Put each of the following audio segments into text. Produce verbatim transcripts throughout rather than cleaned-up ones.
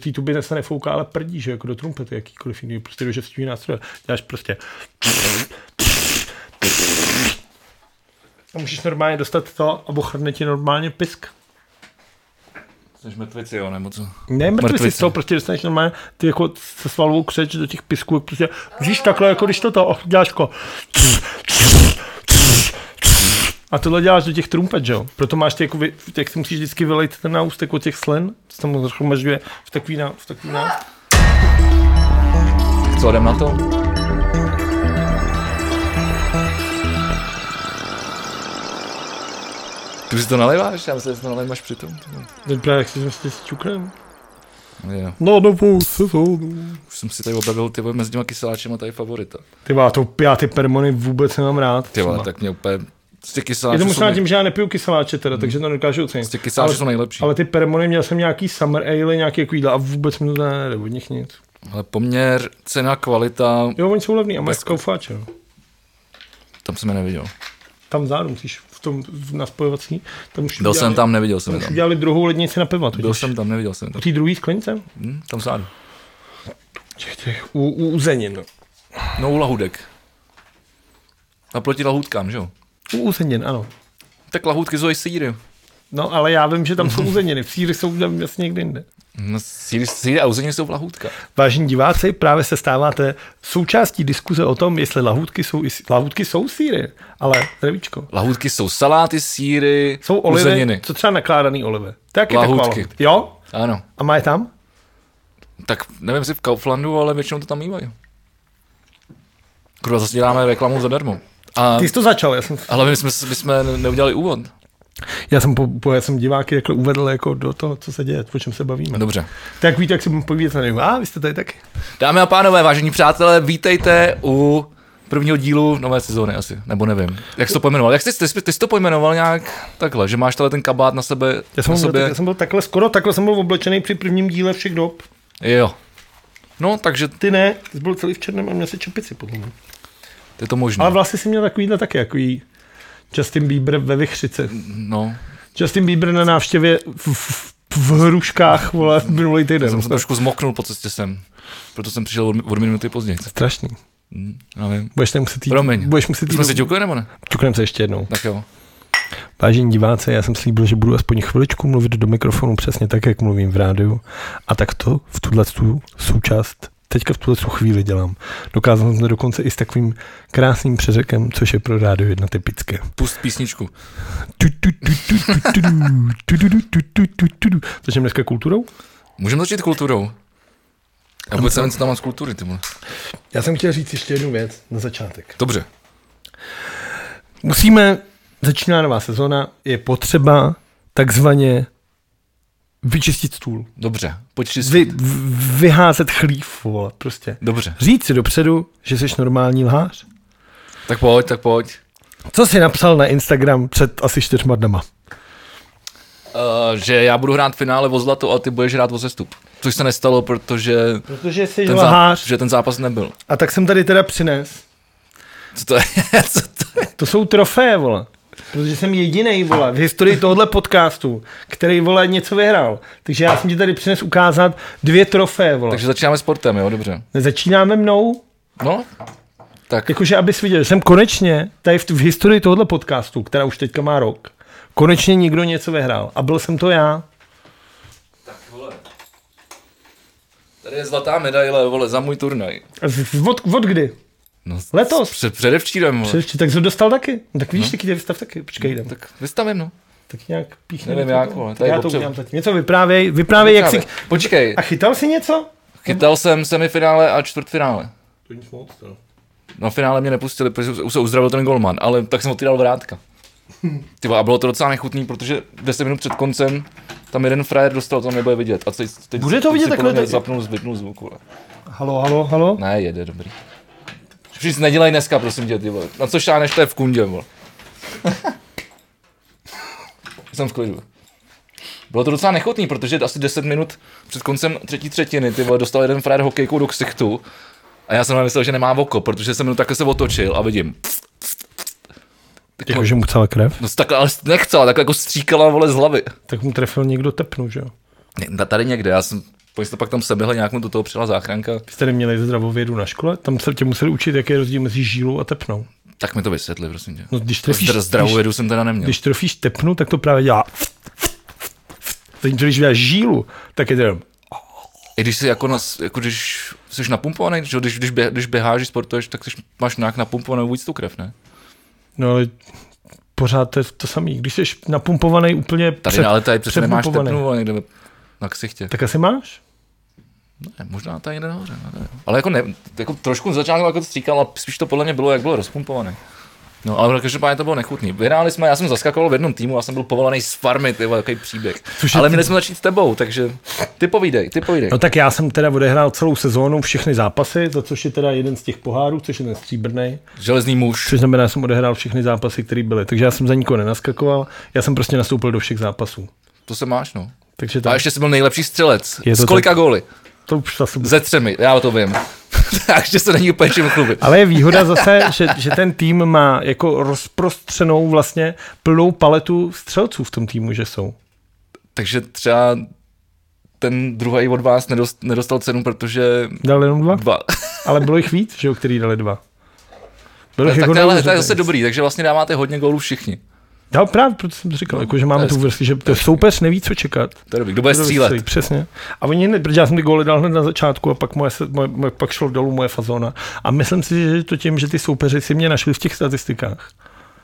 té tuby se nefouká, ale prdí, že jako do trumpety, jakýkoliv jiný, prostě do žestový nástroje. Děláš prostě a můžeš normálně dostat to a bochrne ti normálně pisk. Jsi mrtvici, jo, nebo co? Ne, mrtvici, to prostě dostaneš normálně ty jako se svalovou křeč do těch pisků, prostě můžeš takhle, jako když to to, děláš jako a tohle děláš do těch trumpet, že jo? Proto máš ty, jako, jak si musíš vždycky vylejt ten náustek od těch slen, co tam zhromažďuje v takový ná, v takový ná. Co, jdem na to? Ty si to naléváš? Já myslím, že to naléváš přitom. Vypadá, jak si vlastně s čukrem. Jo. No, novou sezónu. Už jsem si tady objevil ty mezi těma kyseláčema tady favorita. Ty vole, to já ty permony vůbec nemám rád. Ty vole, tak mě úplně... Z těch kyseláčů je to možná nej... tím, že já nepiju kyseláče teda, hmm. takže to nedokážu ocenit. Z těch kyseláčů jsou nejlepší. Ale ty permony, měl jsem nějaký summer ale, nějaký jako jídla a vůbec mi to nejde od nich nic. Ale poměr, cena, kvalita... Jo, oni jsou levný a mají skoufáče. No. Tam jsem je neviděl. Tam vzadu musíš v tom na spojovací. Tam už Byl jsem tam, neviděl jsem tam. tam. Už udělali druhou lednici na piva. Byl jsem tam, neviděl jsem tam. U té druhé sklenice? Hmm, tam vzadu. Těch, těch, u, u uzenin. No u lahůdek. Naproti lahůdkám, že jo? U uzenin, ano. Tak lahůdky jsou i sýry. No, ale já vím, že tam jsou uzeniny. V síry jsou tam jasně někde jinde. No, síry, síry a uzeniny jsou v lahůdkách. Vážení diváci, právě se stáváte součástí diskuze o tom, jestli lahůdky jsou, lahůdky jsou sýry, ale revíčko. Lahůdky jsou saláty, sýry, jsou olivy, uzeniny. Co třeba nakládaný olivy. Tak je lahůdky. Jo? Ano. A má je tam? Tak nevím si v Kauflandu, ale většinou to tam mývají. Kurva, zase děláme reklamu zadarmo. A, Ty jsi to začal, já jsem... ale my jsme, my jsme neudělali úvod. Já jsem, po, po, já jsem diváky jako uvedl jako do toho, co se děje, o čem se bavíme. Dobře. Tak víte, jak si budeme povídat na něj. A vy jste tady taky. Dámy a pánové, vážení přátelé, vítejte u prvního dílu nové sezóny asi, nebo nevím. Jak jsi to pojmenoval? Jak jsi, ty, ty jsi to pojmenoval nějak takhle, že máš tady ten kabát na sebe? Já jsem, na byl, sobě... já jsem byl takhle, skoro takhle jsem byl oblečený při prvním díle všech dob. Jo. No, takže... Ty ne, ty jsi byl celý v černém a měl si čepici potom. Je to možné. Ale vlastně jsi měl takovýhle taky, jako Justin Bieber ve Vychřice. No. Justin Bieber na návštěvě v, v, v hruškách, vole, v minulý týden. Já jsem se trošku zmoknul po cestě sem. Proto jsem přišel od, od minuty později. Strašný. Hmm, já vím. Budeš muset jít. Promiň. Budeš muset jít. Jsme si ťukli nebo ne? Ťukneme se ještě jednou. Tak jo. Vážení diváci, já jsem slíbil, že budu aspoň chviličku mluvit do mikrofonu přesně tak, jak mluvím v rádiu. A tak to v tuhle součást teďka v tuhle chvíli dělám. Dokázal jsem to dokonce i s takovým krásným přeřekem, což je pro rádio jedna typické. Pust písničku. Začneme dneska kulturou? Můžeme začít kulturou. Já vůbec nevím, co tam mám z kultury, ty. Já jsem chtěl říct ještě jednu věc na začátek. Dobře. Musíme, začíná nová sezóna, je potřeba takzvaně vyčistit stůl. Dobře, počti Vy, vyházet chlív, vole, prostě. Dobře. Říct si dopředu, že jsi normální lhář. Tak pojď, tak pojď. Co jsi napsal na Instagram před asi čtyřma dnama? Uh, že já budu hrát finále o zlato a ty budeš hrát o sestup. Což se nestalo, protože, protože jsi ten, lhář. zá, že ten zápas nebyl. A tak jsem tady teda přines. Co to je? Co to je? To jsou trofeje, vole. Protože jsem jedinej, vole, v historii tohohle podcastu, který, vole, něco vyhrál. Takže já jsem ti tady přines ukázat dvě trofeje, vole. Takže začínáme sportem, jo, dobře. Začínáme mnou. No, tak. Jakože, abys viděl, jsem konečně tady v, v historii tohohle podcastu, která už teďka má rok, konečně někdo něco vyhrál. A byl jsem to já. Tak, vole. Tady je zlatá medaile, vole, za můj turnaj. Od, od kdy? No, letos. Před, předevčírem, vole. Předevčí, tak jsi ho dostal taky. Tak víš, no. Taky tě vystav taky. Počkej, jdem. Tak vystavím, no. Tak nějak píchne. Nevím jak, vole. Tak já to udělám zatím. Něco vyprávěj, vyprávěj, jak si... Počkej. A chytal jsi něco? Chytal jsem semifinále a čtvrtfinále. To nic moc, to. Na finále mě nepustili, protože už se uzdravil ten golman, ale tak jsem otvírал vrátka. Tyba, a bylo to docela nechutný, protože deset minut před koncem tam jeden frajer dostal, to tam nebude vidět. A teď, teď, bude to teď vidět si takhle? Teď zapnul, vypnul zvuk. Ale. Halo, halo, halo? Ne, jede, dobrý. Už nedělej dneska, prosím tě, ty vole. Na co šáneš, to je v kundě, vole. Jsem v klidu. Bylo to docela nechutný, protože asi deset minut před koncem třetí třetiny, ty vole, dostal jeden frajer hokejkou do ksichtu. A já jsem myslel, že nemá oko, protože jsem jenom takhle se otočil a vidím. Jakože mu celá krev? No takhle, ale nechcela, tak jako stříkala, vole, z hlavy. Tak mu trefil někdo tepnu, že jo? Ne, tady někde, já jsem Pojď to pak tam seběhle, nějak mu do toho přijela záchranka. Vy jste neměli zdravovědu na škole? Tam se tě museli učit, jaký je rozdíl mezi žílou a tepnou. Tak mi to vysvětli, prosím tě. No, když trefíš, zdravovědu jsem teda neměl. Když trefíš tepnu, tak to právě dělá. Když děláš žílu, tak je to. I když jsi jako, nas, jako když jsi napumpovaný, že když, když, bě, když běháš, sportuješ, tak jsi, máš nějak napumpovanou víc tu krev, ne? No ale pořád to je to samý. Když jsi napumpovaný úplně tady, před, ale tady přece nemáš tepnu, ale někde na ksichtě. Tak asi máš? Ne, možná tady někde nahoře. Ne, ale jako, ne, jako trošku z začátku jako to stříkal, ale spíš to podle mě bylo, jak bylo rozpumpované. No ale každopádně to bylo nechutný. Vyhráli jsme, já jsem zaskakoval v jednom týmu, já jsem byl povolaný z farmy, ty vole, takový příběh. Což ale měli jsme začít s tebou, takže ty povídej, ty povídej. No tak já jsem teda odehrál celou sezónu, všechny zápasy, za což je teda jeden z těch pohárů, což je ten stříbrnej. Železný muž. Což znamená, že jsem odehrál všechny zápasy, které byly. Takže já jsem za nikoho nenaskakoval, já jsem prostě nastoupil do všech zápasů. To se máš, no. Takže tak. A ještě jsi byl nejlepší střelec. Z kolika tak... góly? To už zase... Ze třemi, já to vím. Takže se není úplně čím chlubit. Ale je výhoda zase, že, že ten tým má jako rozprostřenou vlastně plnou paletu střelců v tom týmu, že jsou. Takže třeba ten druhý od vás nedost, nedostal cenu, protože... Dal jenom dva? Dva. Ale bylo jich víc, že jo, který dali dva. Bylo tak to ale to je zase dobrý, takže vlastně dáváte hodně gólů všichni. Já právě, proto jsem to říkal, no, jako, že máme tu vrstvu, že to soupeř neví, co čekat. To je dobrý, kdo bude střílet. Přesně. A oni hned, protože já jsem ty góly dal hned na začátku a pak, moje, moje, moje, pak šlo dolů moje fazona. A myslím si, že to tím, že ty soupeři si mě našli v těch statistikách.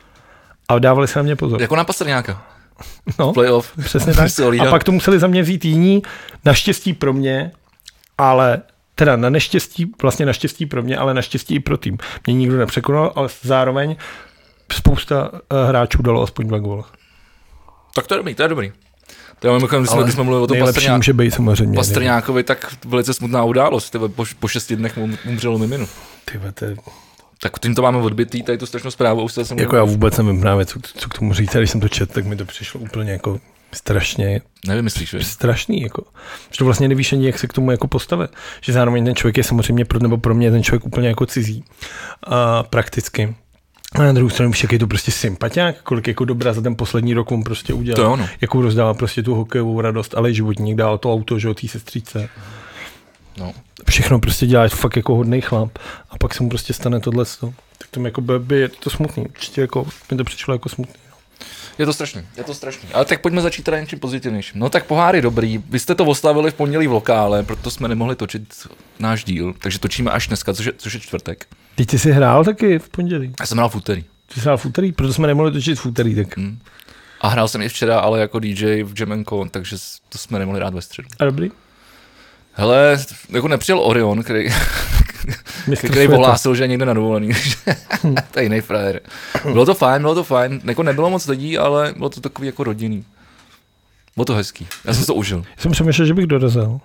A dávali se na mě pozor. Jako na Pastrňáka. No, playoff. Přesně tak. A pak to museli za mě vzít jiní, naštěstí pro mě, ale teda na neštěstí, vlastně naštěstí pro mě, ale naštěstí i pro tým. Mě nikdo nepřekonal, ale zároveň spousta uh, hráčů dalo aspoň dva góly. Tak to je dobrý, to je dobrý. To je mimochodem, když jsme, když jsme mluvili o tom Pastrňák, může být samozřejmě. Pastrňákovi, tak velice smutná událost. Tyhle, po, po šesti dnech mu umřelo miminu. Tyhle, to je... Tak tím to máme odbitý, tady tu strašnou zprávu. Už jsem jako já vůbec nevím právě, co, co k tomu říct. Když jsem to četl, tak mi to přišlo úplně jako strašně... Nevymyslíš, že? Strašný, jako. Že to vlastně nevíš ani, jak se k tomu jako postavit. Že zároveň ten člověk je samozřejmě pro, nebo pro mě ten člověk úplně jako cizí. A prakticky. A na druhou stranu však je to prostě sympatiák, kolik jako dobrá za ten poslední rok on prostě udělal. To ono. Jakou rozdával prostě tu hokejovou radost, ale i životník, dál to auto, že o té sestříce. No. Všechno prostě dělá fakt jako hodnej chlap a pak se mu prostě stane tohleto. Tak to jako by, by je to smutný, určitě jako, mi to přišlo jako smutný. Je to strašný, je to strašný. Ale tak pojďme začít teda něčím pozitivnějším. No tak pohár je dobrý. Vy jste to oslavili v pondělí v lokále, proto jsme nemohli točit náš díl, takže točíme až dneska, což je, což je čtvrtek. Teď ty jsi hrál taky v pondělí? Já jsem hrál v úterý. Ty jsi hrál v úterý, proto jsme nemohli točit v úterý, tak. Hmm. A hrál jsem i včera, ale jako D J v Jam and Con, takže to jsme nemohli hrát ve středu. A dobrý? Hele, jako nepřijel Orion, který, který ohlásil, že je někde na dovolený. To je jiný frajer. Bylo to fajn, bylo to fajn. Jako nebylo moc lidí, ale bylo to takový jako rodinný. Bylo to hezký. Já jsem to užil. Já jsem přemýšlel, že bych dorazil.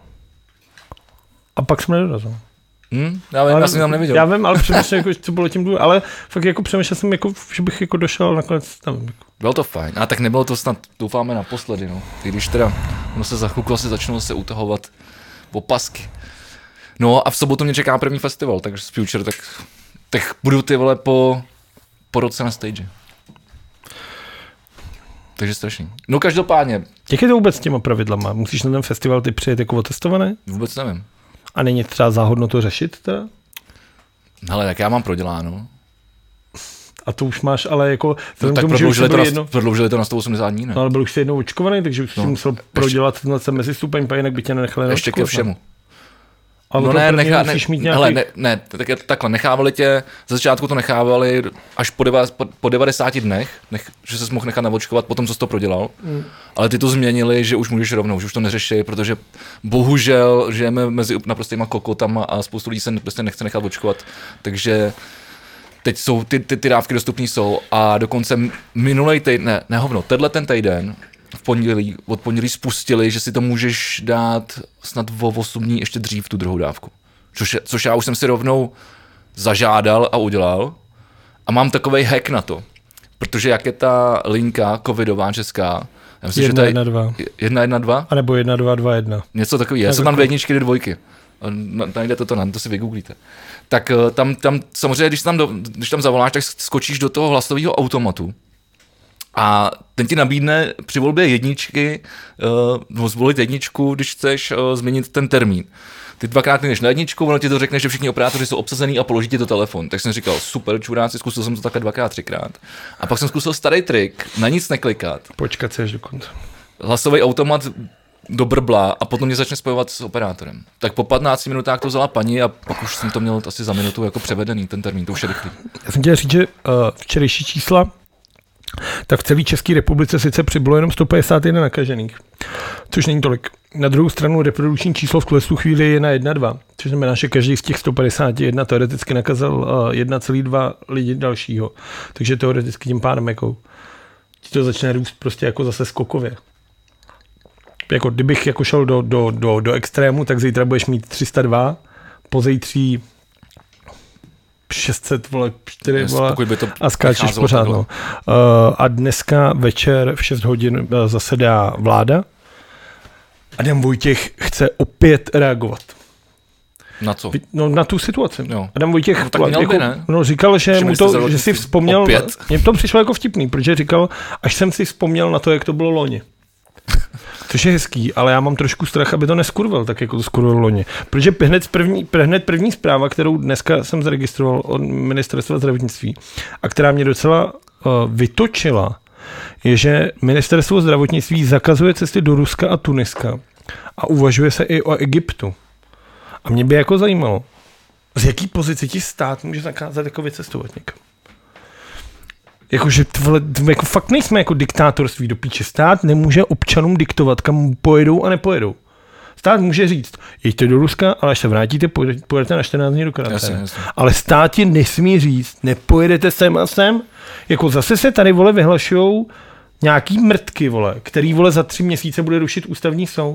A pak jsem nedorazil. Hmm, já vím, ale, já jsem tam neviděl. Já vím, ale přemýšlel, jako, co bylo tím důvodem, ale fakt jako přemýšlel jsem, jako, že bych jako došel nakonec tam. Jako. Bylo to fajn, a tak nebylo to snad, doufáme, naposledy, no. I když teda, ono se za chvilku asi začnou se utahovat opasky. No a v sobotu mě čeká první festival, takže z Future, tak, tak budu ty vole po, po roce na stage. Takže strašný. No každopádně. Jak je to vůbec s těma pravidlama? Musíš na ten festival ty přijet jako otestovaný? Vůbec nevím. A není třeba záhodno to řešit teda? Hele, tak já mám proděláno. A to už máš, ale jako... No, tak prodloužili to, jedno... prodloužili to na sto osmdesát dní, ne? No, ale byl už si jednou očkovaný, takže už no, si musel prodělat tenhle mezi stupeň, pa jinak by tě nenechali na ještě ke všemu. Ale no ne, nechá, ne, mít nějaký... hele, ne, ne, tak, takhle, nechávali tě, za začátku to nechávali až po, deva, po, po devadesáti dnech, nech, že ses mohl nechat navočkovat potom, co jsi to prodělal, mm. ale ty to změnili, že už můžeš rovnou, že už to neřeší, protože bohužel žijeme mezi naprostýma kokotama a spoustu lidí se prostě nechce nechat očkovat, takže teď jsou, ty, ty, ty dávky dostupný jsou a dokonce minulej týden, ne, ne hovno, tenhle ten týden, v pondělí, od pondělí spustili, že si to můžeš dát snad o osm dní ještě dřív tu druhou dávku. Což, což já už jsem si rovnou zažádal a udělal. A mám takovej hack na to. Protože jak je ta linka covidová česká, já myslím, jedna, že to je jedna, dva. jedna, jedna, dva? A nebo jedna, dva, dva, jedna. Něco takový. Já jsem tam dvě jedničky, dvě dvojky. Najdete to, to si vygooglíte. Tak tam, tam samozřejmě, když tam, do, když tam zavoláš, tak skočíš do toho hlasového automatu. A ten ti nabídne při volbě jedničky, uh, zvolit jedničku, když chceš uh, změnit ten termín. Ty dvakrát klikneš na jedničku, ono ti to řekne, že všichni operátoři jsou obsazený a položí ti to telefon. Tak jsem říkal, super, čuráci, zkusil jsem to takhle dvakrát, třikrát. A pak jsem zkusil starý trik, na nic neklikat. Počkat se až do konce. Hlasový automat do brbla a potom mě začne spojovat s operátorem. Tak po patnácti minutách to vzala paní a pak už jsem to měl asi za minutu jako převedený, ten termín, to už je rychlý. Já jsem chtěl říct, že uh, včerejší čísla, tak v celé České republice sice přibylo jenom sto padesát jedna nakažených, což není tolik. Na druhou stranu reprodukční číslo v tuhle chvíli je na jedna celá dva, což znamená, že každý z těch sto padesát jedna teoreticky nakazil uh, jedna celá dva lidi dalšího. Takže teoreticky tím pádem jako ti to začne růst prostě jako zase skokově. Jako kdybych jako šel do, do, do, do extrému, tak zítra budeš mít tři sta dva, pozítří šest set, vole, čtyři, vole, a skáčeš pořád. No. Uh, a dneska večer v šest hodin zasedá vláda. Adam Vojtěch chce opět reagovat. Na co? No, na tu situaci. Jo. Adam Vojtěch no, tak měl jako, by, ne? No, říkal, že, mu to, že si vzpomněl, opět. Mně to přišlo jako vtipný, protože říkal, až jsem si vzpomněl na to, jak to bylo loni. Což je hezký, ale já mám trošku strach, aby to neskurval, tak jako to skurval loni. Protože hned první, hned první zpráva, kterou dneska jsem zaregistroval od ministerstva zdravotnictví a která mě docela uh, vytočila, je, že ministerstvo zdravotnictví zakazuje cesty do Ruska a Tuniska a uvažuje se i o Egyptu. A mě by jako zajímalo, z jaký pozici ti stát může zakázat jako vycestovat někam. Jakože jako fakt nejsme jako diktátorství do píče. Stát nemůže občanům diktovat, kam pojedou a nepojedou. Stát může říct, jeďte do Ruska, ale až se vrátíte, pojedete na čtrnáct dní do karantény. Ale stát ti nesmí říct, nepojedete sem a sem. Jako zase se tady, vole, vyhlašujou nějaký mrtky, vole, který, vole, za tři měsíce bude rušit ústavní soud.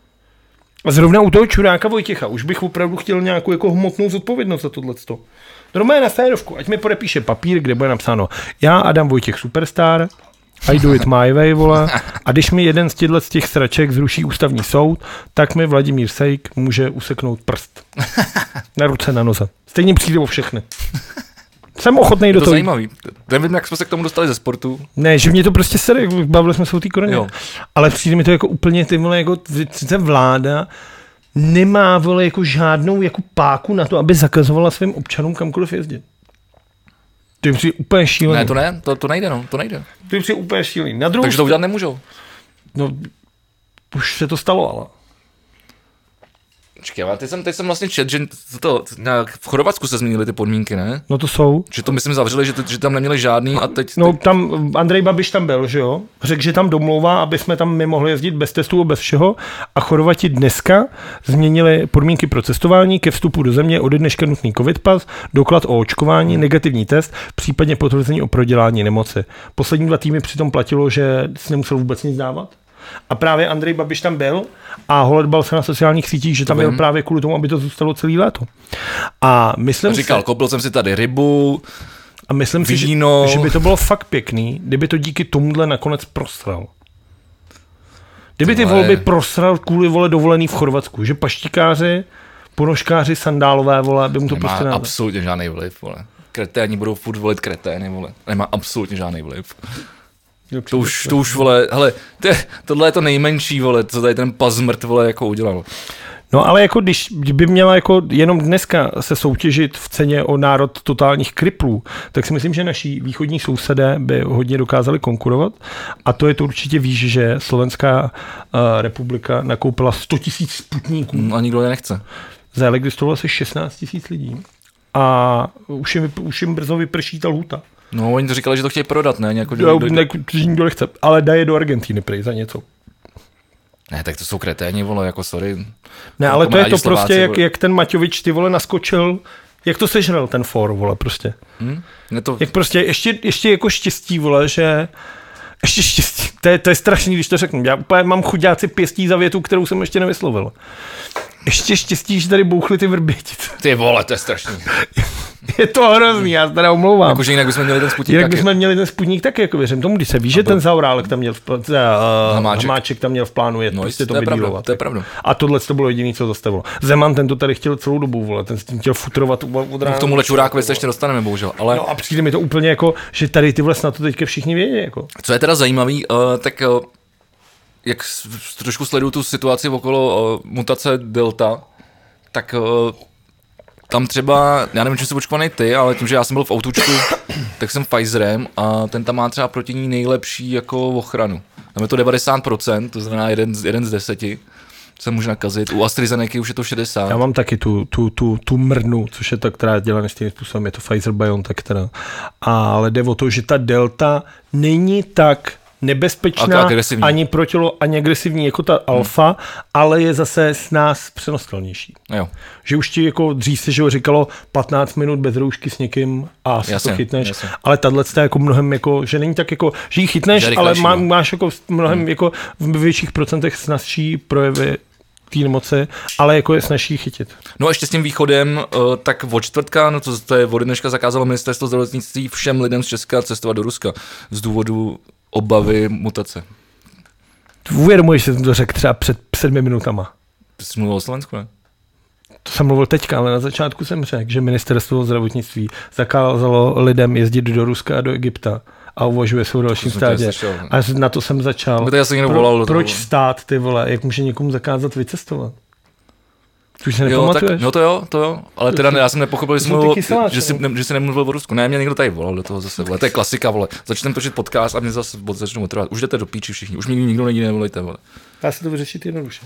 A zrovna u toho čuráka Vojtěcha už bych opravdu chtěl nějakou jako hmotnou zodpovědnost za tohleto. Normálně na férovku, ať mi podepíše papír, kde bude napsáno já, Adam Vojtěch, superstar, I do it my way, vole, a když mi jeden z těchto z těch sraček zruší ústavní soud, tak mi Vladimír Sejk může useknout prst. Na ruce, na noze. Stejně přijde o všechny. Jsem ochotnej do toho. To je zajímavý. Nevím, jak jsme se k tomu dostali ze sportu. Ne, že mě to prostě sere, bavili jsme se o té koroně. Ale přijde mi to jako úplně, ty vole, jako vláda nemá, vole, jako žádnou jako páku na to, aby zakazovala svým občanům kamkoliv jezdit. To je přijde úplně šílený. Ne, to ne, to, to nejde, no, to nejde. To je přijde úplně šílený. Na druhou Takže to udělat nemůžou. No, už se to stalo, ale. Počkej, ale teď jsem, teď jsem vlastně čet, že to, v Chorvatsku se změnily ty podmínky, ne? No to jsou. Že to myslím zavřeli, že, že tam neměli žádný a teď... No teď... tam Andrej Babiš tam byl, že jo? Řekl, že tam domlouvá, aby jsme tam my mohli jezdit bez testů a bez všeho. A Chorvati dneska změnili podmínky pro cestování, ke vstupu do země ode dneška nutný covid pas, doklad o očkování, hmm. negativní test, případně potvrzení o prodělání nemoci. Poslední dva týmy přitom platilo, že si nemusel vůbec nic dávat. A právě Andrej Babiš tam byl a holedbal se na sociálních sítích, že tam byl právě kvůli tomu, aby to zůstalo celý léto. A myslím a říkal, si, koupil jsem si tady rybu, a myslím víno. si, že, že by to bylo fakt pěkný, kdyby to díky tomuhle nakonec prosral. Kdyby ty volby prosral kvůli, vole, dovolený v Chorvatsku, že paštíkáři, ponožkáři, sandálové, vole, by mu to nemá prostě nedali. Absolutně žádný vliv, vole. Kreténi budou furt volit kretény, vole. Nemá absolutně žádný vliv. To už, to už, vole, hele, tohle je to nejmenší, vole, co tady ten pazmrt, vole, jako udělal. No ale jako když by měla jako jenom dneska se soutěžit v ceně o národ totálních kriplů, tak si myslím, že naši východní sousedé by hodně dokázali konkurovat a to je to určitě víš, že Slovenská uh, republika nakoupila sto tisíc sputníků. Mm, a nikdo je nechce. Za existovalo asi šestnáct tisíc lidí a už jim, už jim brzo vyprší ta lhůta. No, oni to říkali, že to chtějí prodat, ne? Jako, že jo, někdo... ne, nikdo nechce, ale dají je do Argentíny prej za něco. Ne, tak to jsou kreténi, vole, jako sorry. Ne, ale to je to Slováci, prostě, jak, jak ten Maťovič, ty vole, naskočil, jak to sežral ten for, vole, prostě. Hmm? To... Jak prostě, ještě, ještě jako štěstí, vole, že ještě štěstí, to je, to je strašný, když to řeknu. Já úplně mám chudáci pěstí za větu, kterou jsem ještě nevyslovil. Ještě štěstí, že tady bouchly ty Vrbětice. Ty vole, to je strašný. Je to hrozný, já se teda omlouvám. Jakože jinak bychom měli ten Sputnik Jinak taky. bychom měli ten Sputnik taky, jako věřím tomu, když se ví, že ten Zaorálek tam měl v plánu, uh, Hamáček. Hamáček tam měl v plánu jet, No, prostě to to je pravda, vydílovat. to je pravda. A tohle to bylo jediné, co zastavilo. Zeman ten to tady chtěl celou dobu, vole, ten s tím chtěl futrovat od rána. No, k tomuhle čurákovi se ještě dostaneme, bohužel. Ale No a přijde mi to úplně jako, že tady ty vlastně na to teďka všichni vědí, jako. co je teda zajímavý, uh, tak uh, jak s- trošku sleduju tu situaci okolo uh, mutace Delta, tak uh, tam třeba, já nevím, čím jsi očkovaný ty, ale tím, že já jsem byl v autůčku, tak jsem Pfizerem a ten tam má třeba proti ní nejlepší jako ochranu. Tam je to devadesát procent, to znamená jeden z, jeden z deseti, se může nakazit. U AstraZeneca už je to šedesát. Já mám taky tu, tu, tu, tu mrnu, což je ta, která dělá stejným způsobem, je to Pfizer-BioNTech teda. Ale jde o to, že ta delta není tak nebezpečná, agresivní. ani protilo, ani agresivní jako ta alfa, hmm. ale je zase s nás přenositelnější. Jo. Že už ti jako dřív se že ho říkalo patnáct minut bez roušky s někým a asi Jasně, to chytneš, jasně. ale tahle je jako mnohem jako, že není tak jako, že ji chytneš, Že ale rychlejší, má, no. máš jako mnohem hmm. jako v větších procentech snazší projevy té nemoci, ale jako je snažší chytit. No a ještě s tím východem, uh, tak od čtvrtka, no to, to je od dneška zakázalo ministerstvo zdravotnictví všem lidem z Česka cestovat do Ruska z důvodu obavy mutace. Uvědomuješ, že jsem to řekl třeba před sedmi minutama. Ty jsi mluvil o Slovensku, ne? To jsem mluvil teďka, ale na začátku jsem řekl, že ministerstvo zdravotnictví zakázalo lidem jezdit do Ruska a do Egypta a uvažuje se o dalším To jsem tě státě. neslyšel. A na to jsem začal. No to já jsem někdo volal do toho. Proč stát, ty vole, jak může někomu zakázat vycestovat? Ty už se Jo, nepamatuješ? tak, no to jo, to jo, ale teda ne, já jsem nepochopil, že, To jsem jsou ty mluvil, kyseláče, že, jsi, no. ne, že jsi nemluvil o Rusku. Ne, mě někdo tady volal do toho zase, vole. To je klasika, vole. Začneme točit podcast a mě zase bod začnou otrvat. Už jdete do píči všichni, už mě nikdo není nevolejte, vole. Dá se to vyřešit jednoduše.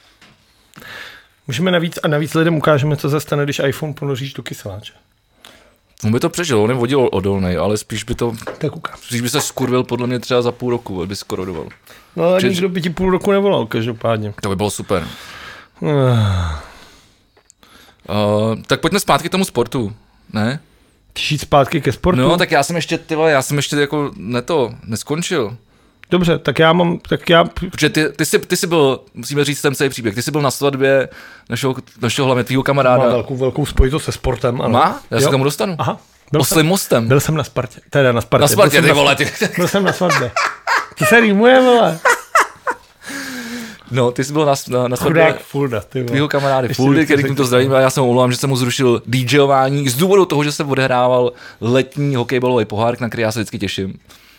Můžeme navíc a navíc lidem ukážeme, co se stane, když iPhone ponoříš do kyseláče. On by to přežil, on je vodil odolnej, ale spíš by to, Tak ukáž. spíš by se skurvil podle mě třeba za půl roku, by skorodoval. No ale Či- nikdo by ti půl roku nevolal, každopádně. To by bylo super. Uh, Uh, tak pojďme zpátky k tomu sportu, ne? Těšit zpátky ke sportu? No, tak já jsem ještě, ty vole, já jsem ještě jako ne to, neskončil. Dobře, tak já mám, tak já... Protože ty, ty, jsi, ty jsi byl, musíme říct ten celý příběh, ty jsi byl na svatbě našeho, našeho hlavně tvýho Má kamaráda. velkou, velkou spojitost se sportem, ano. Má? Já se Jo. k tomu dostanu. Aha. Byl jsem, Oslým mostem. byl jsem na Spartě, teda na Spartě. Na Spartě, byl ty jsem vole, na, ty. byl jsem na svatbě. To se rýmuje, vole. No, ty jsi byl na, na, na Chudák svatbě Fulda, ty vole. tvýho kamarády Ještě Fuldy, bych to který řekl. tím to zdravím, a já jsem omlouvám, že jsem mu zrušil DJování z důvodu toho, že se odehrával letní hokejbalový pohár, na který já se vždycky těším.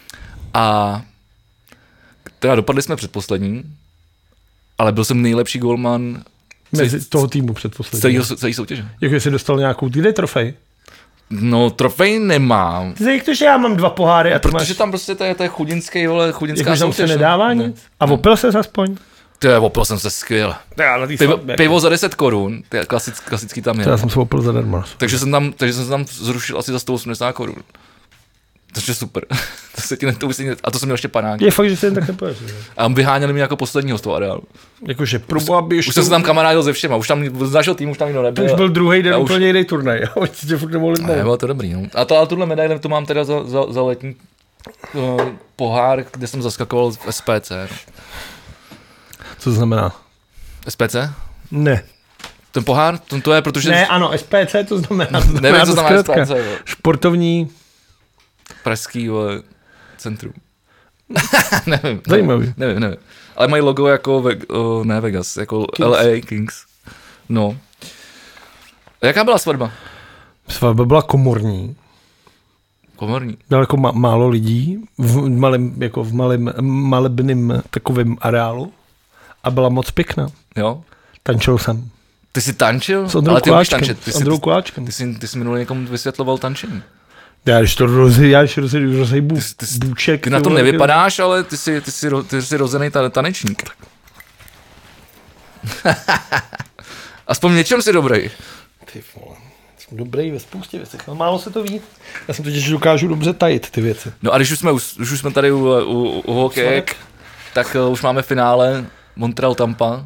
A teda dopadli jsme předposlední, ale byl jsem nejlepší golman Mezi toho týmu z předposlední. celého, celé soutěže. Jak jsi dostal nějakou týdej trofej? No, trofej nemám. Ty jak to, že já mám dva poháry a ty Protože máš... tam prostě to je, to je chudinský, vole, chudinská Jakože tam se soutěž. nedává no. nic? A opil ses aspoň? To je, opil jsem se skvěle. Já na tý Pivo, svatbě. pivo za deset korun, to je klasick, klasický tam je. To já jsem se opil zadarmo. Takže jsem tam, takže jsem se tam zrušil asi za sto osmdesát korun. To je super. To se ti ne, to už si, a to jsem měl ještě panáky. Je fakt, že se jen tak nepověř. A vyháněli mě jako posledního z toho areálu. Jakože proboha by Už jsem se tam kamarádil se všema, už tam z našeho týmu už tam nikdo To nebyl. už byl druhý den Já už- úplně jiný turnaj. A oni tě furt nemohli Ne, dát. bylo to dobrý, no. A to, ale tuhle medaili to mám teda za, za, za letní uh, pohár, kde jsem zaskakoval v S P C. No. Co to znamená? S P C? Ne. Ten pohár, to, to je, protože... Ne, ano, S P C to znamená. To Nevím, co to znamená zkrátka. S P C, jo. Športovní. Pražský, vole, centrum. nevím. Zajímavý. Nevím, nevím. Ale mají logo jako, Ve, o, ne Vegas, jako Kings. L A Kings. No. A jaká byla svatba? Svatba byla komorní. Komorní. Bylo jako ma- málo lidí v malém, jako v malém, malebným takovém areálu a byla moc pěkná. Jo? Tančil jsem. Ty jsi tančil? S Ondrou Ale ty umíš Koláčkem. tančit. Ty S jsi, Ondrou Koláčkem. ty, jsi, ty jsi minule někomu vysvětloval tančení. Já když to rozej, já když rozej, rozejbu Ty, jsi- ty, jsi- bůček. ty na ty to vole, nevypadáš, ale ty jsi, ty jsi, ro- ty jsi rozený ta, tanečník. Aspoň v něčem jsi dobrý. Ty vole, jsem dobrý ve spoustě věcech, no málo se to ví. Já jsem totiž dokážu dobře tajit ty věci. No a když už jsme, už, už jsme tady u, u, u hokejek, tak uh, už máme finále Montreal Tampa.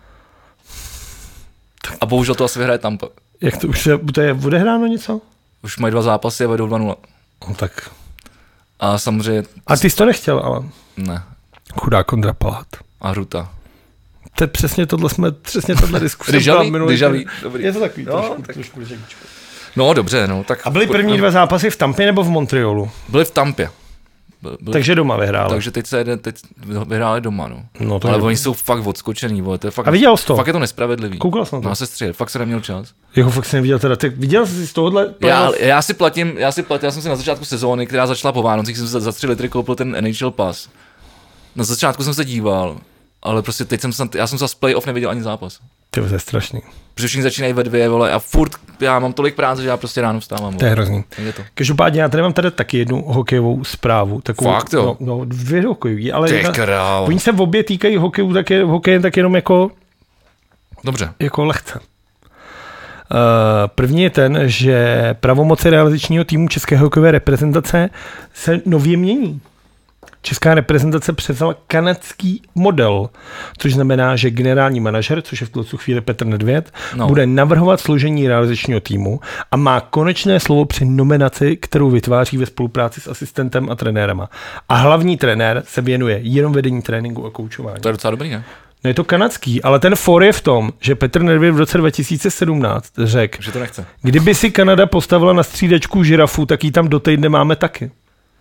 A bohužel to asi vyhraje Tampa. Jak to už je, to je odehráno něco? Už mají dva zápasy a vedou dva nula. No tak. A samozřejmě A ty jsi to nechtěl, ale ne. chudá kontrapalát. A Hruta. To je přesně tohle jsme, přesně tohle diskuse. Deja byla vu, minulý deja vu, týden. dobrý. Je to takový No, trošku, tak- trošku řečičko. No dobře, no. Tak, a byly první dva zápasy v Tampě nebo v Montrealu? Byly v Tampě. Byl, takže doma vyhráli. Takže teď se jede, teď vyhráli doma, no. no to ale je... oni jsou fakt odskočený, vole, to je fakt... A viděl jsi to? Fakt je to nespravedlivý. Koukal jsem na to. Má se střílet, fakt se neměl čas. Jeho fakt jsem neviděl teda, tak viděl jsi z tohohle... Já, já si platím, já si platím, já jsem si na začátku sezóny, která začala po Vánocích, jsem za, za tři litry koupil ten N H L Pass. Na začátku jsem se díval, ale prostě teď jsem se, já jsem z playoff neviděl ani zápas. To je strašný. Protože všichni začínají ve dvě, vole, a furt já mám tolik práce, že já prostě ráno vstávám. Vole. To je hrozný. Je to. Každopádně já tady mám tady taky jednu hokejovou zprávu. Takovou, Fakt jo? No, no dvě hokejové, ale jedna, oni se v obě týkají hokeju, tak je, hokejem tak jenom jako... Dobře. Jako lehce. Uh, první je ten, že pravomoci realizačního týmu české hokejové reprezentace se nově mění. Česká reprezentace převzala kanadský model, což znamená, že generální manažer, což je v tuto chvíli Petr Nedvěd, no. bude navrhovat složení realizačního týmu a má konečné slovo při nominaci, kterou vytváří ve spolupráci s asistentem a trenérama. A hlavní trenér se věnuje jenom vedení tréninku a koučování. To je docela dobrý, ne? No je to kanadský, ale ten for je v tom, že Petr Nedvěd v roce dva tisíce sedmnáct řekl, že to nechce. Kdyby si Kanada postavila na střídačku žirafu, tak ji tam do týdne máme taky.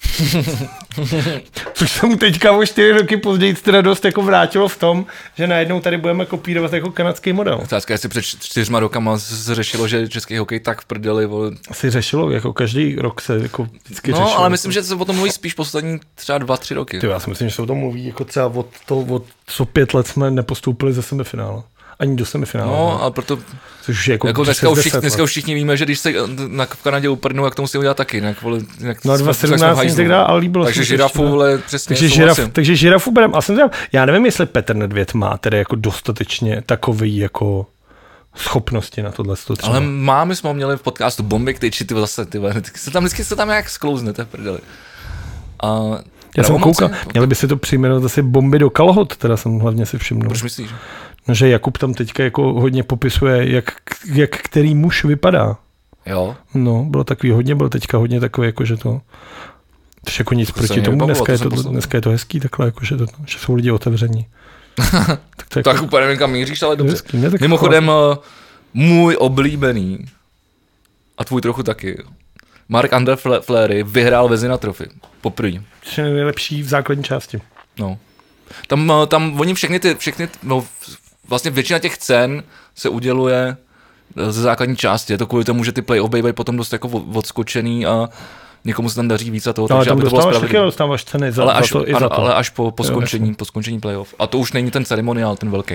Což se mu teďka o čtyři roky později teda dost jako vrátilo v tom, že najednou tady budeme kopírovat jako kanadský model. Otázka, jestli před čtyřma rokama se řešilo, že český hokej tak v prdeli. Vole. Asi řešilo, jako každý rok se jako vždycky no, řešilo. No, ale myslím, že se o tom mluví spíš poslední třeba dva, tři roky. Ty, já si myslím, že se o tom mluví jako třeba od toho, od co pět let jsme nepostoupili ze semifinále. Ani do semifinále. No, a proto... Což jako, jako dneska, už všichni, dneska už všichni víme, že když se na v Kanadě uprdnou, jak to musí udělat taky. Jak, vole, jak no dva sedmnáct tak dá, ale líbilo takže žirafu, vole, přesně takže, žiraf, takže žirafu berem. A jsem teda, já nevím, jestli Petr Nedvěd má tedy jako dostatečně takový jako schopnosti na tohle. Ale má, my jsme měli v podcastu Bomby, který či ty zase, ty se tam vždycky se tam jak sklouznete, prdeli. A já jsem koukal, měli by si to přijmenovat asi Bomby do kalhot, teda jsem hlavně si všimnul. Proč myslíš? No, že Jakub tam teďka jako hodně popisuje, jak, jak který muž vypadá. Jo. No, bylo takový hodně, byl teďka hodně takový, jako že to, to jako nic to proti tomu, dneska, to je to, dneska je to hezký takhle, jako že, to, že jsou lidi otevření. tak to jako, tak úplně nevím, kam míříš, ale dobře. Hezký, ne, mimochodem, uh, můj oblíbený, a tvůj trochu taky, Marc-André Fleury vyhrál Vezina Trophy, poprvé. To je nejlepší v základní části. No. Tam, tam oni všechny ty, všechny, no, vlastně většina těch cen se uděluje ze základní části. Je to kvůli tomu, že ty play-off bývají potom dost jako odskočený a někomu se tam daří víc a toho, no, takže aby to bylo spravedlivé. Dostáváš ceny za, ale až, za to i za to. Ale až po, po, skončení, jo, po skončení play-off. A to už není ten ceremoniál, ten velký.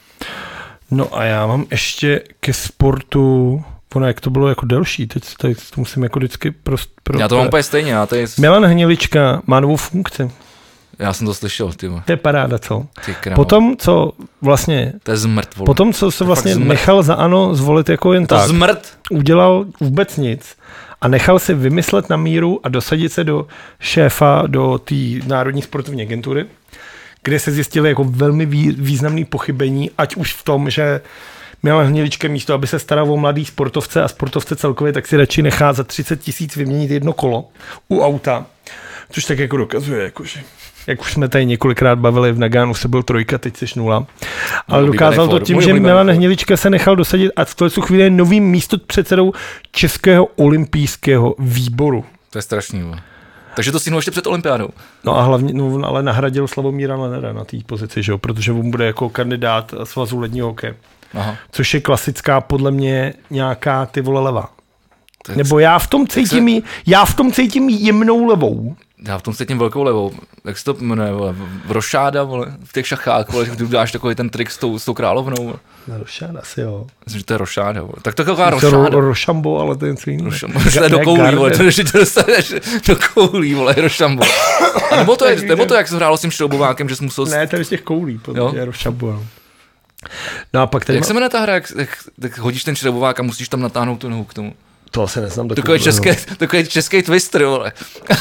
No a já mám ještě ke sportu, ono jak to bylo jako delší, teď, teď to musím jako vždycky prost, pro, já to mám úplně stejně. Já tady... Milan Hnilička má novou funkci. Já jsem to slyšel, ty. To je paráda, co? Ty potom, co vlastně... To je zmrt, vole. Potom, co se vlastně nechal za ANO zvolit jako jen to tak. Zmrt. Udělal vůbec nic a nechal si vymyslet na míru a dosadit se do šéfa, do té Národní sportovní agentury, kde se zjistily jako velmi významné pochybení, ať už v tom, že Milan Hnilička místo, aby se staral o mladý sportovce a sportovce celkově, tak si radši nechá za třicet tisíc vyměnit jedno kolo u auta, což tak jako dokazuje, jakože. Jak už jsme tady několikrát bavili, v Nagánu se byl trojka, teď seš nula. Ale dokázal to tím, že Milan Hnilička se nechal dosadit a v této chvíli je novým místopředsedou Českého olympijského výboru. To je strašný. No. Takže to stihnul ještě před olympiádou. No a hlavně, no, ale nahradil Slavomíra Lennera na té pozici, že jo? Protože on bude jako kandidát Svazu ledního hokeje. Aha. Což je klasická podle mě nějaká ty vole leva. Je... Nebo já v tom cítím, se... já v tom cítím jemnou levou. Já v tom cítím velkou levou. Jak se to jmenuje, vole? Rošáda, vole, v těch šachách, vole, když dáš takový ten trik s tou, s tou královnou. Na Rošáda asi jo. Myslím, že to je Rošáda, vole. Tak to je taková Rošáda. Ro, Rošambo, ale to je něco jiný. Rošambo, to je do koulí, vole, to ještě to dostaneš do koulí, vole, Rošambo. A nebo to, je, nebo to, jak se hrálo s tím šroubovákem, že jsi musel... Ne, to je z těch koulí, podle je Rošambo, no. No a pak tady jak má... se jmenuje ta hra, jak, jak, jak hodíš ten šroubovák a musíš tam natáhnout tu nohu k tomu? To asi neznám. Takový český, takový český twister, vole.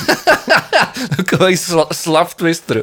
Takový sl, slav twister.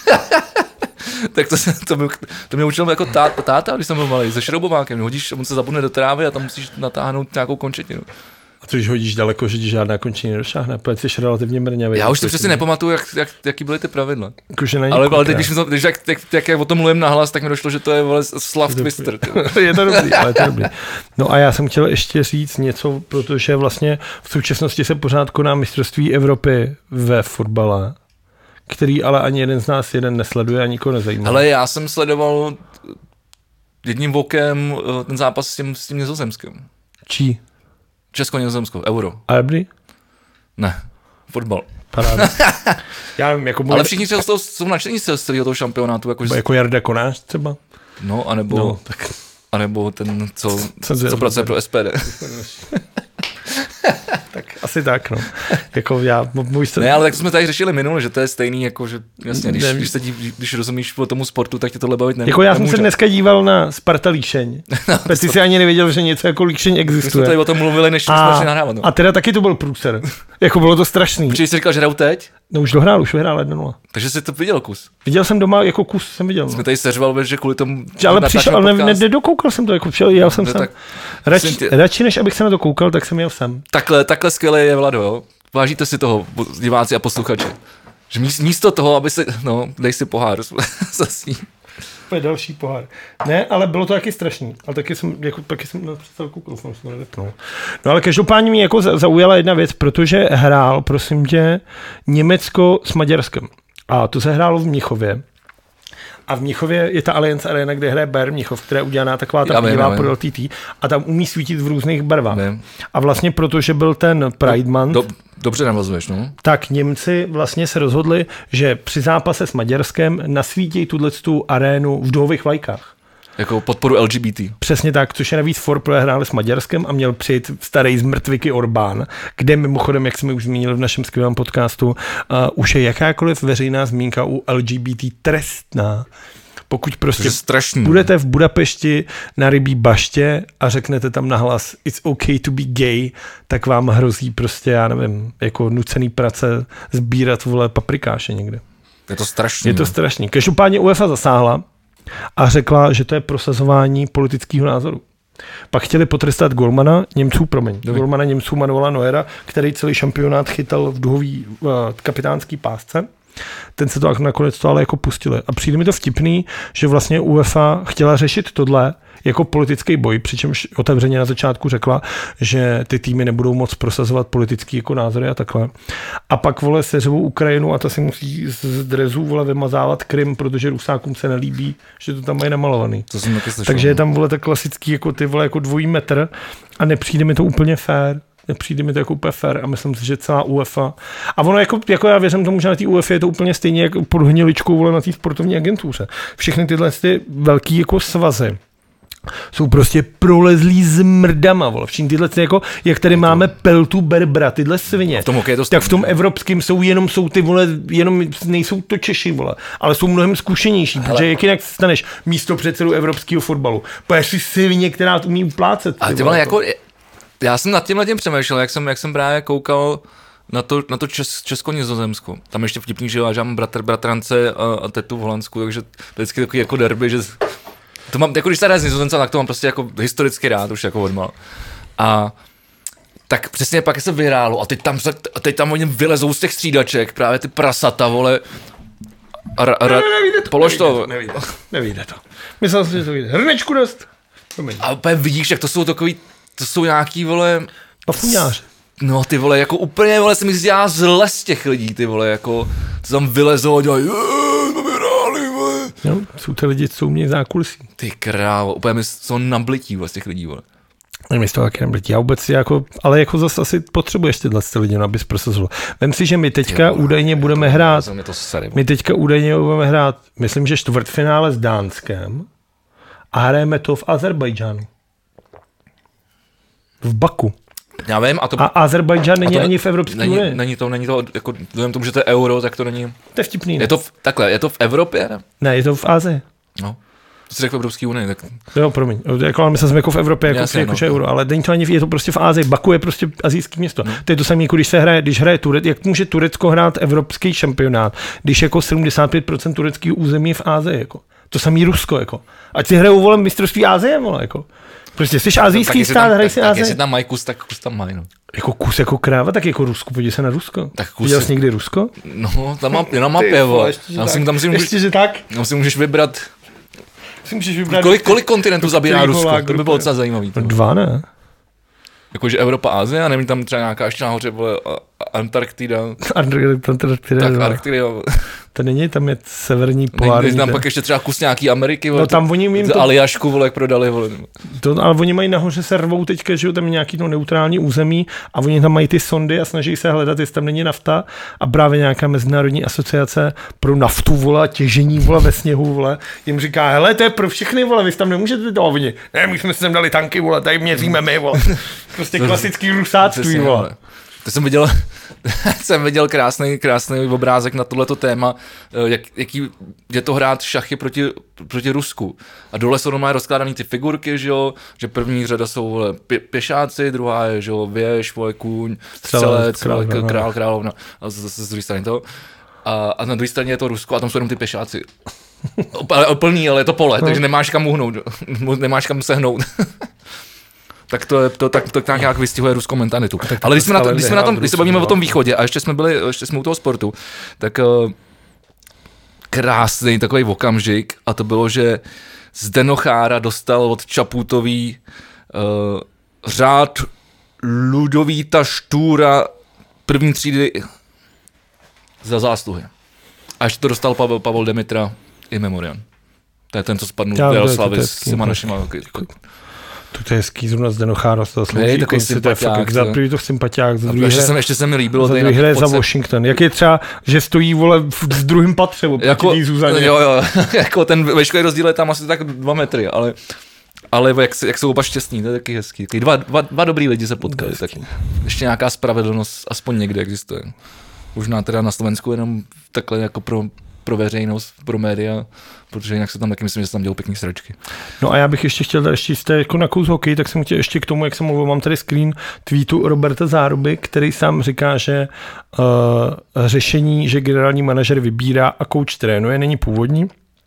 Tak to, to, mě, to mě učil jako táta, táta, když jsem byl malý, se šroubovákem. Hodíš, on se zabudne do trávy a tam musíš natáhnout nějakou končetinu. Což hodíš daleko, že ti žádná končení nedošáhne, protože jsi relativně mrňavý. Já už si přesně nepamatuju, jak, jak, jaký byly ty pravidla. Jakože na ale, ale teď, když, jsme, když jak, jak, jak, jak o tom mluvím nahlas, tak mi došlo, že to je vole Slav Twister. Je to dobrý, ale to je dobrý. No a já jsem chtěl ještě říct něco, protože vlastně v současnosti se pořád koná mistrovství Evropy ve fotbale, který ale ani jeden z nás jeden nesleduje a nikoho nezajímá. Ale já jsem sledoval jedním okem ten zápas s tím, s tím Nizozemským. Čí? Česko-Nizozemsko, Euro. A dobrý? Ne, fotbal. Paráda. Já nevím, jako můj... Ale všichni jsou, jsou nadšení z celého toho šampionátu. Jako, že... jako Jarda Konář třeba? No, anebo, no, tak... anebo ten, co, co, co pracuje pro S P D. Tak asi tak, no. Jako já, můj str... Ne, ale tak jsme tady řešili minule, že to je stejný, jako že jasně, když, když, se dív, když rozumíš o tomu sportu, tak tě tohle bavit nemůže. Jako já jsem se dneska díval na Sparta Líšeň. No, ty to... si ani nevěděl, že něco jako Líšeň existuje. My jsme tady o tom mluvili, než jsme začali nahrávat. No. A teda taky to byl průser. Jako bylo to strašný. Protože jsi říkal, že hrajou teď? No už dohrál, už vyhrál jedna nula. Takže jsi to viděl kus? Viděl jsem doma, jako kus jsem viděl. Jsme tady seřval, že kvůli tomu... Ale přišel, ale ne, nedokoukal jsem to, jako přišel, jel jsem sem. Radši, tě... radši, než abych se na to koukal, tak jsem jel sem. Takhle, takhle skvělé je Vlado, jo? Vážíte si toho, diváci a posluchači. Že místo toho, aby se, no, dej si pohár zase. To je další pohár. Ne, ale bylo to taky strašný. Ale taky jsem, jako, taky jsem na představku koukal, jsem to nevypnul. No ale každopádně mě jako zaujala jedna věc, protože hrál, prosím tě, Německo s Maďarskem. A to se hrálo v Mnichově. A v Mnichově je ta Allianz Arena, kde hraje Bayern Mnichov, která je udělaná taková ta podívá pro L T T a tam umí svítit v různých barvách. Vím. A vlastně protože byl ten Pride Month, do, dobře navazuješ, no? Tak Němci vlastně se rozhodli, že při zápase s Maďarskem nasvítí tu arénu v duhových vlajkách. Jako podporu L G B T. Přesně tak, což je navíc for hráli s Maďarskem a měl přijít starý z mrtviky Orbán, kde mimochodem, jak jsme už zmínili v našem skvělém podcastu, uh, už je jakákoliv veřejná zmínka u L G B T trestná. Pokud prostě budete v Budapešti na Rybí baště a řeknete tam nahlas it's okay to be gay, tak vám hrozí prostě, já nevím, jako nucený práce sbírat vole paprikáše někde. Je to strašný. Je to strašný. Každopádně UEFA zasáhla a řekla, že to je prosazování politického názoru. Pak chtěli potrestat golmana Němců, promiň, do golmana Němců Manuela Neuera, který celý šampionát chytal v duhový uh, kapitánský pásce. Ten se to nakonec to ale jako pustili. A přijde mi to vtipný, že vlastně UEFA chtěla řešit tohle jako politický boj, přičemž otevřeně na začátku řekla, že ty týmy nebudou moc prosazovat politický jako názory a takhle. A pak vole seřvou Ukrajinu a ta si musí z drezů vole vymazávat Krym, protože Rusákům se nelíbí, že to tam mají namalovaný. To jsem taky slyšel. Takže je tam vole tak klasický jako ty vole jako dvojí metr a nepřijde mi to úplně fair. Nepřijde mi to jako úplně fair a myslím si, že celá UEFA. A ono jako, jako já věřím tomu, že na té UEFA je to úplně stejně jako pod hniličkou vole na té sportovní agentuře. Všechny tyhle ty velký jako svazy jsou prostě prolezlí s mrdama, vole. Všichni tyhle, jako, jak tady to... máme Peltu Berbra, tyhle svině, v tom to tak v tom evropském jsou jenom jsou ty, vole, jenom nejsou to Češi, vole, ale jsou mnohem zkušenější, hele. Protože jak jinak staneš místo předsedu evropského fotbalu. Pojď si svině, která umí uplácet. Ale ty vole, jako... Já jsem nad tímhle tím přemýšlel, jak jsem, jak jsem právě koukal na to, na to čes, Česko-Nizozemsko. Tam ještě vtipný, že já mám bratr, bratrance a, a tetu v Holandsku, takže vždycky takový jako derby, že to mám, jako když se hraje z Nizozemca, tak to mám prostě jako historicky rád, už jako odmal. A tak přesně pak se vyhrálo a teď tam, se, a teď tam oni vylezou z těch střídaček, právě ty prasata, vole. A, a, a, ne, nevíde to, polož nevíde to. to. Nevíde to, nevíde to. Myslel jsem, že to vyjde. Hrnečku dost. Promiň. A úplně vidíš, jak to jsou takový, to jsou nějaký, vole... Pafuňář. No ty vole, jako úplně, vole, se mi dělá zle z těch lidí, ty vole, jako, co tam vylezou a dělají, to vyhráli, vole. No, jsou ty lidi, co umějí zákulisí. Ty krávo, úplně mi jsou nablití, vole, z těch lidí, vole. Nevím, jestli to taky neblití, já vůbec jako, ale jako zase asi potřebuješ tyhle lidi, abys prosazoval. Vem si, že my teďka jo, údajně budeme to, hrát, to sary, my teďka údajně budeme hrát, myslím, že čtvrtfinále s Dánskem a hrajeme to v Azerbajdžánu. V Baku. Já vím, a to... A Azerbajdžán není to, ani v Evropské unii. Není, není to, není to, jako, vzhledem tomu, že to je euro, tak to není... To je vtipný, ne? Je to v, takhle, je to v Evropě, ne? Ne, je to v Asii. No. To jsi řekl v Evropské unii, tak... Jo, promiň. Jako, ale my jsme jako v Evropě, jako, Jasně, jako no. euro, ale není to ani, je to prostě v Asii. Baku je prostě asijské město. No. To je to samé, jako když se hraje, když hraje Turecko, jak může Turecko hrát evropský šampionát, když jako sedmdesát pět procent tureckého území je v Asii, jako. To samý Rusko, jako. Ať si hrajou volem mistrovství Asie, vole, jako. Prostě jsi asijský stát, hraj si Asii. Tak Asii. jestli tam mají kus, tak kus tam mají, no. Jako kus jako kráva, tak jako Rusko, podívej se na Rusko. Tak kus. Viděl jsi někdy Rusko? No, tam má, na mapě, vole. Tam si, tam si můžeš, ještě, že tak? tam si můžeš vybrat, Si můžeš vybrat kolik, kolik kontinentů zabírá Rusko, volák, to by bylo docela zajímavý. No dva, ne? Jakože Evropa, Asie, a nevím, tam třeba nějaká ještě nahoře, vole, Antarktida. Antarktida. Tak Arktida. To není, tam je severní Někdy polární. tam pak ještě třeba kus nějaký Ameriky, vole. No tam oni jim to, Aljašku, vole, jak prodali, vole. to, ale oni mají nahoře se rvou teďka, že jo, tam je nějaký no, neutrální území a oni tam mají ty sondy a snaží se hledat, jestli tam není nafta a právě nějaká mezinárodní asociace pro naftu, vole, těžení, vole, ve sněhu, vole, jim říká, hele, to je pro všechny, vole, vy tam nemůžete to, a oni, ne, my jsme si sem dali tanky, vole, tady měříme my, vole. Prostě klasický rusáctví, vole. To jsem viděl, jsem viděl krásný, krásný obrázek na tohleto téma, jak, jaký je to hrát šachy proti, proti Rusku. A dole jsou normálně rozkládaný ty figurky, že jo, že první řada jsou vole, pě, pěšáci, druhá je, že jo, věž, vole, kůň, střelec, král, král, král, královna, a zase z druhé strany to. A, a na druhé straně je to Rusko a tam jsou jenom ty pěšáci. Ale plný, ale je to pole, no. Takže nemáš kam uhnout, nemáš kam sehnout. Tak to, je, to, tak, to, to nějak vystihuje ruskou mentalitu. Ale když jsme, na to, když jsme na tom, když se bavíme o tom východě a ještě jsme byli, ještě jsme u toho sportu, tak uh, krásný takový okamžik a to bylo, že Zdeno Chára dostal od Čaputový uh, řád Ludovíta Štúra první třídy za zásluhy. A ještě to dostal Pavel, Pavel Demitra in memoriam. To je ten, co spadnul v Jaroslavě s těma našima. To je hezký, zrovna Zdeno Chára z toho slouží, konci, to je fakt, za první to sympatiák, za druhý ještě, ještě se mi líbilo. Za druhý hraje za Washington, jak je třeba, že stojí, vole, v druhém patře, jako, jo, jo, jako ten veškerý rozdíl je tam asi tak dva metry, ale, ale jak, jak jsou oba šťastní, to je taky hezký. Dva, dva, dva dobrý lidi se potkali, tak ještě nějaká spravedlnost aspoň někde existuje. Možná teda na Slovensku jenom takhle jako pro, pro veřejnost, pro média, protože jinak se tam taky myslím, že se tam dělou pěkný sračky. No a já bych ještě chtěl, ještě jste jako na kus hokej, tak jsem chtěl ještě k tomu, jak jsem mluvil, mám tady screen tweetu Roberta Záruby, který sám říká, že uh, řešení, že generální manažer vybírá a coach trénuje, není původní.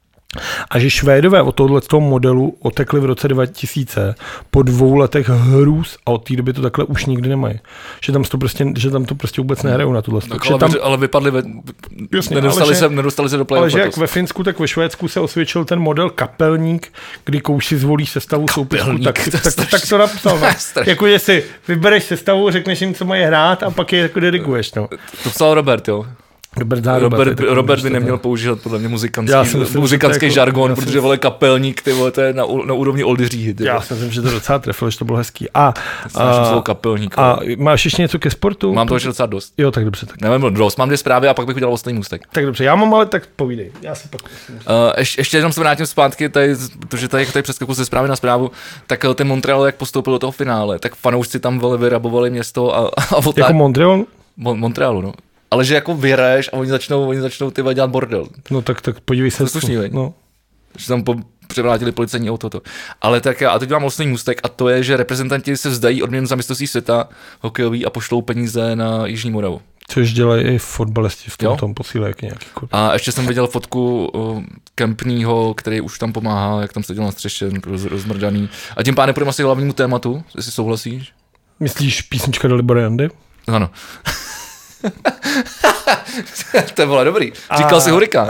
A že Švédové od tohoto modelu otekli v roce dva tisíce po dvou letech hrůz a od té doby to takhle už nikdy nemají. Že tam to prostě, že tam to prostě vůbec nehrajou na tuhle. Tak, ale, tam, ale vypadli, ve, jasně, nedostali, ale se, že, nedostali se do play-off. Ale že jak ve Finsku, tak ve Švédsku se osvědčil ten model kapelník, kdy kouč si zvolí sestavu soupeřů. Tak, tak, tak, tak to napsal. No. Jako jestli vybereš sestavu, řekneš jim, co mají hrát a pak je jako diriguješ. No. To psal Robert, jo. Robert, Robert, Robert by neměl používat podle mě muzikantský, myslím, muzikantský jako, žargon, protože vole kapelník, ty vole, to je na, na úrovni Oldy Říhy. Já si myslím, že to docela trefilo, že to bylo hezký. A, a, kapelník, a máš ještě něco ke sportu? Mám toho ještě docela dost. Jo, tak dobře. Tak. Nevím, dost, mám dvě zprávy a pak bych udělal ostatní můstek. Tak dobře, já mám, ale tak povídej. Já si pak uh, ještě, ještě jenom se vrátím zpátky, tady, protože tady, tady přeskakuju ze zprávy na zprávu, tak ten Montreal, jak postoupil do toho finále, tak fanoušci tam vole vyrabovali město a, a otá... Jako Montreal? Mon, Montrealu, no. Ale že jako vyhraješ a oni začnou, oni začnou ty dělat bordel. No tak, tak podívej se. To slušný, no. Že tam po, převrátili policejní auto to. Ale tak já, a teď mám osmý můstek a to je, že reprezentanti se vzdají odměn za mistrovství světa hokejový a pošlou peníze na Jižní Moravu. Což dělají i fotbalisti v tom, jo? tom posílají nějaký kod. A ještě jsem viděl fotku uh, Kempnýho, který už tam pomáhá, jak tam seděl na střeše, roz, rozmrdaný. A tím pádem půjdeme asi hlavnímu tématu, jestli souhlasíš. Myslíš písnička do Libora Jandy? Ano. To bylo dobrý. Říkal a... jsi hurikán.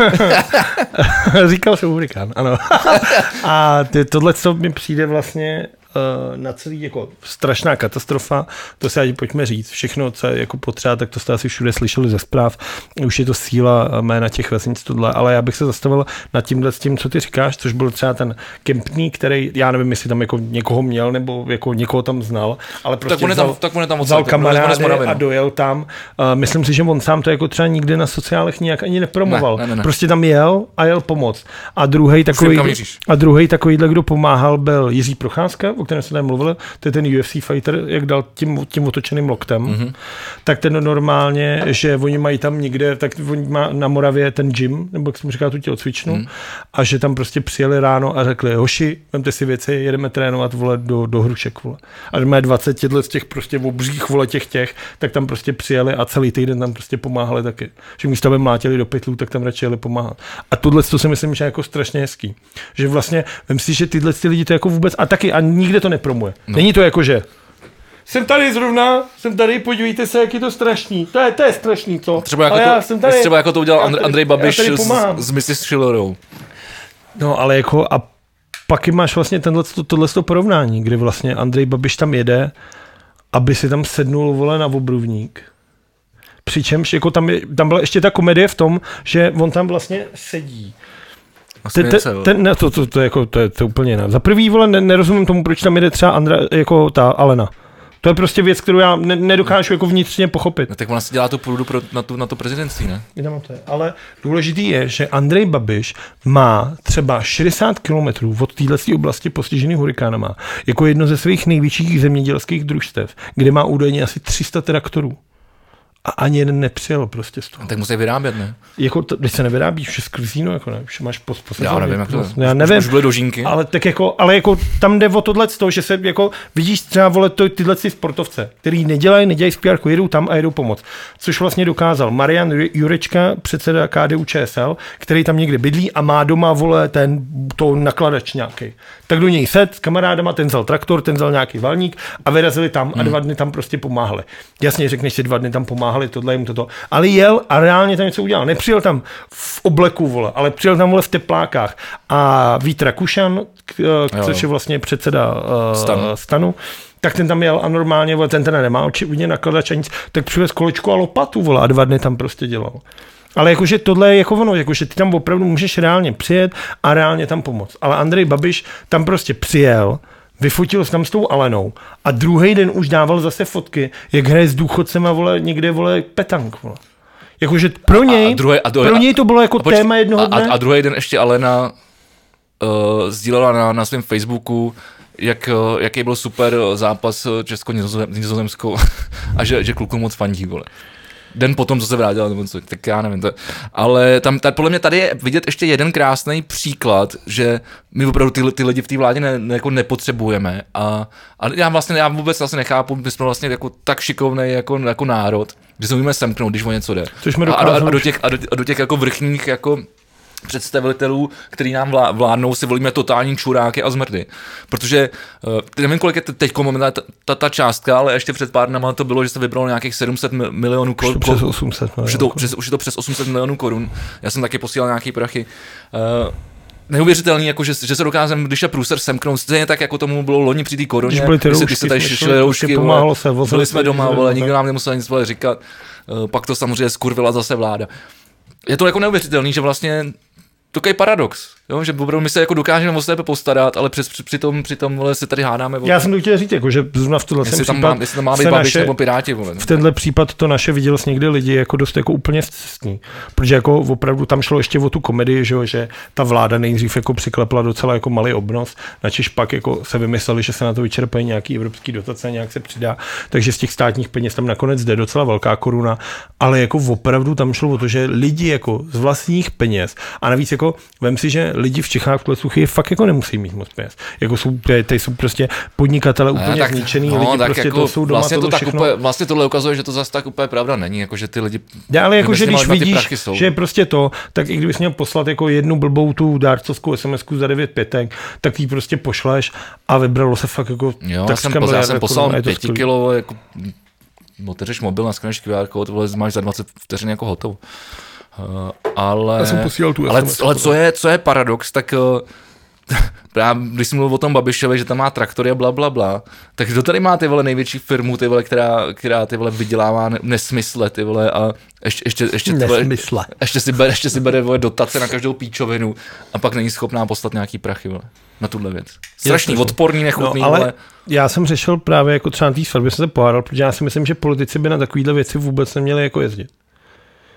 Říkal jsem hurikán, ano. A tohle, co mi přijde vlastně uh, na celý jako strašná katastrofa, to si ani pojďme říct. Všechno, co je jako potřeba, tak to jste asi všude slyšeli ze zpráv. Už je to síla jména těch vesnic tohle, ale já bych se zastavil nad tímhle s tím, co ty říkáš, což byl třeba ten Kempný, který, já nevím, jestli tam jako někoho měl, nebo jako někoho tam znal, ale prostě tak vzal, tam, tak tam vzal kamarády a dojel tam. Uh, myslím si, že on sám to jako třeba nikdy na sociálech nějak ani nepromoval. Ne, ne, ne. Prostě tam jel a jel pomoct. A druhý takový, a druhý takovýhle, kdo pomáhal, byl Jiří Procházka, o kterém jsme tady mluvili, to je ten U F C fighter, jak dal tím, tím otočeným loktem, mm-hmm. tak ten normálně, že oni mají tam někde, tak oni má na Moravě ten gym, nebo jak jsem říkal, tu tělocvičnu, mm. a že tam prostě přijeli ráno a řekli, hoši, vemte si věci, jedeme trénovat, vole, do, do Hrušek, vole. A že má dvacet těchto z těch prostě obřích, vole, těch těch, tak tam prostě přijeli a celý týden tam prostě pomáhali taky. Že místo aby mlátili do pytlů, tak tam radši jeli pomáhat. A tohle to si myslím, že je jako strašně hezký. Že vlastně, vem si, že tyhle ty lidi to jako vůbec, a taky, a nikde to nepromuje. No. Není to jako, že jsem tady zrovna, jsem tady, podívejte se, jak je to strašný. To je, to je strašný, co? Třeba jako, to, jsem tady, třeba jako to udělal Andrej, Andrej Babiš s, s missus Schillerou. No, ale jako, a pak máš vlastně tenhle, tohle porovnání, kdy vlastně Andrej Babiš tam jede, aby si tam sednul, vole, na obruvník. Přičemž jako tam, je, tam byla ještě ta komedie v tom, že on tam vlastně sedí. Ten, ten, ten, ne, to, to, to, jako, to, je, to je úplně jiné. Za prvý, vole, ne, nerozumím tomu, proč tam jede třeba Andra, jako ta Alena. To je prostě věc, kterou já ne, nedokážu jako vnitřně pochopit. No, tak ona si dělá tu půdu pro, na, tu, na to prezidentství, ne? To je. Ale důležitý je, že Andrej Babiš má třeba šedesát kilometrů od téhle oblasti postižený hurikánama jako jedno ze svých největších zemědělských družstev, kde má údajně asi tři sta traktorů. A ani jeden nepřijel prostě z toho. Tak musí vyrábět, ne? Jako, to, když se nevyrábí, už je sklzíno, jako ne, už máš pos, pos, Já nevím, jak to já nevím, už byly dožínky. Ale tak jako, ale jako tam jde o tohle z toho, že se jako vidíš třeba, vole, to, tyhle si sportovce, který nedělají, nedělají spírku, jedou tam a jedou pomoc. Což vlastně dokázal Marian Jurečka, předseda K D U Č S L, který tam někde bydlí a má doma, vole, ten, to nakladač nějaký. Tak do něj set s kamarádama, ten vzal traktor, ten vzal nějaký valník a vyrazili tam a dva dny tam prostě pomáhali. Jasně, řekneš si, dva dny tam pomáhali, tohle jim toto. Ale jel a reálně tam něco udělal. Nepřijel tam v obleku, vole, ale přijel tam, vole, v teplákách. A Vít Rakušan, což je vlastně předseda uh, stanu. stanu, tak ten tam jel a normálně, vole, ten ten nemá očividně nakladač a nic, tak přivez kolečku a lopatu, vole, a dva dny tam prostě dělal. Ale jakože tohle je jako ono, jakože ty tam opravdu můžeš reálně přijet a reálně tam pomoct. Ale Andrej Babiš tam prostě přijel, vyfotil se tam s tou Alenou a druhý den už dával zase fotky, jak hraje s důchodcema, vole, někde, vole, petank, vole. Jakože pro něj, a, a druhé, a druhé, pro něj to bylo jako a, téma poč, jednoho dne. A, a druhý den ještě Alena uh, sdílela na, na svém Facebooku, jak, uh, jaký byl super zápas Česko-Nizozemskou a že, že klukům moc fandí, vole. Den potom, co se vrátila, nebo co, tak já nevím. To, ale tam, tady, podle mě tady je vidět ještě jeden krásný příklad, že my opravdu ty, ty lidi v té vládě ne, ne, jako nepotřebujeme a, a já vlastně já vůbec vlastně nechápu, my jsme vlastně jako tak šikovnej jako, jako národ, že se umíme semknout, když o něco jde. A, a, a, do těch, a, do, a do těch jako vrchních jako představitelů, který nám vlá, vládnou, si volíme totální čuráky a zmrdy. Protože, uh, nevím, kolik je teď momentálně ta, ta, ta částka, ale ještě před pár dnama to bylo, že se vybralo nějakých sedm set milionů korun. Přes osm set milionů. Už je, to, přes, už je to přes osm set milionů korun. Já jsem taky posílal nějaký prachy. Uh, neuvěřitelný, jako že, že se dokázem, když je průser semknout, stejně tak, jako tomu bylo loni při té koroně, když, když se tady šly roušky, byli jsme doma, vole, nikdo nám nemusel nic vole říkat, uh, pak to samozřejmě skurvila zase vláda. Je to jako neuvěřitelný, že vlastně takový paradox, jo? Že opravdu my se jako dokážeme o sebe postarat, ale přes, při, při tom, při tom vole, se tady hádáme. Já jsem to chtěl říct, jako, že zrovna v tuhle případ mám, jestli tam má být Babiš nebo Piráti. Vole, v tenhle případ to naše viděl jsi někdy lidi jako dost jako úplně scestní, protože jako opravdu tam šlo ještě o tu komedii, že, že ta vláda nejdřív jako přiklepla docela jako malý obnos, načež pak jako se vymysleli, že se na to vyčerpají nějaký evropský dotace, nějak se přidá, takže z těch státních peněz tam nakonec jde docela velká koruna, ale jako opravdu tam šlo o to, že lidi jako z vlastních peněz a navíc jako vem si, že lidi v Čechách v tuhle suchy fakt jako nemusí mít moc peněz. Jako jsou, tady jsou prostě podnikatele úplně tak, zničený, no, lidi prostě jako to jsou doma, vlastně to tak všechno. Úplně, vlastně tohle ukazuje, že to zase tak úplně pravda není, jako že ty lidi... Já, ale jako, že když vidíš, že je prostě to, tak i kdybys měl poslat jako jednu blbou tu dárcovskou es em esku za devět pětek, tak ji prostě pošleš a vybralo se fakt jako... Jo, tak já jsem, já jsem poslal pěti kilo, jako otevřeš mobil, naskeneš Q R kód, máš za dvacet vteřin jako hotovo. Uh, ale, Já jsem posílal tu ale, ale co, je, co je paradox, tak uh, právě, když jsem mluvil o tom Babišovi, že tam má traktory a bla, bla, bla, tak kdo tady má ty vole největší firmu, ty vole, která, která ty vole vydělává nesmysle, ty vole, a ještě, ještě, ještě, vole, ještě si bere, ještě si bere vole, dotace na každou píčovinu a pak není schopná poslat nějaký prachy, vole, na tuhle věc. Strašný, odporný, nechutný, no, ale vole. Já jsem řešil právě jako třeba na té svatbě, jsem se pohádal, protože já si myslím, že politici by na takovýhle věci vůbec neměli jako jezdit.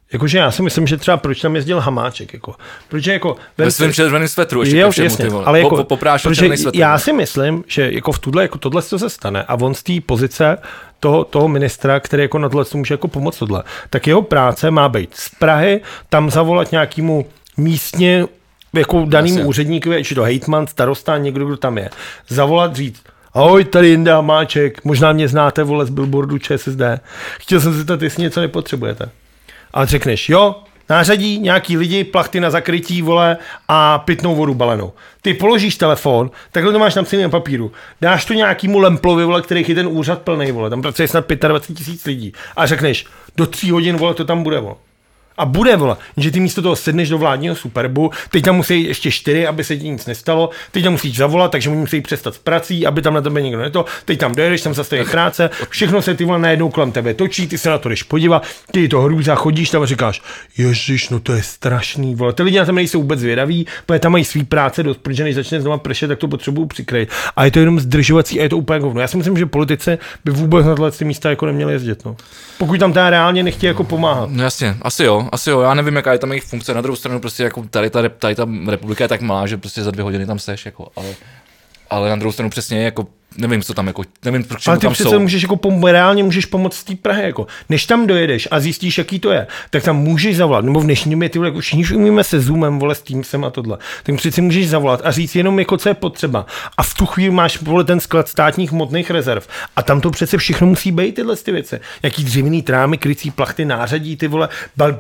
Jakože já si myslím, že třeba proč tam jezdil Hamáček, jako. Protože jako... Ve svém červeném svetru, ještě jo, všemu, jasně, ty vole. ale jako, po, po, protože já si myslím, že jako v tuhle, jako tohle to se stane a on z té pozice toho, toho ministra, který jako na tohle může jako pomoct tohle, tak jeho práce má být z Prahy, tam zavolat nějakému místně jako danýmu úředníkovi, či to hejtman, starosta, někdo, kdo tam je, zavolat, říct, ahoj, tady Jindra Hamáček, možná mě znáte, vole, z billboardu ČSSD. Chtěl jsem se zeptat, jestli něco nepotřebujete. A řekneš, jo, nářadí nějaký lidi, plachty na zakrytí, vole, a pitnou vodu balenou. Ty položíš telefon, takhle to máš napsaný na papíru. Dáš to nějakýmu lemplovi, vole, kterých je ten úřad plnej, vole, tam pracuje snad dvacet pět tisíc lidí. A řekneš, do tří hodin, vole, to tam bude, vole. A bude, vole, že ty místo toho sedneš do vládního Superbu, teď tam musí ještě čtyři, aby se ti nic nestalo, teď tam musíš zavolat, takže oni musí přestat s prací, aby tam na tebe někdo neto, teď tam dojedeš, tam zastaví práce, všechno se ty vole najednou kolem tebe točí, ty se na to jdeš podívat, ty to hrůza, chodíš tam a říkáš, ježiš, no to je strašný, vole, ty lidi na tom nejsou vůbec zvědaví, protože tam mají svý práce dost, protože než začne znova pršet, tak to potřebují přikryt. A je to jenom zdržovací a je to úplně hovno. Já si myslím, že politici by vůbec na tyhle místa jako neměli jezdit, no. Pokud tam teda reálně nechtějí jako pomáhat. No jasně, asi jo, asi jo, já nevím, jaká je tam jejich funkce, na druhou stranu prostě jako tady ta, tady ta republika je tak malá, že prostě za dvě hodiny tam seš, jako, ale, ale na druhou stranu přesně jako nevím, co tam jako, nevím, proč ale ty tam přece jsou. můžeš jako pom- reálně můžeš pomoct z té Prahy, jako. Než tam dojedeš a zjistíš, jaký to je, tak tam můžeš zavolat, nebo v dnešní době ty vole, jako všichni už umíme se Zoomem, vole, s Teamsem a tohle. Tak přeci můžeš zavolat a říct jenom jako co je potřeba. A v tu chvíli máš, vole, ten sklad státních hmotných rezerv. A tam to přece všechno musí být, tyhle ty věci. Jaký dřevěný trámy, krycí plachty, nářadí, ty vole, bal-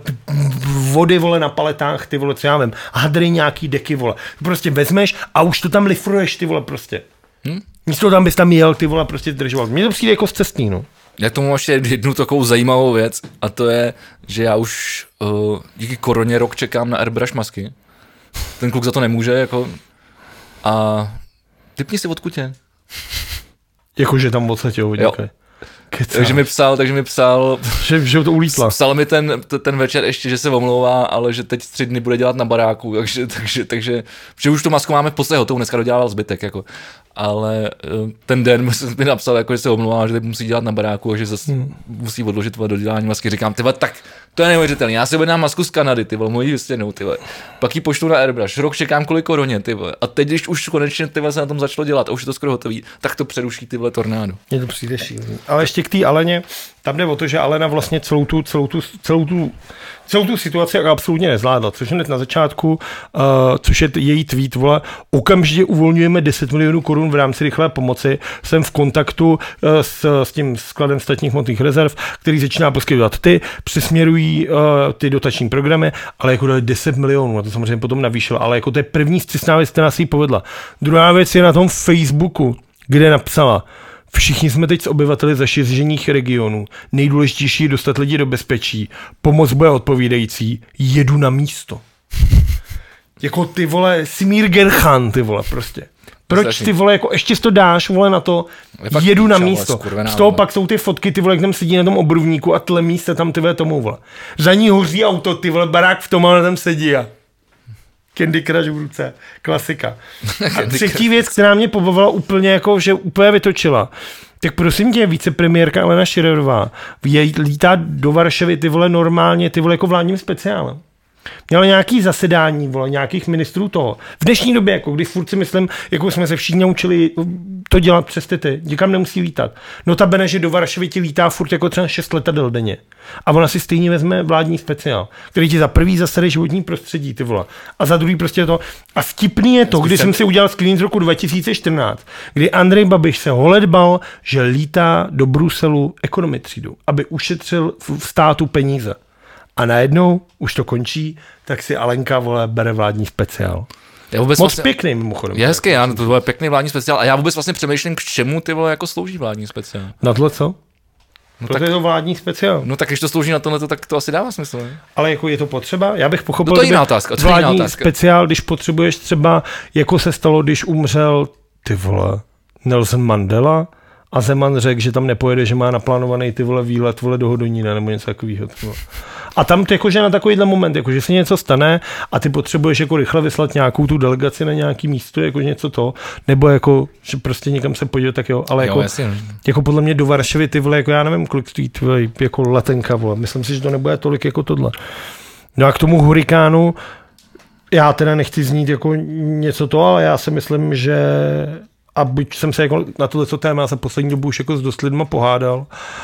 vody, vole, na paletách, ty vole, co já vím, hadry, nějaký deky, vole. Prostě vezmeš a už to tam lifruješ, ty vole, prostě. Hm? Místo tam bys tam jel, ty vole, prostě zdržoval. Mně to přijde jako zcestný, no. Já tomu ještě jednu takovou zajímavou věc a to je, že já už uh, díky koroně rok čekám na airbrush masky. Ten kluk za to nemůže, jako a typni si odkud je. Jakože tam odsaď ho hodně. Takže mi psal, takže mi psal, že, že to ulítla. Psal mi ten, ten večer ještě, že se omlouvá, ale že teď tři dny bude dělat na baráku, takže, takže, takže že už tu masku máme v podstatě hotovou, dneska dodělával zbytek, jako. Ale ten den mi napsal, jako, že se omlouvá, že teď musí dělat na baráku a že zase hmm. musí odložit dodělání masky. Říkám, tyhle, tak to je neuvěřitelné, já si objednám masku z Kanady, ty vole, mojí vystěnou, ty vole. Pak ji pošlu na airbrush, rok čekám kvůli koroně, ty vole. A teď, když už konečně ty vole, se na tom začalo dělat a už je to skoro hotový, tak to přeruší ty vole tornádo. Mně to přijde šílený. Ale ještě k té Aleně, tam jde o to, že Alena vlastně celou tu, celou tu, celou tu, celou tu situaci absolutně nezvládla, což hned na začátku, uh, což je její tweet, vole, okamžitě uvolňujeme deset milionů korun v rámci rychlé pomoci, jsem v kontaktu uh, s, s tím skladem státních hmotných rezerv, který začíná poskytovat ty, přesměrují uh, ty dotační programy, ale jako dali deset milionů, a to samozřejmě potom navýšilo, ale jako to je první zcestná věc, která si jí povedla. Druhá věc je na tom Facebooku, kde napsala, všichni jsme teď s obyvateli zašířených regionů. Nejdůležitější je dostat lidi do bezpečí. Pomoc bude odpovídající. Jedu na místo. Jako ty vole, Simír Gerchan, ty vole, prostě. Proč ty vole, jako ještě to dáš, vole, na to, jedu na místo. Z toho pak jsou ty fotky, ty vole, jak tam sedí na tom obrubníku a tlemí se tam, ty vole, tomu, vole. Za ní hoří auto, ty vole, barák v tom, ale tam sedí a Candy Crush v ruce, klasika. A třetí věc, která mě pobavila úplně jako, že úplně vytočila. Tak prosím tě, vicepremiérka Alena Šilerová lítá do Varšavy, ty vole, normálně, ty vole, jako vládním speciálem. Měla nějaký zasedání, vole, nějakých ministrů toho. V dnešní době, jako když furt si myslím, jako jsme se všichni naučili to dělat přes ty ty, nikam nemusí lítat. Notabene, že do Varšavy ti lítá furt jako třeba šest letadel denně. A ona si stejně vezme vládní speciál, který ti za prvý zasede životní prostředí, ty vole. A za druhý prostě to. A vtipný je to, když jsem si udělal screen z roku dva tisíce čtrnáct, kdy Andrej Babiš se holedbal, že lítá do Bruselu economy třídou, aby ušetřil v státu peníze. A najednou už to končí, tak si Alenka, vole, bere vládní speciál. Já vůbec Moc vlastně, pěkný mimochodem. Je hezký, já, to je pěkný vládní speciál a já vůbec vlastně přemýšlím, k čemu ty vole jako slouží vládní speciál. Na tohle co? No Proto tak, je to vládní speciál. No tak když to slouží na tohle, tak to asi dává smysl, ne? Ale jako je to potřeba? Já bych pochopil, no to je jiná otázka, to vládní je jiná otázka. speciál, když potřebuješ třeba, jako se stalo, když umřel, ty vole, Nelson Mandela A Zeman řekl, že tam nepojede, že má naplánovaný ty vole výlet vole do Hodonína nebo něco takového. A tam ty, jakože na takovýhle moment, jakože se něco stane a ty potřebuješ jako rychle vyslat nějakou tu delegaci na nějaký místo, jakože něco to, nebo jako, že prostě někam se podívat, tak jo, ale jako, jo, jako podle mě do Varšavy ty vole, jako já nevím, kolik stojí tvoje jako letenka, vole. Myslím si, že to nebude tolik jako tohle. No a k tomu hurikánu, já teda nechci znít jako něco to, ale já si myslím, že a buď jsem se jako na tohleto téma za poslední dobu už jako s dost lidma pohádal.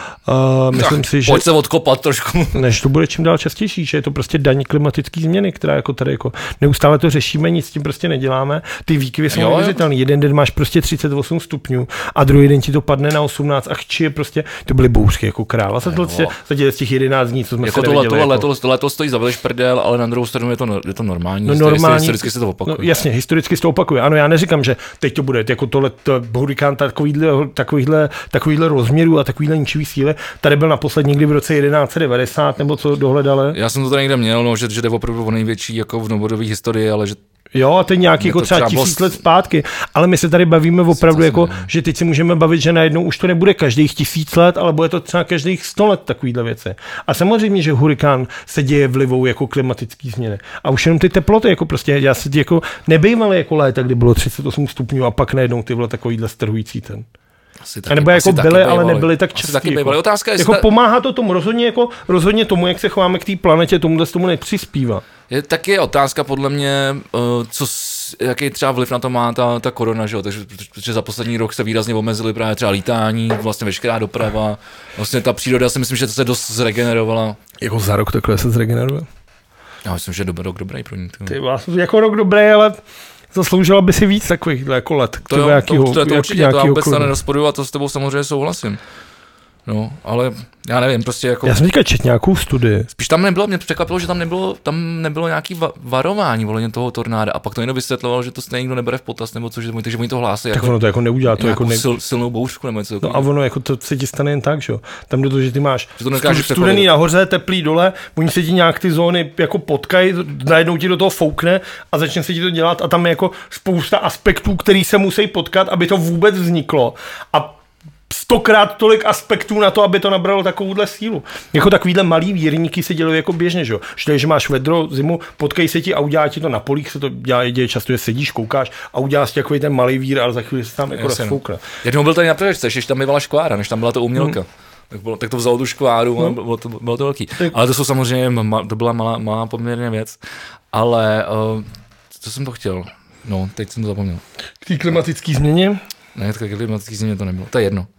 Uh, myslím tak, si, že... Pojď se odkopat trošku. Než to bude čím dál častější, že je to prostě daň klimatické změny, která jako tady jako neustále to řešíme, nic s tím prostě neděláme. Ty výkyvy jsou neuvěřitelné. Jeden den máš prostě třicet osm stupňů a druhý den ti to padne na osmnáct a chči je prostě, to byly bouřky jako kráva. Za to z těch jedenáct dní, co jsme jako se tohle, neviděli. Tohle, jako... letos, letos stojí za veliš prdel, ale na druhou stranu je to, je to normální. No, normální. Historicky se to opakuje. No, jasně, historicky se to opakuje. Ano, já neříkám, že teď to bude jako tohle hurikán takovýhle, takovýhle, takovýhle rozměru a takovýhle ničivý síly. Tady byl naposled někdy v roce jedenáct set devadesát nebo co dohledali. Já jsem to tady někde měl, no, že, že jde opravdu o největší jako v novodobé historii, ale že jo, a to je nějaký jako třeba tisíc let zpátky, ale my se tady bavíme opravdu jako, že teď si můžeme bavit, že najednou už to nebude každých tisíc let, ale bude to třeba každých sto let takovýhle věci. A samozřejmě, že hurikán se děje vlivou jako klimatický změny. A už jenom ty teploty, jako prostě, já si jako nebejvaly jako léta, kdy bylo třicet osm stupňů a pak najednou ty vole takovýhle strhující ten. Asi taky, a nebo jako byly, byly, ale nebyly tak častý. Jako, otázka je, jako ta... pomáhá to tomu rozhodně, jako, rozhodně tomu, jak se chováme k té planetě, tomuhle tomu nepřispívá. Je taky otázka podle mě, co, jaký třeba vliv na to má ta, ta korona, že jo? Takže, protože za poslední rok se výrazně omezily právě třeba lítání, vlastně veškerá doprava, vlastně ta příroda si myslím, že to se dost zregenerovala. Jako za rok takhle se zregeneruje? Já myslím, že je rok dobrý pro ní. Ty vlastně jako rok dobrý, ale zasloužila by si víc takovýchhle jako let. To, jo, jakýho, to, to, to určitě, to já vůbec se nerozporuju a to s tebou samozřejmě souhlasím. No, ale já nevím, prostě jako... Já jsem teďka četl nějakou studii. Spíš tam nebylo, mě překvapilo, že tam nebylo, tam nebylo nějaký va- varování volně toho tornáda a pak to někdo vysvětloval, že to stejně nikdo nebere v potaz, nebo co, že, takže oni to hlásí. Tak jako, ono to jako neudělá, to jako ne... sil, silnou bouřku nebo něco. No a ono jako to se ti stane jen tak, že jo. Tam do toho, že ty máš že to stu, studený nahoře, teplý dole, oni se ti nějak ty zóny jako potkají, najednou ti do toho foukne a začne se ti to dělat a tam je jako spousta aspektů, který se musí potkat, aby to vůbec vzniklo. A stokrát tolik aspektů na to, aby to nabralo takovouhle sílu. Jako takovýhle malý vírníky se dělají jako běžně, že jo. Že, že máš vedro, zimu, potkej se ti a udělá ti to na polích, se to dělá, děje často, že sedíš, koukáš a uděláš ti takový ten malý vír, ale za chvíli se tam jako rozfoukne. Jednou byl tady na průžce, že tam bývala škvára, než tam byla to umělka. Hmm. Tak, bylo, tak to vzalo tu škváru, no. bylo, to, bylo to velký. Tak. Ale to jsou samozřejmě, to byla malá, malá poměrně věc, ale uh, co jsem to chtěl? No, teď jsem to zapomněl. K té klimatické změně? Ne, k klimatické změně to nebylo, to je jedno.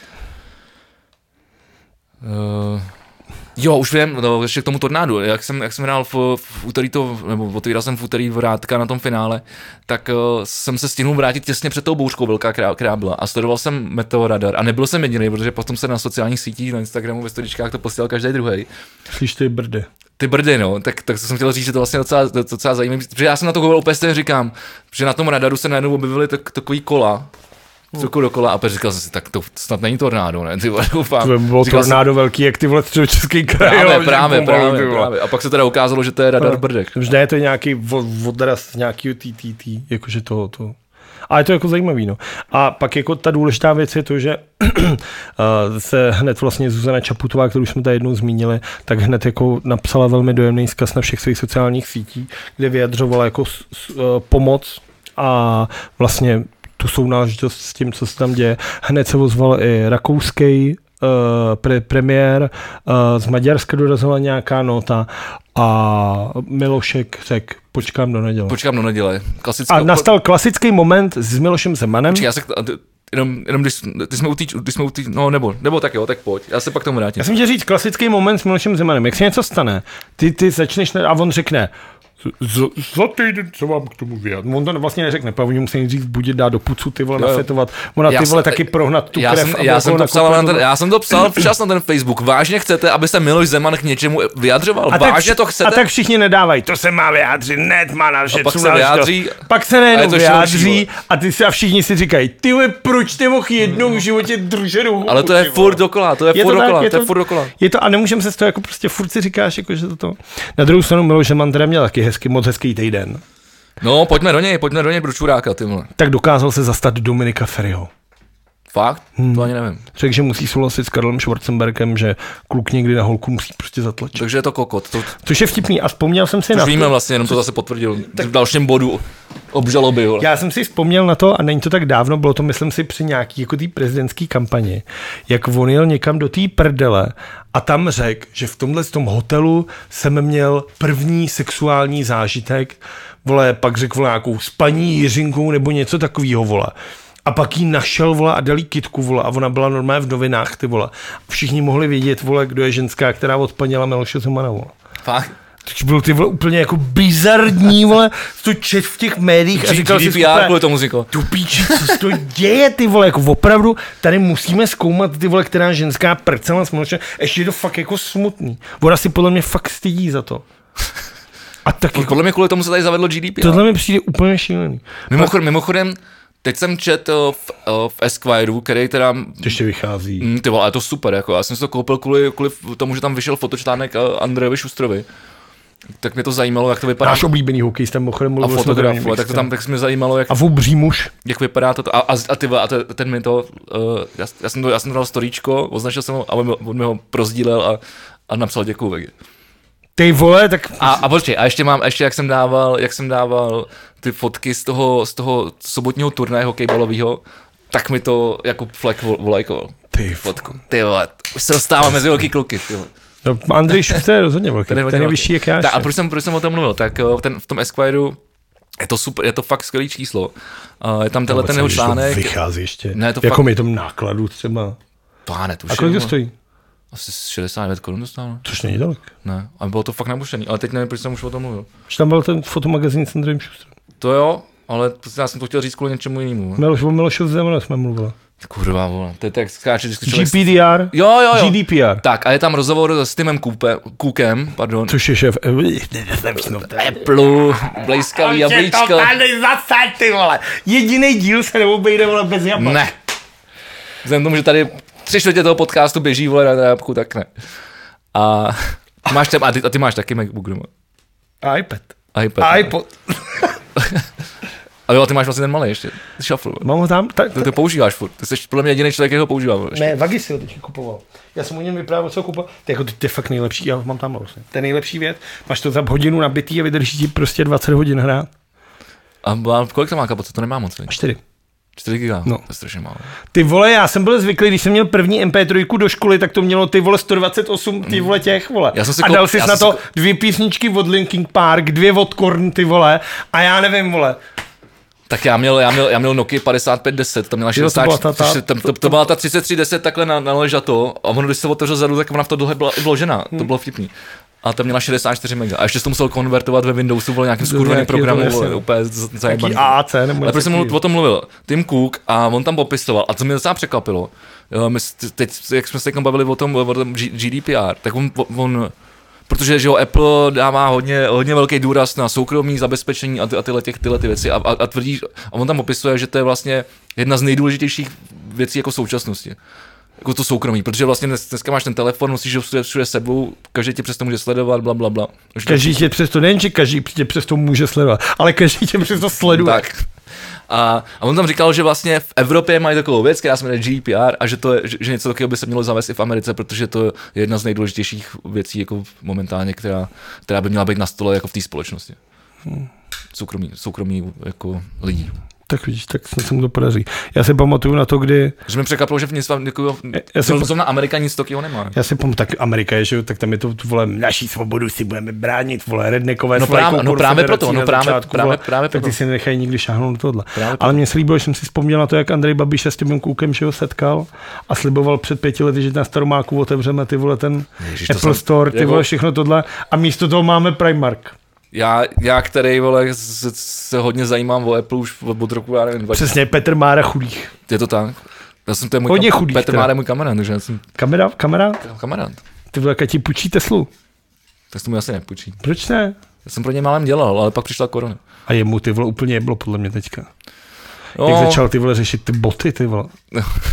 Uh, jo, už vím, no, ještě k tomu tornádu, jak jsem, jak jsem hrál v, v úterý to, nebo otvíral jsem v úterý vrátka na tom finále, tak uh, jsem se stihnul vrátit těsně před tou bouřkou velká, která byla a sledoval jsem meteoradar a nebyl jsem jediný, protože potom se na sociálních sítích, na Instagramu, ve storičkách to posílal každý druhý. Slyš ty brdy. Ty brdy, no, tak, tak jsem chtěl říct, že to vlastně docela, docela zajímavé, protože já jsem na to koukal úplně stejně říkám, že na tom radaru se najednou objevily tak, takový kola, Cuku dokola a pak říkal jsem si, tak to snad není tornádo, ne? Ty vole, doufám. To by bylo říkal tornádo jsem, velký, jak ty vole Český kraj. Právě, právě, právě, právě. A pak se teda ukázalo, že to je radar no, Brdek. Už ne, to je nějaký odraz nějakýho T T T, jakože to, to. A je to jako zajímavý, no. A pak jako ta důležitá věc je to, že se hned vlastně Zuzana Čaputová, kterou jsme tady jednou zmínili, tak hned jako napsala velmi dojemný vzkaz na všech svých sociálních sítích, kde vyjadřovala jako s, s, uh, pomoc a vlastně tu sounáležitost s tím, co se tam děje. Hned se ozval i rakouský uh, pre, premiér, uh, z Maďarska dorazila nějaká nota a Milošek řekl, počkám do neděle. Počkám do neděle. Klasická... A nastal klasický moment s Milošem Zemanem. Počkej, já se... Jenom, jenom když, když jsme u tý, když jsme u tý, no nebo, nebo tak jo, tak pojď, já se pak tomu vrátím. Já jsem chtěl říct klasický moment s Milošem Zemanem, jak se něco stane, ty, ty začneš a on řekne, za týden, co vám k tomu vyjádřit. On to vlastně neřekne, protože musí nejdřív budit, dát do pucu, ty vole, nafetovat, ona ty vole taky prohnat tu já krev. Jsem, já, jsem to psal na ten, já jsem to psal včas na ten Facebook. Vážně chcete, aby se Miloš Zeman k něčemu vyjadřoval? A Vážně tak, to chcete? A tak všichni nedávají, to se má vyjádřit, net má na vše, pak se vyjádří. Pak se nejenom vyjádří a ty si a všichni si říkají, ty vole, proč ty mohl jednou v životě druženou? Ale to je furt dokola, to je furt dokola, to je furt dokola. Je to a nemůžeme se z toho jako prostě furt si říkáš, jako že to. Na druhou stranu Miloš Zeman teda měl taky hezky, moc hezký týden. No, pojďme do něj, pojďme do něj, do čuráka, ty vole. Tak dokázal se zastat Dominika Feriho. Fakt? Hmm. To ani nevím. Řekl, že musí souhlasit s Karlem Schwarzenbergem, že kluk někdy na holku musí prostě zatlačit. Takže je to kokot. To... Což je vtipný a vzpomněl jsem si Což na to. víme vlastně, jenom to zase potvrdil tak... v dalším bodu obžaloby. Vole. Já jsem si vzpomněl na to a není to tak dávno, bylo to myslím si při nějaký jako té prezidentské kampani, jak on jel někam do té prdele a tam řekl, že v tomhle tom hotelu jsem měl první sexuální zážitek, vole, pak řekl vole, nějakou s paní Jiřinkou nebo něco takového, vole. A pak jí našel, vole, a dal jí kytku, vole, a ona byla normálně v novinách, ty vole. Všichni mohli vědět, vole, kdo je ženská, která odpaněla Miloše Zemana, vole. Fakt? Takže bylo ty, vole, úplně jako bizarní, vole, to čet v těch médiích a říkal si super, tomu říkal. Tu píči, co se to děje, ty vole, jako opravdu, tady musíme zkoumat, ty vole, která ženská prcela s Milošem, ještě je to fakt jako smutný. Ona si podle mě fakt stydí za to. A tak podle jako, mě kvůli tomu se tady zavedlo G D P R. Tohle mi přijde úplně šílený. Mimochodem, mimochodem teď jsem četl v, v Esquireu, který teda... To ještě vychází. Mm, ty vole, ale to super, jako. Já jsem si to koupil kvůli, kvůli tomu, že tam vyšel fotočlánek Andrejovi Šustrovi. Tak mě to zajímalo, jak to vypadá. Náš oblíbený hokejista, mimochodem a fotograf, tak to tam tak se mě zajímalo, jak... A v obří muž. Jak vypadá to. A, a, a ty vole, a te, ten mi to... Uh, já, já, jsem to, já jsem to dal storíčko, označil jsem ho a on, on mi ho prozdílel a, a napsal děkuju, Vegi. Ty vole, tak... A, a počkej, a ještě mám, ještě jak jsem dával, jak jsem dával ty fotky z toho, z toho sobotního turnaje hokejbalového, tak mi to jako flek volajkoval. Ty fotku. Ty vole, už se dostávám mezi velký kluky, ty vole. No, Andrej Šuster je rozhodně velký, ten, ten je vyšší jak já. Tak, a proč jsem, proč jsem o tom mluvil, tak ten, v tom Esquireu je to super, je to fakt skvělý číslo. Uh, je tam tenhle ten jeho článek. Vychází ještě, ne, to jako fakt... mi tom nákladu třeba. Páne, tuším. A kolik to stojí? Asi šedesát devět korun dostal. Což není dalek. Ne, a bylo to fakt nabušený, ale teď nevím, proč jsem už o tom mluvil. Že tam byl ten fotomagazín s Andrejem Šustrem. To jo, ale já jsem to chtěl říct kvůli něčemu jinému. Miloš, o Milošovi Zemanovi jsme mluvili. Kurva, vole, to je tak skáče, že G P D R? Jo, jo, jo. G D P R. Tak a je tam rozhovor s Timem Coope, Cookem, pardon. Což je šéf Apple, blejskavý jablíčko. Je to tady zase, ty vole. Jediný díl se neobejde, vole, bez jablíčka. Ne. Vzhledem tomu, že tady tři čtvrtě toho podcastu běží, vole, na jabku, tak ne. A máš tam, a ty, a ty máš taky MacBook doma. iPad. iPad. iPod. Ale jo, ty máš vlastně ten malý ještě, Shuffle. Mám ho tam? Ta, ta... Ty to používáš furt, ty jsi podle mě jediný člověk, který ho používá. Ne, Vagi si ho teď kupoval. Já jsem o něm vyprávěl, co kupoval. To je, jako, to je fakt nejlepší, já ho mám tam vlastně. To je nejlepší věc, máš to za hodinu nabitý a vydrží ti prostě dvacet hodin hrát. A kolik to má kapacit? To nemá moc. čtyři. čtyři giga, no. To je strašně málo. Ty vole, já jsem byl zvyklý, když jsem měl první em pé tři do školy, tak to mělo ty vole sto dvacet osm, ty vole těch, vole. Já jsem si a koup... dal jsi na to si... dvě písničky od Linkin Park, dvě od Korn, ty vole, a já nevím, vole. Tak já měl, já měl, já měl Nokia padesát pět deset, tam měla šedesát, to, byla ta, to, to, to byla ta třicet tři deset takhle na, naležato a ono, když se otevřel zadu, tak ona v to dlouho byla i vložená, hmm. To bylo vtipný. A tam měla šedesát čtyři mega. A ještě to musel konvertovat ve Windowsu, byl nějakým skurveným programu, vole, úplně zajebaný. A C nebo ale proč jsem o tom mluvil? Tim Cook a on tam popisoval, a co mě docela překvapilo, my teď, jak jsme se teď bavili o tom, o tom G D P R, tak on, on protože že jo, Apple dává hodně, hodně velký důraz na soukromí, zabezpečení a, ty, a tyhle, těch, tyhle ty věci a, a, a tvrdí, a on tam popisuje, že to je vlastně jedna z nejdůležitějších věcí jako současnosti. Jako to soukromí, protože vlastně dnes, dneska máš ten telefon, musíš ho všude, všude sebou, každý tě přesto může sledovat, bla, bla, bla. Každý tě přesto, nejen, že každý tě přesto může sledovat, ale každý tě přesto sleduje. Tak. A, a on tam říkal, že vlastně v Evropě mají takovou věc, která se jmenuje G D P R a že, to je, že, že něco takového by se mělo zavést i v Americe, protože to je jedna z nejdůležitějších věcí jako momentálně, která, která by měla být na stole jako v té společnosti. Hmm. Soukromí, soukromí jako lidí. Tak vidíš, tak se mu to podaří. Já si pamatuju na to, kdy... Že mi překvapilo, že v nic takového... Zrovna Amerika nic takového nemá. Já si pamatuju, tak Amerika je, že tak tam je to, vole, naší svobodu si budeme bránit, vole, redneckové no právě, no právě proto, no právě, začátku, právě, vole, právě tak proto. ty si nenechají nikdy šáhnout do tohle. Ale mně se líbilo, že jsem si vzpomněl na to, jak Andrej Babiš se s tím Cookem, že ho setkal a sliboval před pěti lety, že na Staromáku otevřeme ty vole ten Ježiš, Apple jsem, Store, ty jako... vole, všechno tohle a místo toho máme Primark. Já, já, který, vole, se, se hodně zajímám o Apple už od roku, já nevím. Přesně, Petr Mára chudých. Je to tak? Já jsem to je můj hodně kam... chudých. Petr Mára je můj kamarád, takže já jsem... Kamera, kamarád? Kamarád. Ty vole, ti půjčí Teslu. Tak to mi asi nepůjčí. Proč ne? Já jsem pro něj málem dělal, ale pak přišla korona. A jemu ty vole úplně jeblo podle mě teďka. No. Jak začal ty vole řešit ty boty, ty vole.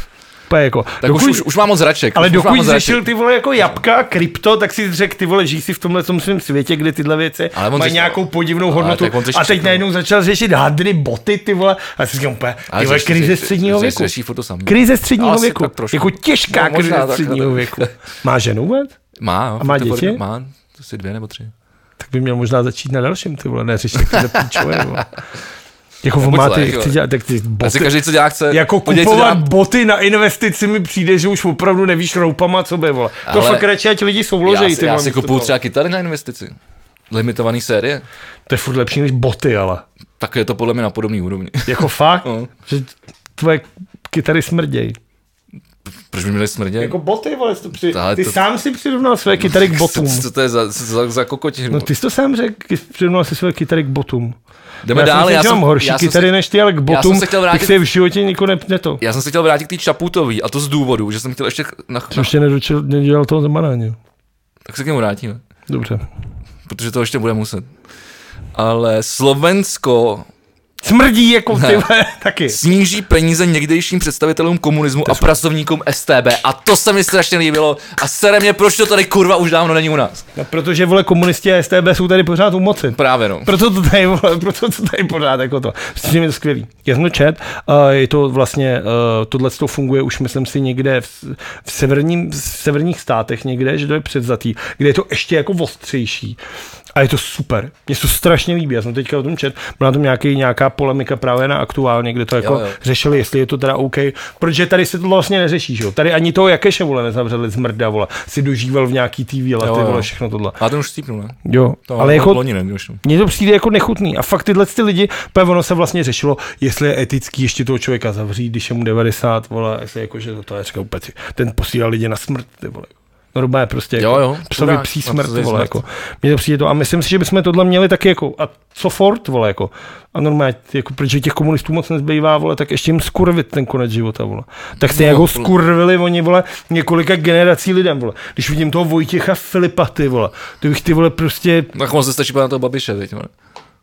úplně jako. Tak dokud, už, už, už mám moc hraček. Ale už dokud moc řešil hraček. ty vole jako jabka, krypto, tak si řekl ty vole, žij si v tomhle tom svém světě, kde tyhle věci mají řešil, nějakou podivnou hodnotu. A teď najednou začal řešit hadry, boty, ty vole. A si říkám úplně, ty vole, krize středního věku. Krize středního věku. Jako těžká krize středního věku. Má ženu vůbec? Má. A má děti? Má, asi dvě nebo tři. Tak by měl možná začít na dalším, ty vole, neřešit tyhle píčové, vole. Jako on má ty, chci dělat, tak ty boty. Asi každý, co dělá, chce. Jako kupovat boty na investici mi přijde, že už opravdu nevíš roupama, co by, vole. To fakt radši, ať lidi souložejí. Já si, já si kupuju třeba kytary na investici. Limitovaný série. To je furt lepší než boty, ale. Tak je to podle mě na podobný úrovni. Jako fakt? No. Že tvoje kytary smrdějí. Proč by měli smrdět? Jako boty, vole, to při... ty to... sám si přirovnal své kytary k botům. Co, co to je za, za, za kokotinu? No ty jsi to sám řekl, přirovnal si své kytary k botům. Jdeme já dál, jsem já jsem... mám horší já kytary se, než ty, ale k botům vrátit, bych se v životě nikoho ne, ne to. Já jsem se chtěl vrátit k té Čaputový a to z důvodu, že jsem chtěl ještě... Na, na... ještě nedočil, nedělal toho Zemanáně. Tak se k němu vrátíme. Dobře. Protože to ještě bude muset. Ale Slovensko... Smrdí jako ty vole, taky. Sníží peníze někdejším představitelům komunismu to a pracovníkům S T B. A to se mi strašně líbilo. A sere mě, proč to tady kurva už dávno není u nás. No, protože vole komunisti a S T B jsou tady pořád u moci. Právě no. Proto to tady, vole, proto to tady pořád jako to. Protože je to skvělý. Já jsem to čet, uh, je to vlastně, uh, tohle to funguje už myslím si někde v, v, severním, v severních státech někde, že to je předzatý, kde je to ještě jako ostřejší. A je to super. Mně se to strašně líbí. Já jsem teďka o tom čet. Byla na tom nějaký, nějaká polemika právě na Aktuálně, kde to jako jo, jo. řešili, jestli je to teda OK. Protože tady se to vlastně neřeší, že jo. Tady ani toho Jakeše, vole, nezavřeli zmrda, vole. Si dožíval v nějaký T V, ale ty vole, všechno tohle. A ten už stípnul, ne? Jo, to ale jako loni, ne, mně to přijde jako nechutný. A fakt tyhle ty lidi, ono se vlastně řešilo, jestli je etický ještě toho člověka zavřít, když je mu devadesát, vole, jestli jako, že to, to je říkal úplně, ten posílal lidi na smrt, ty vole. Normálně prostě jo, jo, psovi psí smrt, vole, jako. Mně to přijde to a myslím si, že bychom tohle měli taky jako, a co fort, vole, jako. A normálně, jako, protože těch komunistů moc nezbývá, vole, tak ještě jim skurvit ten konec života, vole. Tak se no, jako skurvili oni, vole, několika generací lidem, vole. Když vidím toho Vojtěcha Filipa, ty, vole, to bych ty, vole, prostě... Tak moc se stačí na toho Babiše, teď, vole.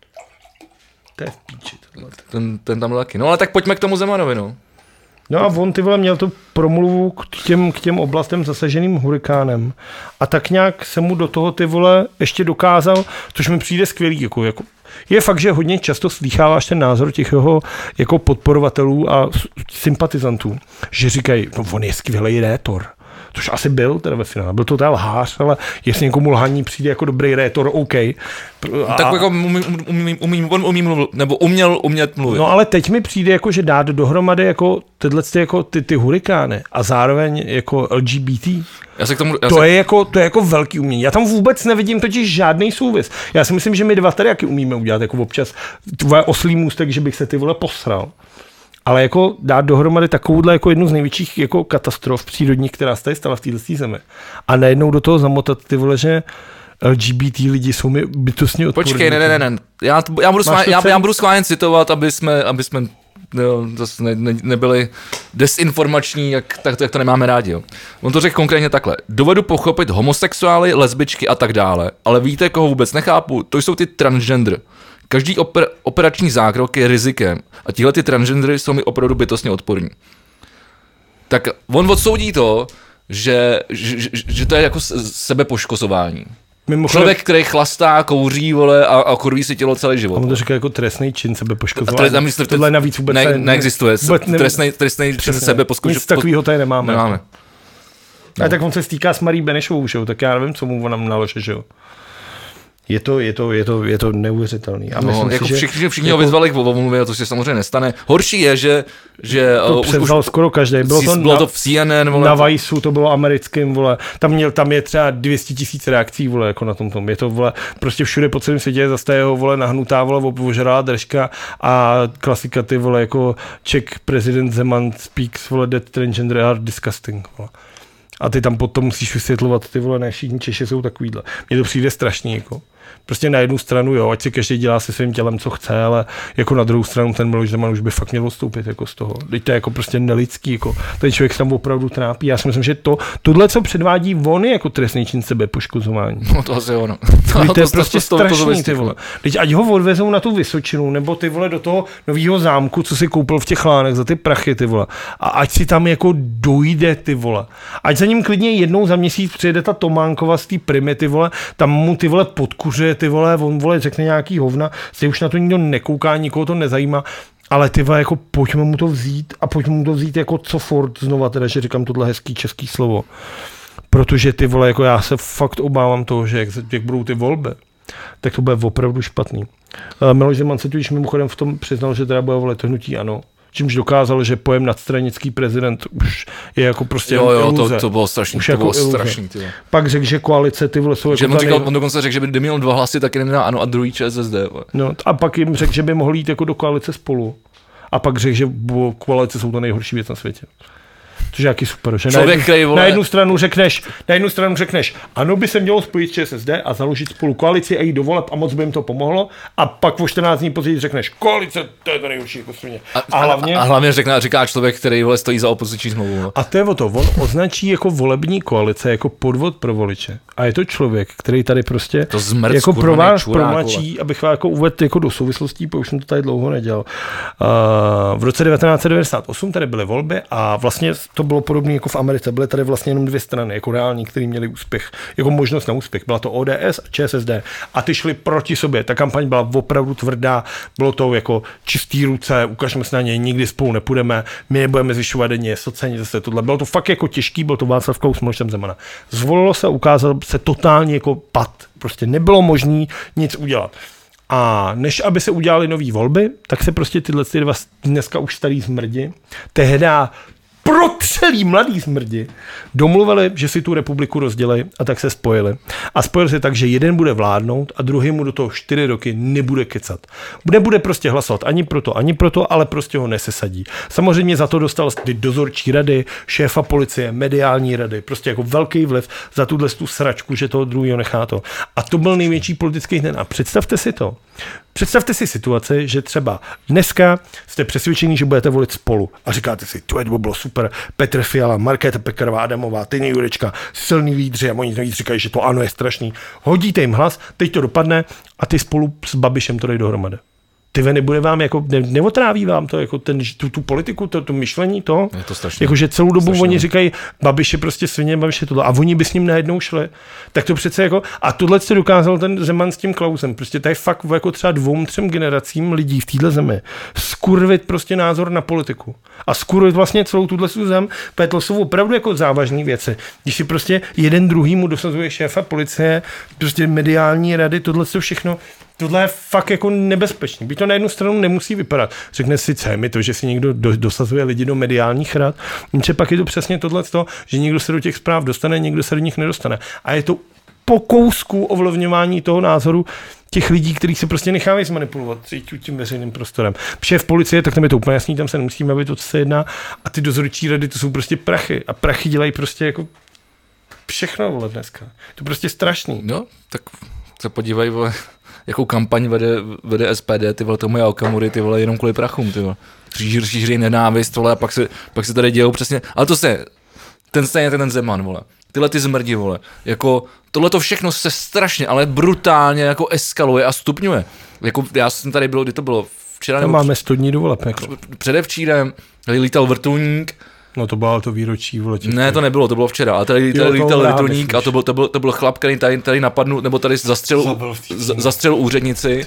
To je v píči, tohle. Ten, ten tam taky. No ale tak pojďme k tomu Zemanovi, no. No a on ty vole měl tu promluvu k těm, k těm oblastem zasaženým hurikánem a tak nějak se mu do toho ty vole ještě dokázal, což mi přijde skvělý. Jako, jako. Je fakt, že hodně často slýcháváš ten názor těch jeho jako podporovatelů a sympatizantů, že říkají, no on je skvělý rétor. Což asi byl teda ve finále. Byl to teda lhář, ale jestli někomu lhaní přijde jako dobrý rétor, OK. A... Tak jako umí, umí, umí, on umí mluvit, nebo uměl umět mluvit. No ale teď mi přijde jako, že dát dohromady jako tyhle ty, jako ty, ty hurikány a zároveň jako L G B T. Já se k tomu, já to, se... je jako, to je jako velký umění. Já tam vůbec nevidím totiž žádný souvis. Já si myslím, že my dva tady jaký umíme udělat jako občas tvoje oslý můstek, že bych se ty vole posral. Ale jako dát dohromady takovouhle jako jednu z největších jako katastrof přírodních, která se tady stala v této zemi. A najednou do toho zamotat ty vole, že L G B T lidi jsou mi bytostně odporní. Počkej, ne, ne, ne, ne. Já, já, budu, schválně, já, já budu schválně citovat, aby jsme, aby jsme jo, zase ne, ne, nebyli desinformační, jak, tak, jak to nemáme rádi. Jo. On to řekl konkrétně takhle. Dovedu pochopit homosexuály, lesbičky a tak dále, ale víte, koho vůbec nechápu? To jsou ty transgender. Každý oper, operační zákrok je rizikem a tihle ty transgendery jsou mi opravdu bytostně odporní. Tak on odsoudí to, že, že, že, že to je jako sebepoškozování. Mimochodem, člověk, který chlastá, kouří, vole, a, a kurví si tělo celý život. On to říká jako trestný čin sebepoškozování. Tohle navíc vůbec ne, neexistuje. Vůbec ne, trestný, trestný čin sebepoškozování. Nic takového tady nemáme. nemáme. No. A tak on se stýká s Marí Benešovou, že? Tak já nevím, co mu ona nalože, že jo. Je to, je to, je to, je to neuvěřitelný. A no, jako si, všichni, že, všichni jako, ho vyzvali k omluvě, to se samozřejmě nestane. Horší je, že... že to uh, převzal už, skoro každý. Bylo to, bylo na, to v C N N, vole. Na Viceu to bylo americkým, vole. Tam, měl, tam je třeba dvě stě tisíc reakcí, vole, jako na tom tom. Je to, vole, prostě všude po celém světě zase jeho, vole, nahnutá, vole, ožralá držka a klasika, ty, vole, jako Czech president Zeman speaks, vole, that transgender are disgusting, vole. A ty tam potom musíš vysvětlovat, ty vole, ne všichni Češi jsou takovýhle. Mně to přijde strašný, jako. Prostě na jednu stranu, jo, ať si každý dělá se svým tělem, co chce, ale jako na druhou stranu ten Miloš Zeman už by fakt měl odstoupit jako z toho. Teď to je jako prostě nelidský, jako ten člověk se tam opravdu trápí. Já si myslím, že to, tohle, co předvádí on, je jako trestný čin sebepoškozování. No to asi ono. To, to je prostě strašný, ty vole. Teď ať ho odvezou na tu Vysočinu, nebo ty vole do toho nového zámku, co si koupil v těch Lánech za ty prachy, ty vole. A ať si tam jako dojde, ty vole. Ať za ním klidně jednou za měsíc přijede ta Tománkova z té Primy, ty vole, tam mu ty vole podkuře, ty vole, on vole řekne nějaký hovna, si už na to nikdo nekouká, nikoho to nezajímá, ale ty vole, jako pojďme mu to vzít a pojďme mu to vzít jako co furt znova, teda, že říkám tohle hezký český slovo. Protože ty vole, jako já se fakt obávám toho, že jak, jak budou ty volby, tak to bude opravdu špatný. Uh, Miloš Zeman se tudíž mimochodem v tom přiznal, že teda bude volit hnutí ANO, čímž dokázal, že pojem nadstranický prezident už je jako prostě jo, jo, iluze. to, to bylo strašný, to jako bylo strašný. Ty. Pak řekl, že koalice ty vole jsou že jako on, říkal, nej... on dokonce řekl, že by měl dva hlasy, tak jeden na ANO a druhý ČSSD. No, a pak jim řekl, že by mohli jít jako do koalice Spolu. A pak řekl, že koalice jsou to nejhorší věc na světě. Což je jaký super, že Člověk, na, jednu, vole... na jednu stranu řekneš, na jednu stranu řekneš, ano, by se mělo spojit ČSSD a založit Spolu koalici a jít do voleb a moc by jim to pomohlo, a pak o čtrnáct dní později řekneš, koalice, to je to nejhorší jako svině. A, a, hlavně, a hlavně řekne, říká člověk, který vole stojí za opoziční smlouvou. No. A to je o to, on označí jako volební koalice jako podvod pro voliče. A je to člověk, který tady prostě to zmrt, jako pro vás čurák, promlačí, vole. Abych vám jako uvedl jako do souvislostí, protože už jsem to tady dlouho nedělal. Uh, v roce devatenáct set devadesát osm tady byly volby a vlastně to bylo podobné jako v Americe. Byly tady vlastně jenom dvě strany, jako reální, které měly úspěch, jako možnost na úspěch. Byla to O D S a ČSSD. A ty šly proti sobě. Ta kampaň byla opravdu tvrdá. Bylo to jako čistý ruce, ukažme se na něj, nikdy spolu nepůjdeme, my nebudeme zvyšovat denně, sociální zase tohle. Bylo to fakt jako těžký, byl to Václav Klaus, Milošem Zemana. Zvolilo se, ukázalo se totálně jako pad. Prostě nebylo možné nic udělat. A než aby se udělali nový volby, tak se prostě tyhle ty dva dneska už starý zmrdi, tehda protřelí mladý zmrdi, domluvili, že si tu republiku rozdělají, a tak se spojili. A spojili se tak, že jeden bude vládnout a druhý mu do toho čtyři roky nebude kecat. Nebude prostě hlasovat ani proto, ani proto, ale prostě ho nesesadí. Samozřejmě za to dostal dozorčí rady, šéfa policie, mediální rady, prostě jako velký vliv za tuhle tu sračku, že toho druhého nechá to. A to byl největší politický den. A představte si to. Představte si situaci, že třeba dneska jste přesvědčení, že budete volit Spolu a říkáte si, to by bylo super, Petr Fiala, Markéta Pekarová Adamová, Tyně Jurečka, silný lídři, a oni to říkají, že to ANO je strašný. Hodíte jim hlas, teď to dopadne a ty Spolu s Babišem to dají dohromady. Ty nebude vám jako, ne, neotráví vám to, jako ten, tu, tu politiku, to, to myšlení, to, je to strašný. Jako, že celou dobu strašný. Oni říkají, Babiš je prostě svině, Babiš je tohle, a oni by s ním najednou šli. Tak to přece jako, a tohle se dokázal ten Zeman s tím Klausem, prostě tady fakt jako třeba dvou, třem generacím lidí v téhle zemi skurvit prostě názor na politiku. A skurvit vlastně celou tuhle zem, protože to jsou opravdu jako závažné věci. Když si prostě jeden druhýmu dosazuje šéfa policie, prostě mediální rady, tohle jsou všechno. Tohle je fakt jako nebezpečný. Byť to na jednu stranu nemusí vypadat. Řekne si, co je mi to, že si někdo do, dosazuje lidi do mediálních rad. Jenže pak je to přesně tohle, že někdo se do těch zpráv dostane, někdo se do nich nedostane. A je to po kousku ovlivňování toho názoru těch lidí, kteří se prostě nechávají zmanipulovat tím veřejným prostorem. Šéf policie, tak tam je to úplně jasný, tam se nemusíme bavit, o co se jedná. A ty dozorčí rady, to jsou prostě prachy. A prachy dělají prostě jako všechno, vole, dneska. To je prostě strašný. No, tak se podívají, vole, jakou kampaň vede, vede S P D, ty vole, Tomia Okamury, ty vole, jenom kvůli prachům, ty vole. Šíří nenávist, vole, a pak se, pak se tady dějou přesně, ale to se, ten stejně ten Zeman, vole. Tyhle ty zmrdi, vole, jako tohle to všechno se strašně, ale brutálně jako eskaluje a stupňuje. Jako já jsem tady byl, kdy to bylo včera, nebo máme sto dní do voleb, jako. Předevčírem, tady lítal vrtulník. No to bylo to výročí, vole. Těch ne, to nebylo, to bylo včera, ale tady, tady lítal vrtulník a to byl, to, byl, to byl chlap, který tady, tady napadnul, nebo tady zastřelil, zastřelil úřednici.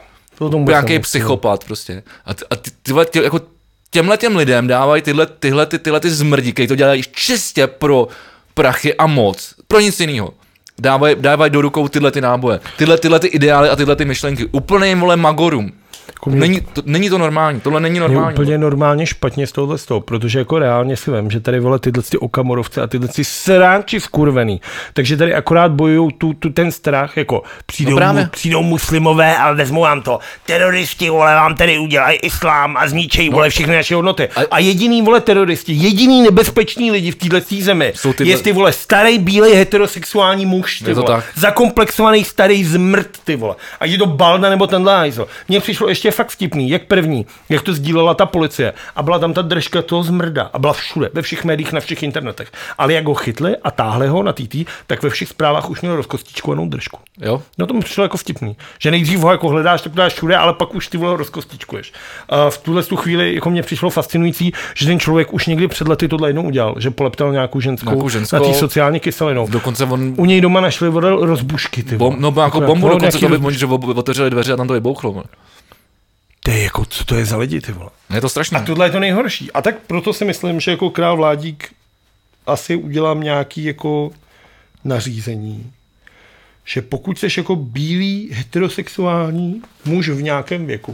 Nějaký psychopat prostě. A, t, a ty, tyhle, ty, jako těmhle těm lidem dávají tyhle, tyhle, ty, tyhle ty zmrdi, který to dělají čistě pro prachy a moc, pro nic jiného. Dávají dávaj do rukou tyhle ty náboje, tyhle, tyhle ty ideály a tyhle ty myšlenky. Úplnej, vole, magorum. Jako mě, není, to, není to normální, tohle není normální. Mě úplně normálně špatně z tohohle z toho, protože jako reálně si vím, že tady vole tyhle ty okamorovce a tyhle ty sránči skurvený, takže tady akorát bojují tu, tu ten strach, jako přijdou, no mu, přijdou muslimové, ale vezmou vám to, teroristi, vole, vám tady udělají islám a zničejí, vole, všechny naše hodnoty. A, a jediný, vole, teroristi, jediný nebezpečný lidi v téhle zemi ty je ty, vole, starý, bílej, heterosexuální muž, ty vole, zakomplexovaný starý zmrt, ty vole. A je to Balda nebo tenhle hajzl. Mně přišlo ještě fakt vtipný, jak první, jak to sdílela ta policie a byla tam ta držka toho zmrda a byla všude, ve všech médiích, na všech internetech. Ale jak ho chytli a táhli ho na té té, tak ve všech zprávách už měl rozkostičkovanou držku. Jo? No to mi přišlo jako vtipný, že nejdřív ho jako hledáš, tak to dáš všude, ale pak už ty vole rozkostičkuješ. A v tuhle tu chvíli jako mě přišlo fascinující, že ten člověk už někdy před lety tohle jednou udělal, že poleptal nějakou ženskou, nějakou ženskou na té sociální kyselinou. Dokonce on... U něj doma našli rozbušky, ty Bom, no jako bombu, dokonce to by, že otevřeli dveře a tam to vybouchlo. To je jako, co to je za lidi, ty vole. Je to strašné. A tohle je to nejhorší. A tak proto si myslím, že jako král Vládík asi udělám nějaký jako nařízení, že pokud jsi jako bílý heterosexuální muž v nějakém věku,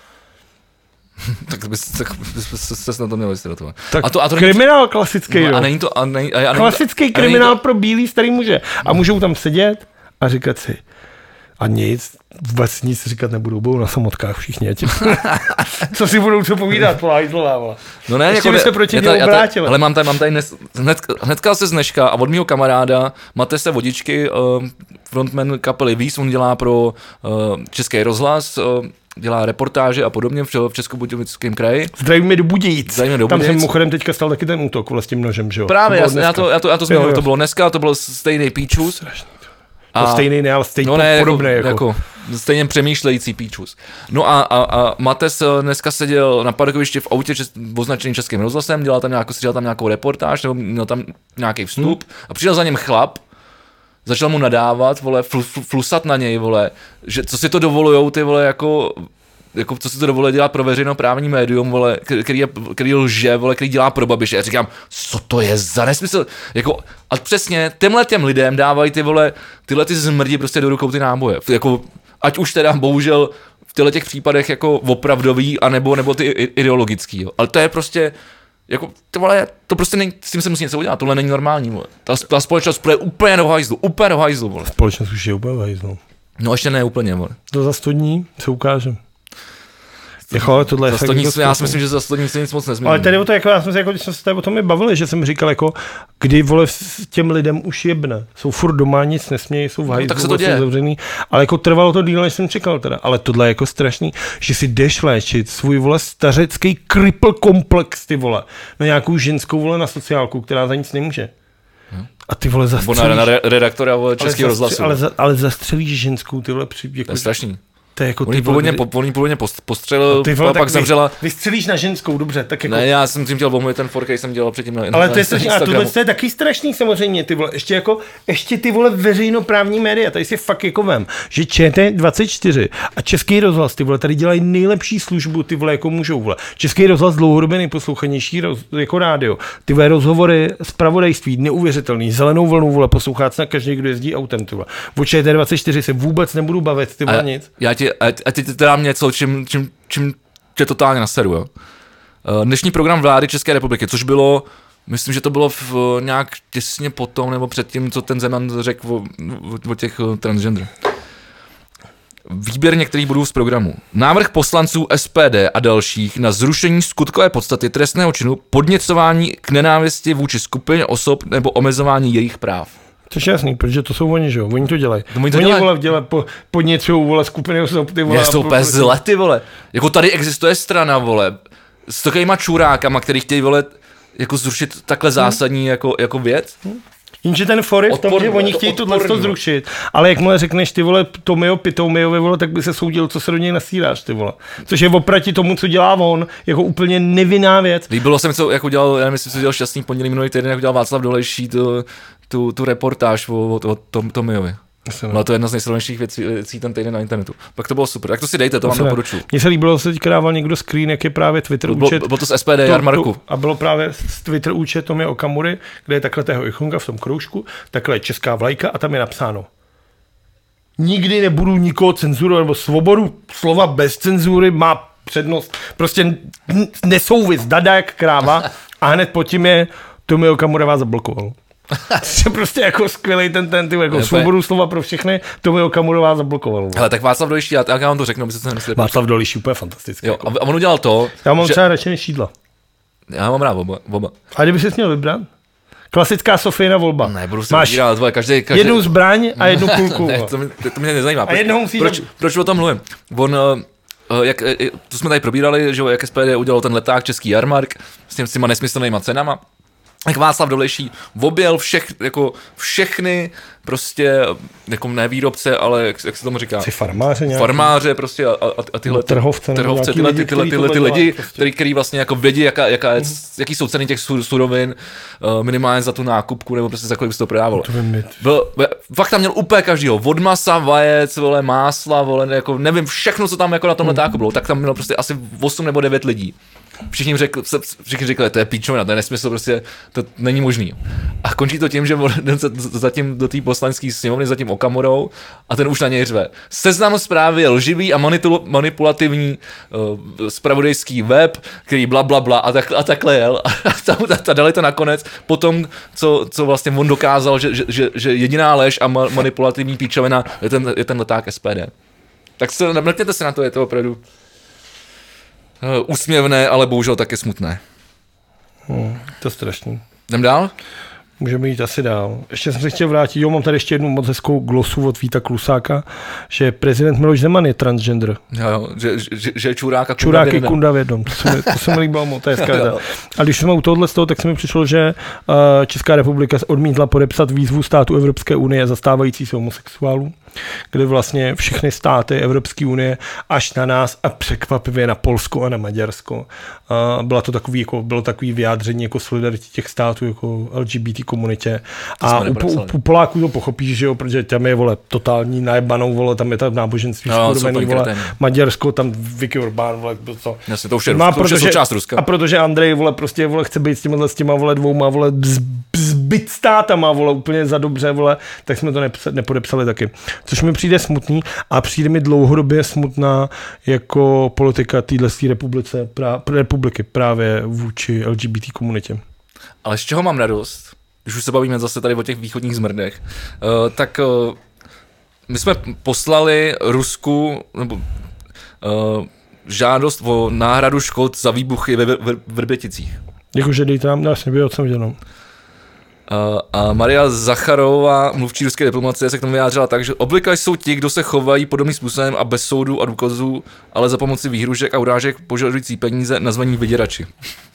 tak bys, tak bys se na to měl vystratovat. Tak a to, a to kriminál není... klasický, no, a není to... A nej, a není klasický to, kriminál to... pro bílý starý muže. A můžou tam sedět a říkat si a nic, vůbec nic říkat nebudou, budou na samotkách všichni. Co si budou co povídat, volá Jízlová, volá. No ne, ještě jako, by se proti němu obrátili. Ale mám tady, mám tady nes, hned, hnedka se z dneška a od mýho kamaráda Matese Vodičky, uh, frontman kapely Víz, on dělá pro uh, Český rozhlas, uh, dělá reportáže a podobně v, v Českobudějovickém kraji. Zdravíme do Budějic. Zdravíme do Tam Budějic. jsem mimochodem teďka stal taky ten útok s tím nožem, že jo? Právě, já, já, to, já, to, já to zmiňuji, to bylo dneska, to byl stejný píčus. A, stejný ne, ale stejný no ne, podobný. Jako, jako. jako stejně přemýšlející píčus. No a, a, a Mates dneska seděl na parkovišti v autě čes, označený Českým rozhlasem, dělal tam, nějakou, dělal tam nějakou reportáž, nebo měl tam nějaký vstup hmm. a přijel za něm chlap, začal mu nadávat, vole, fl, fl, flusat na něj, vole, že co si to dovolujou ty, vole, jako... jako co si to dovoluje dělat pro veřejnoprávní médium, vole, který, je, který lže, vole, který dělá pro Babiše. Já říkám, co to je za nesmysl? Jako, a přesně těmhle těm lidem dávají ty, vole, tyhle ty zmrdi prostě do rukou ty náboje. Jako, ať už teda bohužel v těchto těch případech jako opravdový, anebo, nebo ty ideologický. Jo. Ale to je prostě, jako, ty vole, to prostě není, s tím se musí něco udělat, tohle není normální, vole. Ta, ta společnost je úplně do hajzlu, úplně do hajzlu, vole. Společnost už je úplně do hajzlu. No ještě ne úplně, vole. To za sto dní se ukáže. Jako, tohle za sto dní, já si myslím, že za sto dní se nic moc nezmění. Ale tady o to, jako, já jsem se, jako, když jsme se tady o tom bavili, že jsem říkal, jako, kdy vole těm lidem už jebne. Jsou furt doma, nic nesmějí, jsou v hajzlu, no, tak se to děje. Zavřený, ale jako trvalo to díl, než jsem čekal teda. Ale tohle je jako strašný, že si jdeš léčit svůj, vole, stařecký kripl komplex, ty vole, na nějakou ženskou, vole, na sociálku, která za nic nemůže. Hmm. A ty, vole, zastřelíš. Nebo na, na redaktora, vole, Českého rozhlasu. Ale, za, ale zastřelíš ženskou, ty, vole, při, jako, to je strašný. To je jako on jí původně, po, původně postřelil, ty vole, pak zemřela. Vystřelíš na ženskou, dobře, tak jako... Ne, já jsem tím chtěl omluvit ten for, který jsem dělal předtím na, ale na, to je strašný, a tohle je taky strašný samozřejmě, ty vole, ještě jako, ještě ty vole veřejnoprávní média, tady si fakt jako vem, že Č T dvacet čtyři a Český rozhlas, ty vole, tady dělají nejlepší službu, ty vole, jako můžou, vole. Český rozhlas dlouhodobě nejposlouchanější roz, jako rádio, ty vole, rozhovory, zpravodajství, neuvěřitelný, zelenou vlnu, vole, poslouchat na každý, kdo jezdí autem, ty vole. O Č T dvacet čtyři se vůbec nebudu bavit, ty vole, nic. Já ti, a, a ty dám něco, čím, čím, čím tě totálně naseru, jo. Dnešní program vlády České republiky, což bylo, myslím, že to bylo v, nějak těsně potom, nebo předtím, co ten Zeman řekl o, o, o těch transgender. Výběr některých bodů z programu. Návrh poslanců S P D a dalších na zrušení skutkové podstaty trestného činu podněcování k nenávisti vůči skupině osob nebo omezování jejich práv. To je jasný, protože to jsou oni, že jo, oni to dělají. No, oni to oni dělají. Vole, dělají po, podněcují, vole, skupiny osob, ty vole. Je to úplně zle, ty vole. Jako tady existuje strana, vole, s takovýma čurákama, který chtějí, vole, jako zrušit takhle zásadní hmm. jako, jako věc. Hmm. Jenže ten for je v tom, že oni chtějí tohle to zrušit, ale jakmile řekneš, ty vole, Tomio Pitomiovi, vole, tak by se soudil, co se do něj nasíráš, ty vole. Což je oproti tomu, co dělá on, jako úplně nevinná věc. Líbilo se mi, co jako dělal, já myslím, co dělal Šťastný pondělí minulý týden, jako dělal Václav Dolejší tu, tu, tu reportáž o, o, o Tom, Tomiovi. No to je jedna z nejsledovanějších věcí, věcí ten týden na internetu. Pak to bylo super. Tak to si dejte, to vám doporučuji. Mně se líbilo, se teďka dával někdo screen, jak je právě Twitter bylo, účet. Bylo to z S P D Jarmarku. A bylo právě z Twitter účet Tomia Okamury, kde je takhle tého ikonka v tom kroužku, takhle je česká vlajka a tam je napsáno nikdy nebudu nikoho cenzurovat, nebo svobodu slova bez cenzury má přednost. Prostě nesouvis, dada jak kráva a hned po tím je Tomio Okamura vás zablokoval. To je prostě jako skvělej ten, ten ty, jako svobodu slova pro všechny, Tomio Okamura vás zablokoval. Ale tak Václav Dolejší, já, já vám to řeknu, aby se to nemysleli. Václav Dolejší úplně fantastický. Jo, jako. a on udělal to, já mám že... třeba radši než Šídla. Já mám rád oba. oba. A kdyby jsi měl vybrat? Klasická Sofijina volba. Ne, budu si máš vybírat, tvoje, každý, každý... jednu zbraň a jednu kulku. Ne, to, mě, to mě nezajímá. A jednoho musí proč, proč o tom mluvím? On, uh, jak, to jsme tady probírali, že jak S P D udělal ten leták Český jarmark s, těm, s těma nesmyslnýma cenama. Jak Václav Dolejší objel všech, jako všechny prostě, jako ne výrobce, ale jak, jak se tomu říká? Jsi farmáře nějaký? Farmáře prostě a, a, a tyhle, trhovce, trhovce tyhle, lidi, tyhle, tyhle, ty lidi, prostě. který, který vlastně jako vědí, jaká, jaká je, mm. jaký jsou ceny těch surovin, uh, minimálně za tu nákupku, nebo prostě za kolik by se to prodávalo. Byl, fakt tam měl úplně každýho, od masa, vajec, vole, másla, vole, jako nevím, všechno, co tam jako na tom letáku bylo, tak tam mělo prostě asi osm nebo devět lidí. Všichni řekli, všichni řekli, to je píčovina, to je nesmysl, prostě to není možný. A končí to tím, že zatím do té poslanecké sněmovny za tím Okamurou a ten už na něj řve. Seznam zprávy je lživý a manipulativní uh, zpravodajský web, který bla bla bla a, tak, a takhle jel. A, tam, a dali to nakonec po tom, co, co vlastně on dokázal, že, že, že jediná lež a ma, manipulativní píčovina je ten, je ten leták S P D. Tak se mrkněte se na to, je to opravdu úsměvné, ale bohužel také smutné. Hmm, to je strašný. Jdem dál? Můžeme jít asi dál. Ještě jsem se chtěl vrátit, jo, mám tady ještě jednu moc hezkou glosu od Víta Klusáka, že prezident Miloš Zeman je transgender. Jo, jo, že, že, že je čurák a čurák je kunda v jednom. To se mi, to se mi líbilo moc, to je hezká. A když jsme u tohohle z toho, tak se mi přišlo, že uh, Česká republika odmítla podepsat výzvu států Evropské unie zastávající se homosexuálů, kde vlastně všechny státy Evropské unie až na nás a překvapivě na Polsko a na Maďarsko. Uh, byla to takový, jako, bylo takový vyjádření jako solidarity těch států jako L G B T komunitě. A u, u, u Poláků to pochopíš, že jo, protože tam je, vole, totální najebanou, vole, tam je tam náboženství no, skurvený, vole, Maďarsko, tam Viktor Orbán, vole, to. Jasně, to už je, má, to protože, už je součást Ruska. A protože Andrej, vole, prostě, vole, chce být s těma, s těma, vole, dvouma, vole, zbyt státama, vole, úplně za dobře, vole, tak jsme to nepodepsali taky. Což mi přijde smutný a přijde mi dlouhodobě smutná jako politika téhle republice, pra, republiky právě vůči L G B T komunitě. Ale z čeho mám radost, když už se bavíme zase tady o těch východních zmrdech, uh, tak uh, my jsme poslali Rusku nebo, uh, žádost o náhradu škod za výbuchy ve Vrběticích. Jakože dejte nám, já jsem nevěděl, co jsem dělal. Uh, a Maria Zacharová, mluvčí ruské diplomacie, se k tomu vyjádřila tak, že obvykle jsou ti, kdo se chovají podobným způsobem a bez soudu a důkazů, ale za pomoci výhružek a urážek požadující peníze nazvaní vyděrači.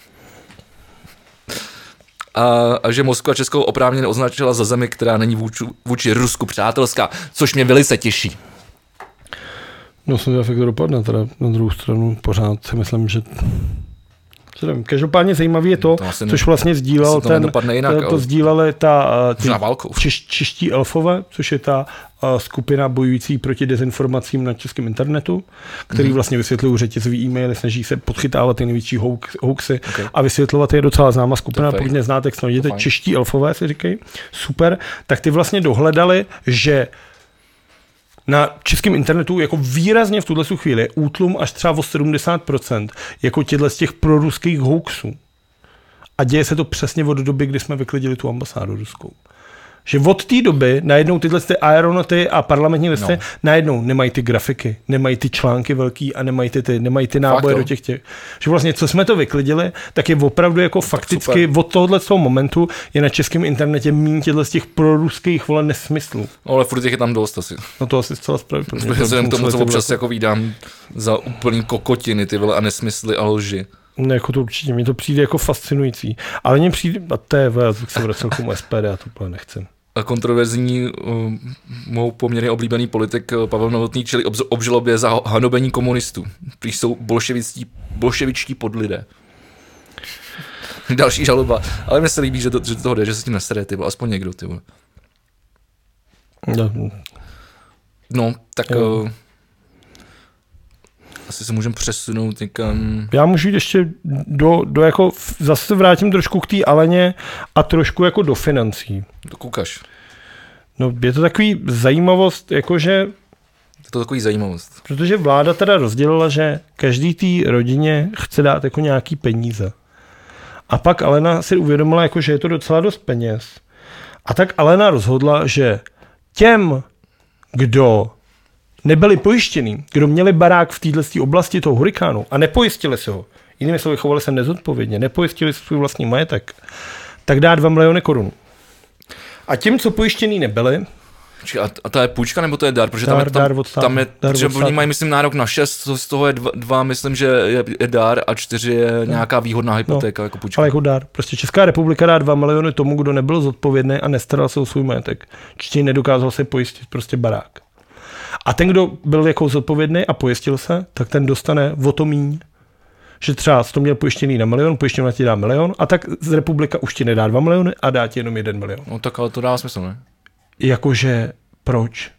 A, a že Moskva Českou oprávněně označila za zemi, která není vůči, vůči Rusku přátelská, což mě velice těší. No jsem to fakt dopadne, teda na druhou stranu pořád si myslím, že... Každopádně zajímavé je to, to což vlastně sdílel ten, jinak, to, to sdíleli ta češ, čeští elfové, což je ta uh, skupina bojující proti dezinformacím na českém internetu, který mm-hmm. vlastně vysvětlují řetězový e-maily, snaží se podchytávat ty největší hoax, hoaxy okay. a vysvětlovat je docela známá skupina, pokud neznáte, jak se najděte, čeští elfové si říkají, super, tak ty vlastně dohledali, že na českém internetu jako výrazně v tuhle chvíli je útlum až třeba o sedmdesát procent jako těchto z těch proruských hoaxů. A děje se to přesně od doby, kdy jsme vyklidili tu ambasádu ruskou. Že od té doby najednou tyhle ty aeronoty a parlamentní listy no. najednou nemají ty grafiky, nemají ty články velký a nemají ty, ty, nemají ty náboje do těch těch. Že vlastně, co jsme to vyklidili, tak je opravdu jako no, fakticky od tohohle toho momentu je na českém internetě míň těchto z těch proruských vole nesmyslů. No, ale furt těch je tam dost asi. No to asi zcela spraví. Vzhledem k tomu, co občas jako vídám za úplný kokotiny ty vole a nesmysly a lži. Ne, jako to určitě, mi to přijde jako fascinující. Ale mně přijde, a to je, já jsem vracel k tomu S P D, a to úplně nechcem. Kontroverzní, uh, mou poměrně oblíbený politik uh, Pavel Novotný čelí obz- obžalobě za hanobení komunistů. Prý jsou bolševičtí, bolševičtí podlidé. Další žaloba. Ale mně se líbí, že, to, že toho jde, že se s tím nesede, ty, aspoň někdo. Ty. No. no, tak... Uh, asi se můžeme přesunout někam. Já můžu jít ještě do, do jako, zase vrátím trošku k té Aleně a trošku jako do financí. To koukáš. No je to takový zajímavost, jakože... Je to takový zajímavost. Protože vláda teda rozdělila, že každý té rodině chce dát jako nějaký peníze. A pak Alena si uvědomila, jako, že je to docela dost peněz. A tak Alena rozhodla, že těm, kdo nebyli pojištění, kdo měli barák v této oblasti toho hurikánu a nepojistili se ho, jinými slovy chovali se nezodpovědně, nepojistili svůj vlastní majetek, tak dá dva miliony korun. A těm, co pojištění nebyli, a, a to je půjčka, nebo to je dar? Protože tam, dar, je, tam, dar státu, tam je, dar protože oni mají, myslím, nárok na šest, z toho je dva, dva myslím, že je, je dar a čtyři je no. nějaká výhodná hypotéka, no, jako půjčka. Ale jako dar. Prostě Česká republika dá dva miliony tomu, kdo nebyl zodpovědný a nestaral se o svůj majetek. Čili nedokázal se pojistit prostě barák. A ten, kdo byl jako zodpovědný a pojistil se, tak ten dostane o to míň. Že třeba jsi to měl pojištěný na milion, pojištěný ti dá milion a tak z republika už ti nedá dva miliony a dá ti jenom jeden milion. No tak ale to dává smysl, ne? Jakože proč?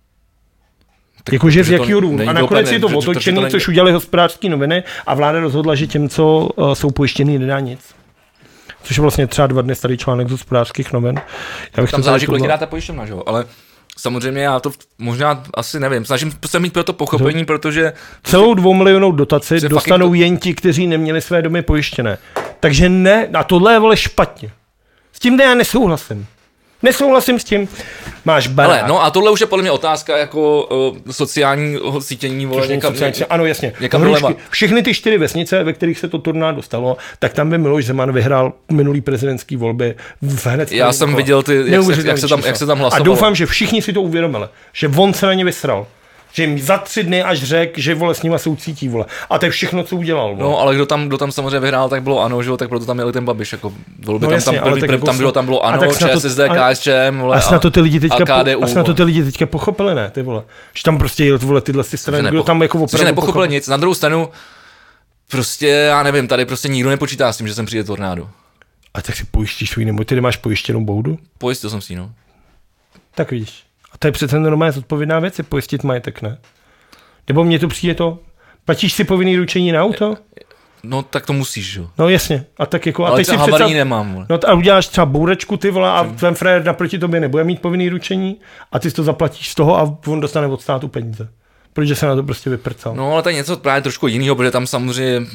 Jakože z jakého důvodu? A nakonec je to otočený, to což udělali Hospodářské noviny a vláda rozhodla, že těm, co uh, jsou pojištěný, nedá nic. Což je vlastně třeba dva dny starý článek z Hospodářských novin. Já bych tam záleží, kolik dá ta pojišťovna, že jo? Ale samozřejmě já to možná asi nevím. Snažím se mít pro to pochopení, no. protože... Celou dvou milionou dotaci dostanou to... jen ti, kteří neměli své domy pojištěné. Takže ne, a tohle je vole špatně. S tím já nesouhlasím. Nesouhlasím s tím. Máš barák. Ale, no a tohle už je podle mě otázka jako uh, sociálního sítění. Vole, někam, sociální, ano, jasně. Hrušky, všechny ty čtyři vesnice, ve kterých se to tornádo stalo, tak tam by Miloš Zeman vyhrál minulý prezidentský volby v hned. Já jsem viděl, ty, jak, se, jak, se tam, jak se tam hlasovalo. A doufám, že všichni si to uvědomili. Že on se na ně vysral. Že jim za tři dny až řekl, že vole s nima soucítí, vole. A to je všechno, co udělal. Vole. No, ale kdo tam, kdo tam samozřejmě vyhrál, tak bylo ANO, že jo, tak proto tam měli ten Babiš, jako volby, no, tam, jasně, tam, první, první, tam bylo, tam bylo ANO, ČSSD, KSČM, vole, a, to ty lidi teďka, a K D U. A na to ty lidi teďka pochopili, ne, ty vole. Že tam prostě jel, vole, tyhle ty strany, kdo tam jako opravdu nepochopili nic. Na druhou stranu, prostě, já nevím, tady prostě nikdo nepočítá s tím, že sem přijde tornádo. A tak si pojištíš svůj, nebo ty nemáš pojištěnou boudu? Pojistil jsem si, no. Tak vidíš. A to je přece normálně zodpovědná věc, je pojistit majetek, ne? Nebo mně to přijde to, platíš si povinný ručení na auto? No tak to musíš, jo. No jasně. A tak jako, ale a teď si představ... nemám. Vole. No a uděláš třeba bourečku, ty vole, a ten frér naproti tobě nebude mít povinný ručení a ty si to zaplatíš z toho a on dostane od státu peníze. Protože se na to prostě vyprcal. No ale to je něco právě trošku jiného, protože tam samozřejmě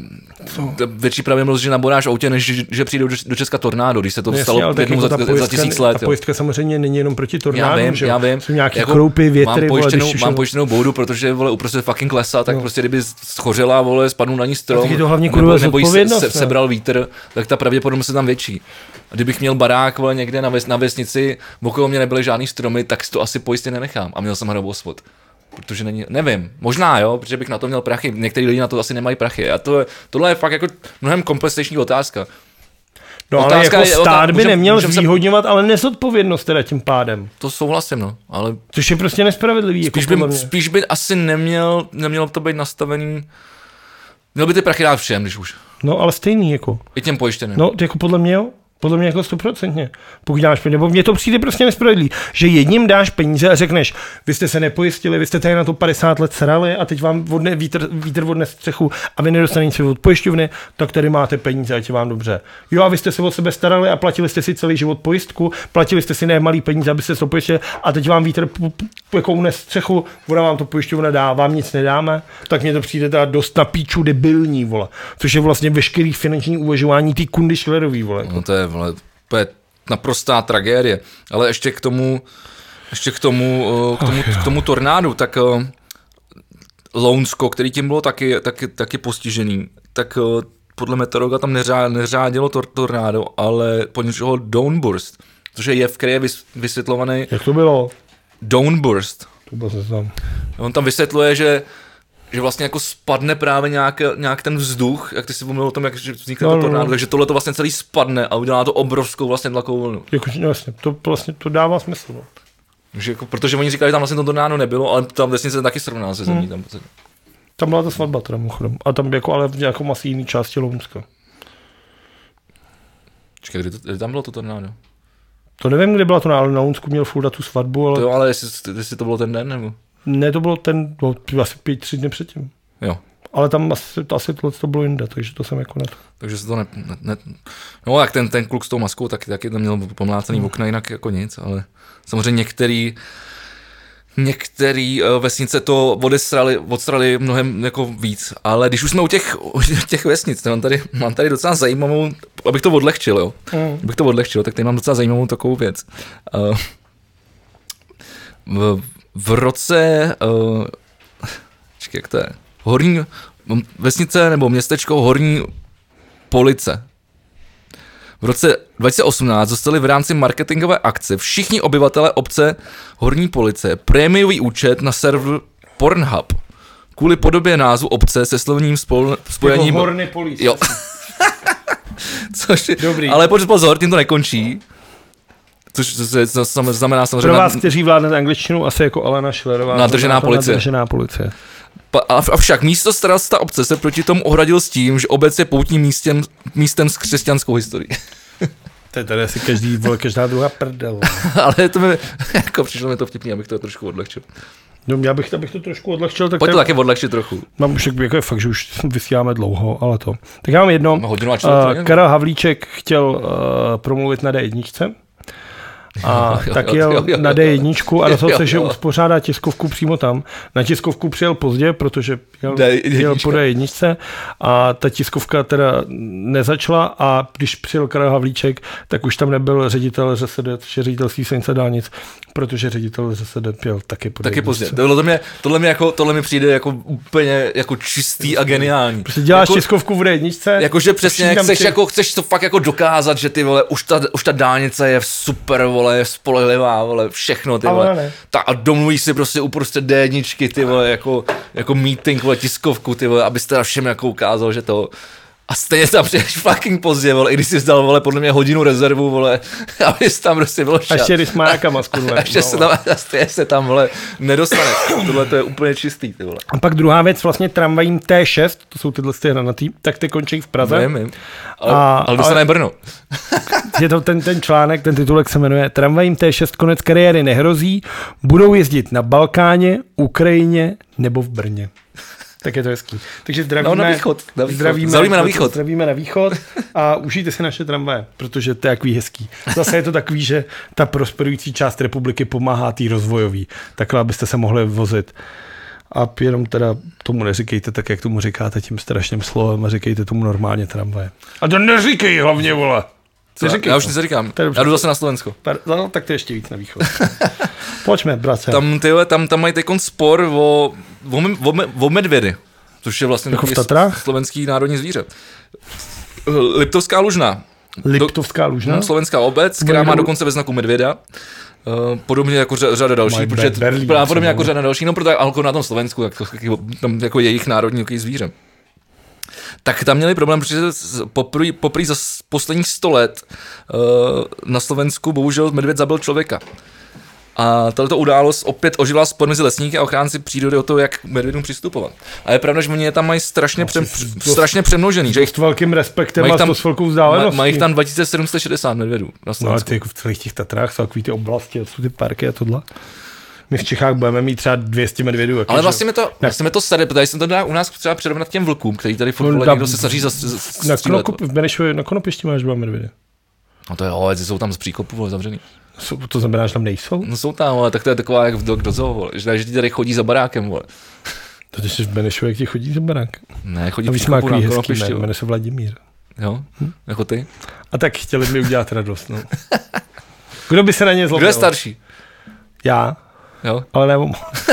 větší pravděpodobnost, že naboráš autě, než že přijde do Česka tornádo, když se to no, stalo jasně, jednou jako za, pojistka, za tisíc let. Ta pojistka samozřejmě není jenom proti tornádu, já vím, že já vím. Jsou nějaký jako kroupy, větry. Mám pojištěnou, vole, mám pojištěnou boudu, protože vole uprostřed fucking lesa, tak no. prostě kdyby schořela, vole, spadnul na ní strom, to hlavně nebo, nebo se, se, sebral vítr, tak ta pravděpodobnost je tam větší. A kdybych měl barák, vole, někde na, ves, na vesnici, okolo mě nebyly žádný stromy, tak si to asi pojistě nenechám. A měl jsem hrabou svod. Protože není, nevím, možná jo, protože bych na to měl prachy, některý lidi na to asi nemají prachy a to je, tohle je fakt jako mnohem komplexnější otázka. No otázka ale jako je, stát by můžem, neměl můžem zvýhodňovat, se... ale nezodpovědnost teda tím pádem. To souhlasím, no, ale... Což je prostě nespravedlivý. Spíš, jako by, spíš by asi neměl, nemělo to být nastavený, měl by ty prachy dát všem, když už. No ale stejný jako. I těm pojištěným. No jako podle mě jo. Podle mě jako stoprocentně. Pokud dáš peníze, nebo mně to přijde prostě nespravedlivý, že jedním dáš peníze a řekneš, vy jste se nepojistili, vy jste tady na to padesát let srali a teď vám vodne, vítr, vítr vodne střechu a vy nedostanete od pojišťovny, tak tady máte peníze, ať je vám dobře. Jo a vy jste se o sebe starali a platili jste si celý život pojistku, platili jste si nemalý peníze, abyste se to pojistili a teď vám vítr jako unes střechu, voda vám to pojišťovna dá, vám nic nedáme, tak mně to přijde teda dost na píču debilní, vole. Což je vlastně veškerý finanční uvažování té kundy Schillerový, vole. No to je vole, to je naprostá tragédie, ale ještě k tomu, ještě k tomu, k tomu, k tomu tornádu, tak uh, Lounsko, který tím bylo taky, taky, taky postižený, tak uh, podle meteorologa tam neřá, neřádilo tor, tornádo, ale poničilo downburst, což je jev, který je vys, vysvětlovaný. Jak to bylo? Downburst. To bylo seznam. On tam vysvětluje, že že vlastně jako spadne právě nějak, nějak ten vzduch, jak ty si mluvil o tom, jak vznikne no, to tornádo, no. Takže tohle to vlastně celý spadne a udělá to obrovskou vlastně tlakovou vlnu. Jako, vlastně, to vlastně to dává smysl. No. Takže jako, protože oni říkali, že tam vlastně to tornádo nebylo, ale tam vesnice se taky srovná se zemí. Hmm. Tam, tam byla ta svatba teda mimochodem. A tam jako ale v nějakou asi jiný části Lounska. Čekaj, kdy, to, kdy tam bylo to tornádo? To nevím, kdy byla to, ale na Lounsku měl furt tu svatbu, ale... To jo, ale jestli, jestli to bylo ten den, nebo? Ne, to bylo ten, bylo asi pět, tři dny předtím. Jo. Ale tam asi, to, asi tohle to bylo jinde, takže to jsem jako ne. Takže se to ne, ne, ne no jak ten, ten kluk s tou maskou, tak taky tam měl pomlácený okna, jinak jako nic, ale samozřejmě některý Některé uh, vesnice to odestrali, odstrali mnohem jako víc, ale když už jsme u těch, u těch vesnic, mám tady, mám tady docela zajímavou, abych to odlehčil, jo, mm. abych to odlehčil, tak tady mám docela zajímavou takovou věc. Uh, v, v roce, uh, čekaj, jak to je, Horní, vesnice nebo městečko Horní Police. V roce dva tisíce osmnáct dostali v rámci marketingové akce všichni obyvatelé obce Horní Police prémiový účet na server Pornhub. Kvůli podobě názvu obce se slovním spol, spojením... Jako Horní Police. Jo. Což, dobrý. Ale počít pozor, tím to nekončí. Což znamená samozřejmě... Pro vás, kteří vládnete angličtinu, asi jako Alena Schillerová. Nadržená policie. Nadržená policie. Avšak místo starosta obce se proti tomu ohradil s tím, že obec je poutním místem, místem s křesťanskou historií. To je tady asi každý, vole, každá druhá prdel. Ale to mi, jako přišlo mi to vtipný, abych to trošku odlehčil. No, já bych, abych to trošku odlehčil. Tak pojď to tady, taky odlehčit trochu. Mám už, jako je fakt, že už vysíláme dlouho, ale to. Tak já mám jedno. Hodinu a uh, Karel Havlíček chtěl uh, promluvit na dé jedna. A jo, tak jel jo, jo, jo, na dé jedna a rozhodl se, že uspořádá tiskovku přímo tam. Na tiskovku přijel pozdě, protože jel, jel po dé jedna a ta tiskovka teda nezačala a když přijel Karel Havlíček, tak už tam nebyl ředitel ŘSD, ředitelství silnic a dálnic, protože ředitel ŘSD pěl taky po Taky pozdě. Tohle mě, tohle, mě jako, tohle mě přijde jako úplně jako čistý a geniální. Prostě děláš jako, tiskovku v dé jedna. Jakože přesně chceš, jako, chceš to fakt jako dokázat, že ty vole, už ta, už ta dálnice je super, vole, je spolehlivá, vole, všechno, ty vole. Ta, a domluvíš si prostě uprostřed dé jedna, ty vole, jako, jako meeting, vole, tiskovku, ty vole, abyste všem jako ukázal, že to... A stejně tam přijdeš fucking pozdě, vole, i když jsi zdal, vole, podle mě hodinu rezervu, vole, abys tam prostě byl šat. A ještě když má jaká masku, vole. A ještě se tam, a stejně se tam, vole, nedostane. Tohle to je úplně čistý, ty vole. A pak druhá věc, vlastně tramvajím té šest, to jsou tyhle ty hranatý, tak ty končí v Praze. Vím, vím. Ale, a, ale dostane Brno. Je to ten, ten článek, ten titulek se jmenuje Tramvajím té šest konec kariéry nehrozí, budou jezdit na Balkáně, Ukrajině nebo v Brně. Tak je to hezký. Takže zdravíme, no, na východ, na východ. Zdravíme, zdravíme na východ. Zdravíme na východ a užijte si naše tramvaje, protože to je takový hezký. Zase je to takový, že ta prosperující část republiky pomáhá tý rozvojový. Takhle, abyste se mohli vozit. A jenom teda tomu neříkejte tak, jak tomu říkáte tím strašným slovem a říkejte tomu normálně tramvaje. A to neříkej hlavně, vole. Já už nic říkám. Já jdu zase na Slovensko. No, tak to ještě víc na východ. Pojďme, bratře. Tam, tyhle, tam, tam mají teď spor o, o, o, o medvědy, což je vlastně jako v Tatrách? Slovenský národní zvíře. Liptovská Lužna. Liptovská Lužna? Do, slovenská obec, která má dokonce ve znaku medvěda. Uh, podobně jako řada dalších, protože Berlín, podobně jako řada dalších, no protože alko na tom Slovensku, tak to, tam jako jejich národní zvíře. Tak tam měli problém, protože poprý, poprý za posledních sto let uh, na Slovensku bohužel medvěd zabil člověka. A tato událost opět oživila spor mezi lesníky a ochránci přírody o to, jak k medvědům přistupovat. A je pravda, že oni je tam mají strašně, pře, to, strašně přemnožený. Že jich, s velkým respektem a tam, s velkou vzdáleností. Mají jich tam dva tisíce sedm set šedesát medvědů na Slovensku. No ale ty jako v celých těch Tatrách jsou takový ty oblasti, jsou ty parky a tohle. My v Čechách budeme mít třeba dvě stě medvědů. Ale vlastně mi to, vlastně mi to sade, protože jsem to dá u nás třeba přirovnat těm vlkům, který tady furt no, někdo se snaží zastřílet. Na, v Benešově, na Konopišti máš dva medvědy. No to je, ale jsou tam z příkopu zavřený. To znamená, že tam nejsou? No jsou tam, ale tak to je taková jak v Dog do zoo, vole. Že, že ti tady chodí za barákem, vole. To ty jsi v Benešově, jak ti chodí za barákem? Ne, chodí v příkopu na Konopišti. Jmenuje se Vladimír. Jo, hm? Jako ty. A tak chtěli mi udělat radost, no. Kdo by se na ně zlobil? Kdo je starší? Já. Jo. Ale nebo.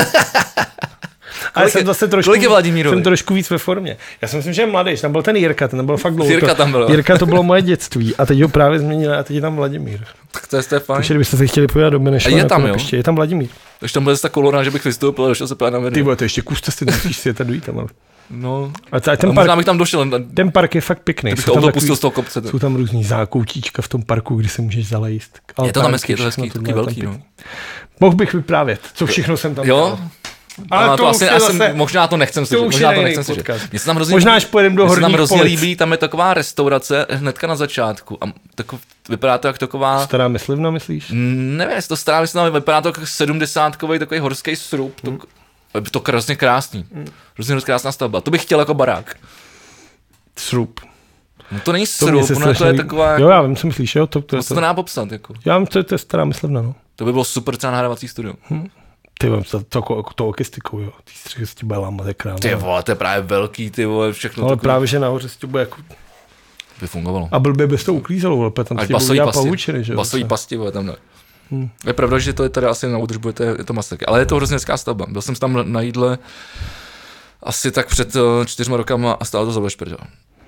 Ale jsem zase trošku, jsem trošku víc ve formě. Já si myslím, že je mladý, tam byl ten Jirka, ten byl fakt dlouho. Jirka tam byl. Jirka to bylo moje dětství a teď ho právě změnili a teď je tam Vladimír. Tak to je fajn. Takže kdybyste se chtěli podívat do Benešova. A je tam, jo? Je tam Vladimír. Takže tam bude ta kolona, že bych vystoupil a došel se podívat na medvěd. Ty vole, to ještě kus cesty, musíš si je tady dojít tam, ale. No, a ten a možná bych tam došel. Ten park je fakt pěkný. Kdybych to auto pustil z toho kopce. Jsou tam různý zákoutíčka v tom parku, kde se můžeš zalejst. Je to tam hezký, je to hezký, taky velký, no. Mohl bych vyprávět, co všechno jsem tam jo? Ale no, to, to asi, asi zase, možná to nechcem slyšet, možná to nechcem slyšet. Mně se tam hrozně, možná až pojedem do Horních Polic. Mně se tam hrozně líbí, tam je taková restaurace hnedka na začátku a takov, vypadá to jak taková... Stará myslivna, myslíš? Nevím, jestli to stará myslivna, vypadá to jako sedmdesátkový takový horský srub. Hmm. Je to hrozně krásný. Hrozně krásná stavba. To bych chtěl jako barák. Srub. No to není srub, to, to je taková... Jo, já vím, co myslíš, jo? To, to, to, to, to dá popsat, jako. Já vím, to, to je stará myslevna, no. To by bylo super celá nahrávací studio. Hm. Ty vím, to, to, to, to akistikou, jo. Ty střechy si bude lámat ekrán. Ty vole, to je právě velký, ty vole, všechno. No, ale takový... právě, že nahoře si to bude jako... By fungovalo. A blbě bez toho uklízelo, vole, tam si bude dělat pavučiny, že jo. Basový pasti, vole, tam ne. Hmm. Je pravda, že to je tady asi na údržbu, je to, je to masakr. Ale je to hrozně hezká stavba. Byl jsem tam na jídle asi tak před čtyřma rokama a stálo to za šprdel.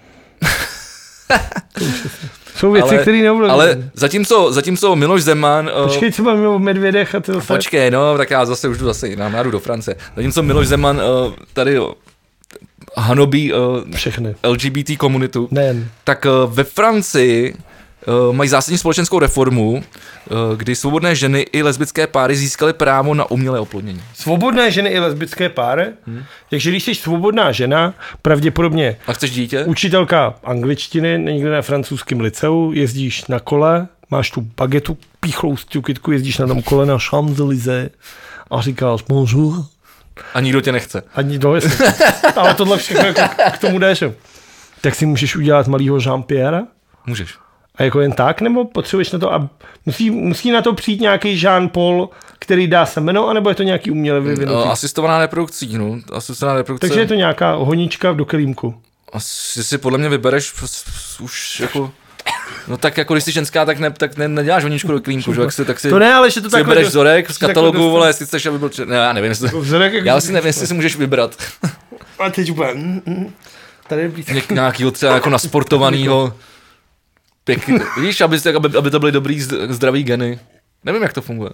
Jsou věci, které nebudou. Ale zatímco, zatímco Miloš Zeman... Počkej, co mám o Medvědech a ty zase... Počkej, no, tak já zase už jdu zase jinam, já jdu do Francie. Zatímco Miloš Zeman tady hanobí všechny L G B T komunitu, nejen. Tak ve Francii mají zásadní společenskou reformu, kdy svobodné ženy i lesbické páry získaly právo na umělé oplodnění. Svobodné ženy i lesbické páry? Hmm. Takže když jsi svobodná žena, pravděpodobně a chceš dítě? Učitelka angličtiny někde na francouzském liceu, jezdíš na kole, máš tu bagetu píchlou kytku, jezdíš na tom kole na Champs-Élysées a říkáš bonjour. A nikdo tě nechce. Ani to jestli. Ale tohle všechno jako k tomu jdeš. Tak si můžeš udělat malýho Jean-Pierre? Můžeš. A jako jen tak, nebo potřebuješ na to, a musí, musí na to přijít nějaký Jean-Paul, který dá semeno, anebo je to nějaký uměle vyvinutý? Asistovaná reprodukcí, no. Asistovaná reprodukce. Takže je to nějaká honička do kelímku. Asi si podle mě vybereš už jako... No tak jako když jsi ženská, tak, ne, tak ne, neděláš honičku do klínku, že? Tak si, tak si, to ne, ale že to takhle... vybereš vzorek z katalogu, vole, jestli chceš, aby byl... Ne, já nevím, jestli... Vzorek, jako já si nevím, jestli si můžeš vybrat. A teď úplně... Mm, mm, tady je blízko. Něk, nějakýho třeba jako nasportovanýho... Pěkný, víš, aby, aby, aby to byly dobrý zdravý geny. Nevím, jak to funguje.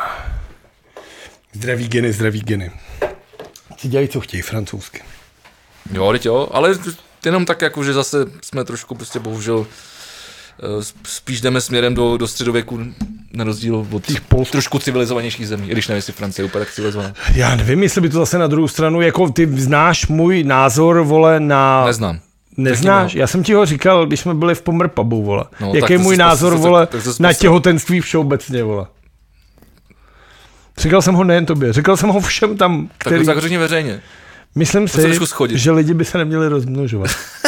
Zdraví geny, zdraví geny. Ti dělají, co chtějí, francouzsky. Jo, teď jo, ale jenom tak jako, že zase jsme trošku prostě bohužel spíš jdeme směrem do, do středověku na rozdíl od těch trošku civilizovanějších zemí, i když nevím, jestli Francie je úplně tak civilizovaná. Já nevím, jestli by to zase na druhou stranu, jako ty znáš můj názor, vole, na... Neznám. Neznáš? Já jsem ti ho říkal, když jsme byli v Pomr pubu, vole. No, jaký je můj názor, to, vole, to, to, to na těhotenství všeobecně, vole. Říkal jsem ho nejen tobě, říkal jsem ho všem tam, který... Tak, tak řekni veřejně. Myslím si, že lidi by se neměli rozmnožovat.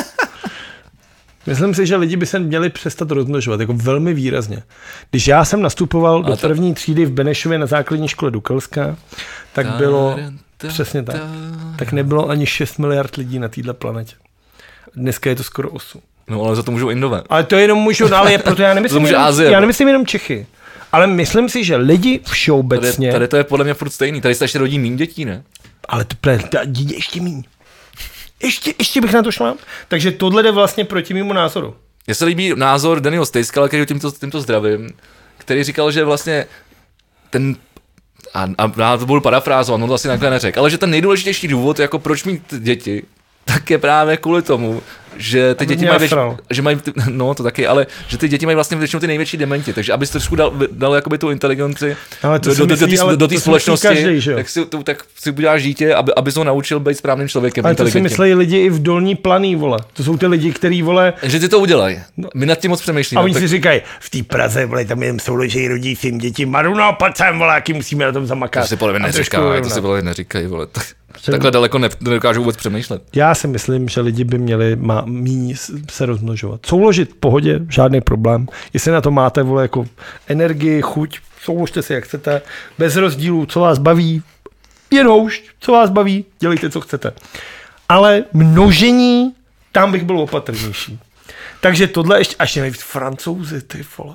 Myslím si, že lidi by se měli přestat rozmnožovat, jako velmi výrazně. Když já jsem nastupoval do první třídy v Benešově na základní škole Dukelská, tak bylo, přesně tak, tak nebylo ani šest miliard lidí na této planetě. Dneska je to skoro osm. No ale za to můžou Indové. Ale to jenom můžou, ale je proto já nemyslím, jenom, Azie, já nemyslím jenom Čechy. Ale myslím si, že lidi všeobecně... Tady, tady to je podle mě furt stejný, tady se ještě rodí míň dětí, ne? Ale to dítě ještě míň. Ještě, ještě bych na to šla. Takže tohle jde vlastně proti mému názoru. Mně se líbí názor Daniel Stejskala, který tímto, tímto zdravím, který říkal, že vlastně ten... A, a já to budu parafrázovat, on to asi takhle neřekl, ale že ten nejdůležitější důvod, jako proč mít děti, tak je právě kvůli tomu, že ty děti mají, věč, že mají, no to taky, ale že ty děti mají vlastně většinou ty největší dementi, takže abys trošku dal, dal jakoby tu inteligenci do, do, do, do, do té společnosti, každý, tak, si, tu, tak si uděláš dítě, aby, aby se ho naučil být správným člověkem. Ale to si myslí lidi i v dolní planý, vole. To jsou ty lidi, kteří, vole... Že ty to udělají. My nad tím moc přemýšlíme. A oni tak... si říkají, v té Praze, vole, tam jen jsou lidi, rodí svým děti, Maruno, pojď sem, vole, jaký musíme na tom zamakat. To si podle mě neříkají, to si podle mě neříkají, vole. Takhle daleko ne, nedokážu vůbec přemýšlet. Já si myslím, že lidi by měli má, míň se rozmnožovat. Souložit v pohodě, žádný problém. Jestli na to máte, vole, jako energii, chuť, souložte si, jak chcete, bez rozdílu, co vás baví, jen houšť, co vás baví, dělejte, co chcete. Ale množení, tam bych byl opatrnější. Takže tohle ještě, až nejvíc Francouzi, ty vole.